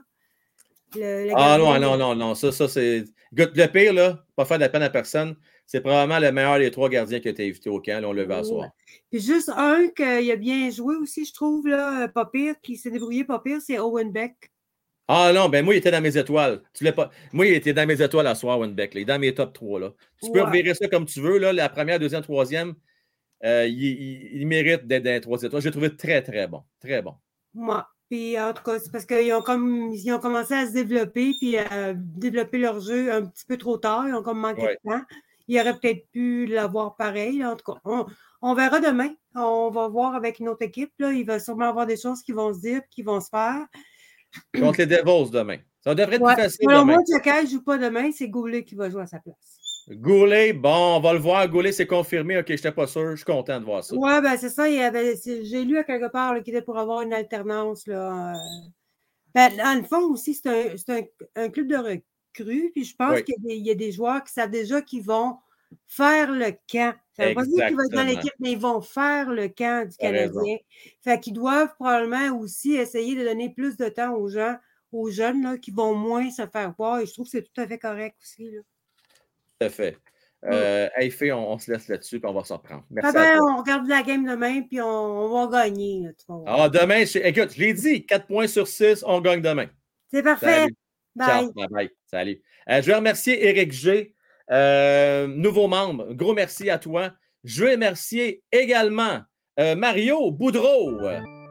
Non. Ça, c'est. Le pire, là, pas faire de la peine à personne, c'est probablement le meilleur des 3 gardiens qui a été invité au camp. Là, on le va asseoir. Puis juste un qui a bien joué aussi, je trouve, là, pas pire, qui s'est débrouillé pas pire, c'est Owen Beck. Ah non, ben moi, il était dans mes étoiles. Moi, il était dans mes étoiles à soir, Owen Beck. Il est dans mes top 3. Là. Tu peux revirer ça comme tu veux. Là, la première, deuxième, troisième, il mérite d'être dans les 3 étoiles. Je l'ai trouvé très, très bon. Très bon. Moi. Puis en tout cas, c'est parce qu'ils ont commencé à se développer puis à développer leur jeu un petit peu trop tard. Ils ont comme manqué de temps. Ils auraient peut-être pu l'avoir pareil. Là. En tout cas, on verra demain. On va voir avec une autre équipe. Là. Il va sûrement avoir des choses qui vont se dire qui vont se faire. Contre les Devils demain. Ça devrait être plus facile Alors, demain. moi, Jacky ne joue pas demain. C'est Goulet qui va jouer à sa place. Goulet, bon, on va le voir. Goulet, c'est confirmé. OK, je n'étais pas sûr. Je suis content de voir ça. Oui, ben c'est ça. J'ai lu à quelque part qu'il était pour avoir une alternance. Là. Dans le fond aussi, c'est un club de recrues. Puis je pense qu'il y a des joueurs qui savent déjà qu'ils vont faire le camp. Ça ne veut pas dire qu'ils vont être dans l'équipe, mais ils vont faire le camp du Canadien. Fait qu'ils doivent probablement aussi essayer de donner plus de temps aux jeunes là, qui vont moins se faire voir. Et je trouve que c'est tout à fait correct aussi. Là. Tout à fait. Hey, Fé, on se laisse là-dessus, puis on va s'en reprendre. Merci Ah à toi. on regarde la game demain, puis on va gagner. Ah, demain, écoute, je l'ai dit, 4 points sur 6, on gagne demain. C'est parfait. Salut. Bye. Ciao. Bye. Salut. Je vais remercier Éric G, nouveau membre. Gros merci à toi. Je vais remercier également Mario Boudreau.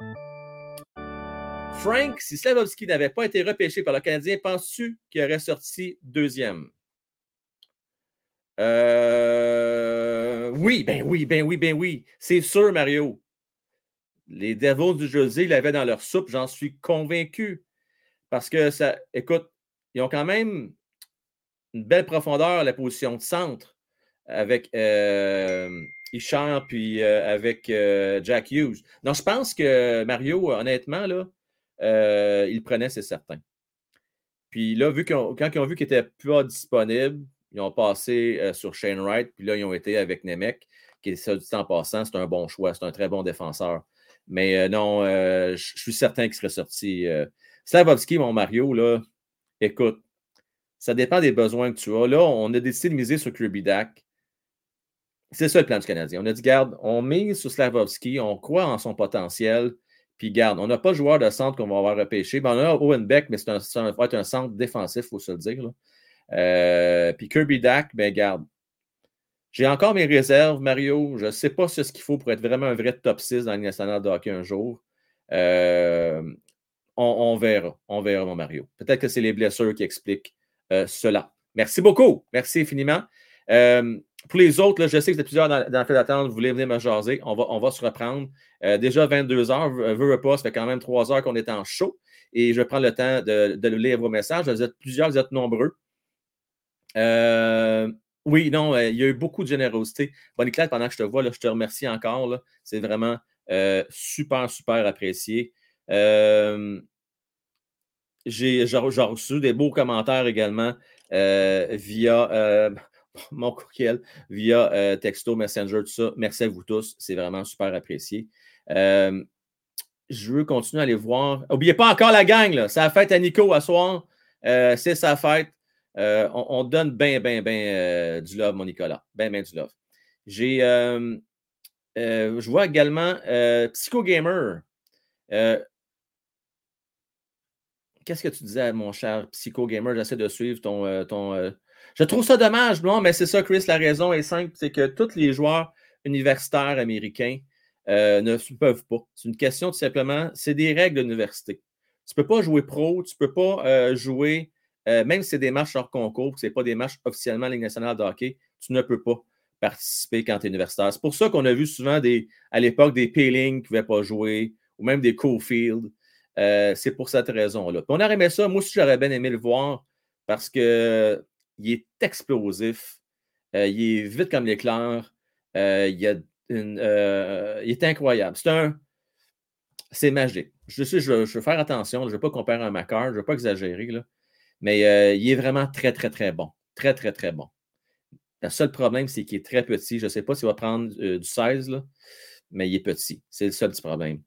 Frank, si Slavovski n'avait pas été repêché par le Canadien, penses-tu qu'il aurait sorti deuxième? Oui, ben oui. C'est sûr, Mario. Les Devils du Jersey l'avaient dans leur soupe, j'en suis convaincu. Parce que, écoute, ils ont quand même une belle profondeur à la position de centre avec Ishar puis avec Jack Hughes. Donc, je pense que Mario, honnêtement, là, il le prenait, c'est certain. Puis là, quand ils ont vu qu'il n'était pas disponible, ils ont passé sur Shane Wright, puis là, ils ont été avec Nemec, qui est ça du temps passant, c'est un bon choix, c'est un très bon défenseur. Mais non, je suis certain qu'il serait sorti. Slavovski, mon Mario, là, écoute, ça dépend des besoins que tu as. Là, on a décidé de miser sur Kirby Dach. C'est ça le plan du Canadien. On a dit, garde, on mise sur Slavovski, on croit en son potentiel, puis garde, on n'a pas de joueur de centre qu'on va avoir repêché. Ben, on a Owen Beck, mais ça va être un centre défensif, il faut se le dire. Puis Kirby Dach, ben garde. J'ai encore mes réserves, Mario. Je ne sais pas ce qu'il faut pour être vraiment un vrai top 6 dans la Ligue nationale de hockey un jour. On verra. On verra, mon Mario. Peut-être que c'est les blessures qui expliquent cela. Merci beaucoup. Merci infiniment. Pour les autres, là, je sais que vous êtes plusieurs dans la file d'attente. Vous voulez venir me jaser. On va se reprendre. Déjà 22 heures. Veux pas, ça fait quand même 3 heures qu'on est en show. Et je vais prendre le temps de lire vos messages. Vous êtes plusieurs, vous êtes nombreux. Oui, non, il y a eu beaucoup de générosité. Bonnie Claire, pendant que je te vois, là, je te remercie encore. Là. C'est vraiment super, super apprécié. J'ai reçu des beaux commentaires également via mon courriel, via texto, Messenger, tout ça. Merci à vous tous. C'est vraiment super apprécié. Je veux continuer à aller voir. N'oubliez pas encore la gang, là. C'est la fête à Nico à soir. C'est sa fête. On donne bien du love, mon Nicolas. Bien du love. Je vois également Psycho Gamer. Qu'est-ce que tu disais, mon cher Psycho Gamer? J'essaie de suivre ton Je trouve ça dommage, non, mais c'est ça, Chris, la raison est simple, c'est que tous les joueurs universitaires américains ne peuvent pas. C'est une question tout simplement, c'est des règles de l'université. Tu ne peux pas jouer pro, tu ne peux pas jouer, même si c'est des matchs hors concours, que ce n'est pas des matchs officiellement Ligue nationale de hockey, tu ne peux pas participer quand tu es universitaire. C'est pour ça qu'on a vu souvent à l'époque des Peeling qui ne pouvaient pas jouer, ou même des Cofield. C'est pour cette raison-là. Puis on aurait aimé ça. Moi aussi, j'aurais bien aimé le voir parce qu'il est explosif. Il est vite comme l'éclair. Il est incroyable. C'est magique. Je veux faire attention. Je ne veux pas comparer un Makar. Je ne veux pas exagérer. Là. Mais il est vraiment très, très, très bon. Très, très, très bon. Le seul problème, c'est qu'il est très petit. Je ne sais pas s'il va prendre du 16, là, mais il est petit. C'est le seul petit problème.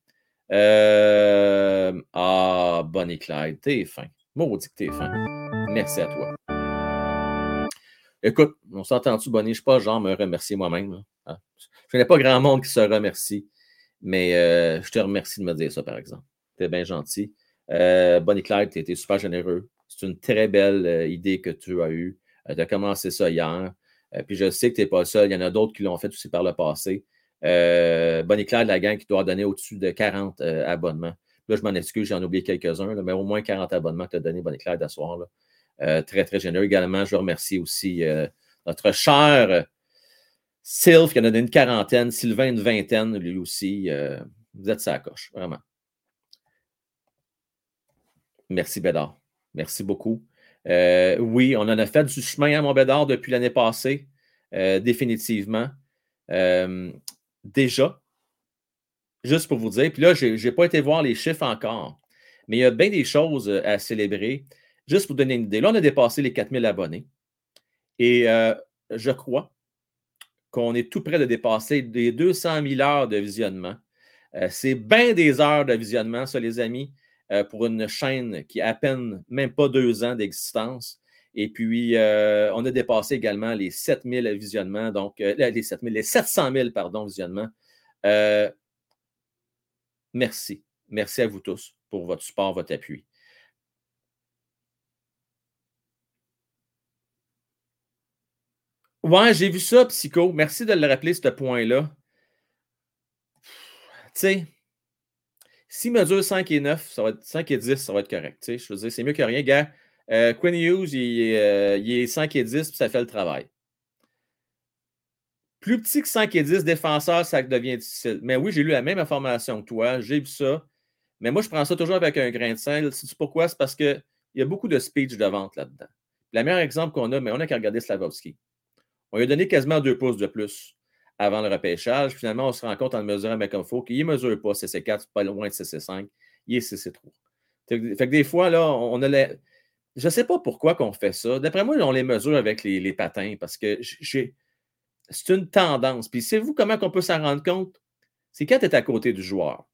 Bonnie Clyde, t'es fin. Maudit que t'es fin. Merci à toi. Écoute, on s'entend-tu, Bonnie? Je ne suis pas genre me remercier moi-même. Hein? Je ne connais pas grand monde qui se remercie, mais je te remercie de me dire ça, par exemple. T'es bien gentil. Bonnie Clyde, tu été super généreux. C'est une très belle idée que tu as eue. Tu as commencé ça hier. Puis je sais que tu n'es pas le seul. Il y en a d'autres qui l'ont fait aussi par le passé. Bonnie Claire de la gang qui doit donner au-dessus de 40 abonnements. Là, je m'en excuse, j'en ai oublié quelques-uns, là, mais au moins 40 abonnements que tu as donné, Bonnie Claire, d'asseoir. Très, très généreux. Également, je remercie aussi notre cher Sylph, qui en a donné une quarantaine, Sylvain une vingtaine, lui aussi. Vous êtes sa coche, vraiment. Merci, Bédard. Merci beaucoup. Oui, on en a fait du chemin à mon Bédard depuis l'année passée, définitivement. Déjà, juste pour vous dire, puis là, je n'ai pas été voir les chiffres encore, mais il y a bien des choses à célébrer. Juste pour vous donner une idée, là, on a dépassé les 4000 abonnés et je crois qu'on est tout près de dépasser les 200 000 heures de visionnement. C'est bien des heures de visionnement, ça, les amis, pour une chaîne qui a à peine même pas 2 ans d'existence. Et puis, on a dépassé également les 7000 visionnements, donc les 700 000 visionnements. Merci. Merci à vous tous pour votre support, votre appui. Ouais, j'ai vu ça, Psycho. Merci de le rappeler, ce point-là. Tu sais, s'il mesure 5 et 9, ça va être 5 et 10, ça va être correct. Tu sais, je veux dire, c'est mieux que rien, gars. Quinn Hughes, il est 5 et 10, puis ça fait le travail. Plus petit que 5 et 10 défenseurs, ça devient difficile. Mais oui, j'ai lu la même information que toi, j'ai vu ça. Mais moi, je prends ça toujours avec un grain de sel. Sais-tu pourquoi? C'est parce qu'il y a beaucoup de speech de vente là-dedans. Le meilleur exemple qu'on a, mais on n'a qu'à regarder Slafkovský. On lui a donné quasiment 2 pouces de plus avant le repêchage. Finalement, on se rend compte en le mesurant comme il faut qu'il ne mesure pas CC4, pas loin de CC5. Il est CC3. Fait que des fois, là, on a les... Je ne sais pas pourquoi qu'on fait ça. D'après moi, on les mesure avec les patins parce que c'est une tendance. Puis, savez-vous comment on peut s'en rendre compte? C'est quand tu es à côté du joueur.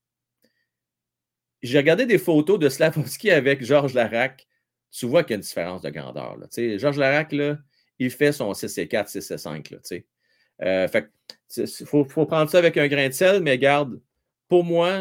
J'ai regardé des photos de Slafkovský avec Georges Laraque. Tu vois qu'il y a une différence de grandeur. Là. Georges Laraque, là, il fait son CC4, CC5. Là, fait il faut prendre ça avec un grain de sel, mais regarde, pour moi,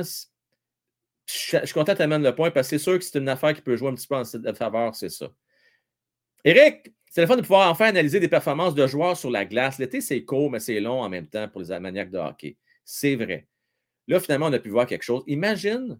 je suis content que tu amènes le point parce que c'est sûr que c'est une affaire qui peut jouer un petit peu en faveur, c'est ça. Éric, c'est le fun de pouvoir enfin analyser des performances de joueurs sur la glace. L'été, c'est court, mais c'est long en même temps pour les maniaques de hockey. C'est vrai. Là, finalement, on a pu voir quelque chose. Imagine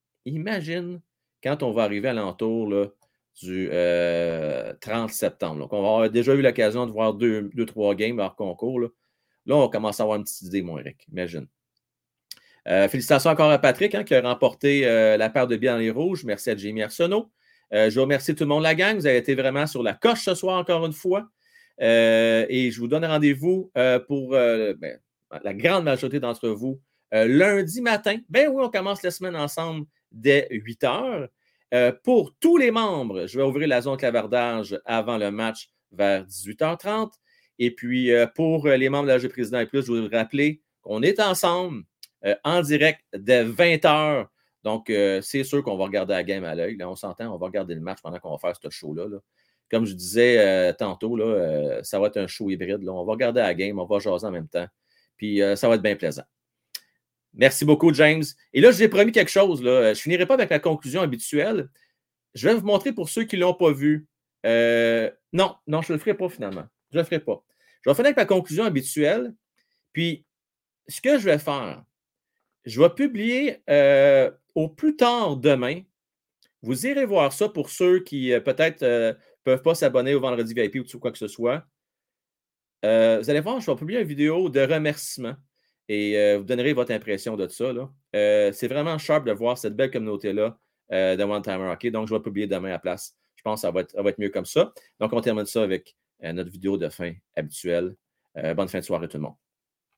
quand on va arriver à l'entour là, du 30 septembre. Donc, on va avoir déjà eu l'occasion de voir 2-3 games hors concours. Là, on commence à avoir une petite idée, mon Eric. Imagine. Félicitations encore à Patrick qui a remporté la paire de billets dans les rouges. Merci à Jamie Arsenault. Je vous remercie tout le monde, la gang. Vous avez été vraiment sur la coche ce soir, encore une fois. Et je vous donne rendez-vous pour la grande majorité d'entre vous lundi matin. Ben oui, on commence la semaine ensemble dès 8 heures. Pour tous les membres, je vais ouvrir la zone clavardage avant le match vers 18h30. Et puis, pour les membres de la G Président et plus, je vous rappeler qu'on est ensemble en direct dès 20h. Donc, c'est sûr qu'on va regarder la game à l'œil. Là, on s'entend, on va regarder le match pendant qu'on va faire ce show-là. Là. Comme je disais tantôt, là, ça va être un show hybride. Là. On va regarder la game, on va jaser en même temps. Puis, ça va être bien plaisant. Merci beaucoup, James. Et là, je vous ai promis quelque chose. Là. Je ne finirai pas avec la conclusion habituelle. Je vais vous montrer pour ceux qui ne l'ont pas vu. Non, je ne le ferai pas finalement. Je ne le ferai pas. Je vais finir avec la conclusion habituelle. Puis, ce que je vais faire, je vais publier au plus tard demain. Vous irez voir ça pour ceux qui peut-être ne peuvent pas s'abonner au Vendredi VIP ou quoi que ce soit. Vous allez voir, je vais publier une vidéo de remerciement et vous donnerez votre impression de ça. Là. C'est vraiment sharp de voir cette belle communauté-là de One Timer Hockey. Donc, je vais publier demain à la place. Je pense que ça va être mieux comme ça. Donc, on termine ça avec notre vidéo de fin habituelle. Bonne fin de soirée tout le monde.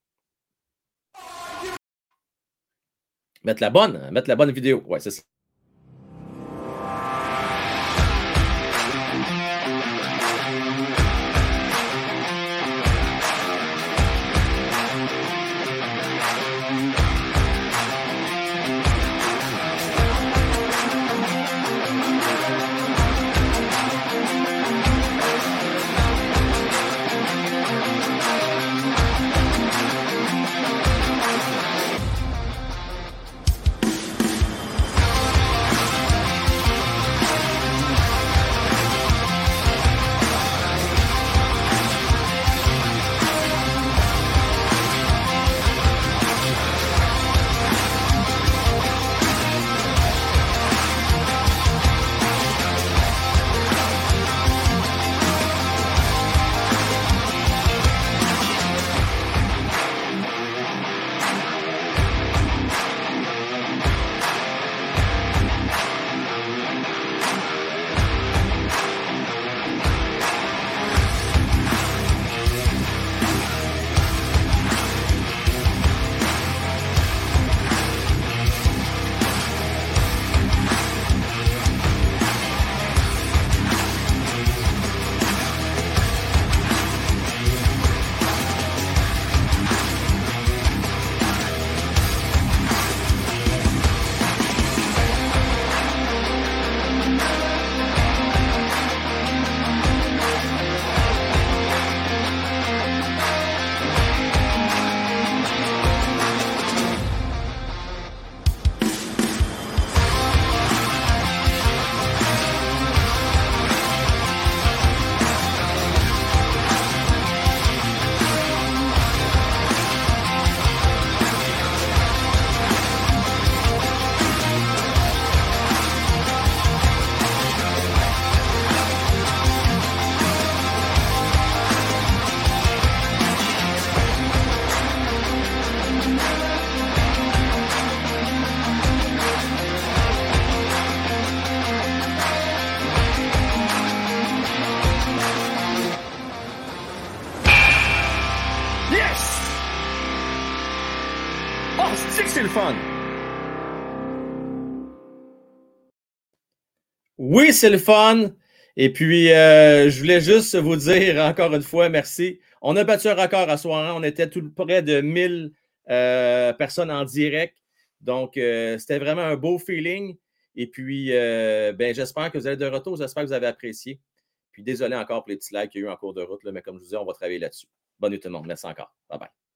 Mettre la bonne vidéo. Ouais, c'est ça. Yes! Oh, c'est le fun! Oui, c'est le fun. Et puis, je voulais juste vous dire encore une fois, merci. On a battu un record à soir. On était tout près de 1000 personnes en direct. Donc, c'était vraiment un beau feeling. Et puis, j'espère que vous êtes de retour. J'espère que vous avez apprécié. Puis, désolé encore pour les petits likes qu'il y a eu en cours de route, là, mais comme je vous disais, on va travailler là-dessus. Bonne nuit tout le monde. Merci encore. Bye bye.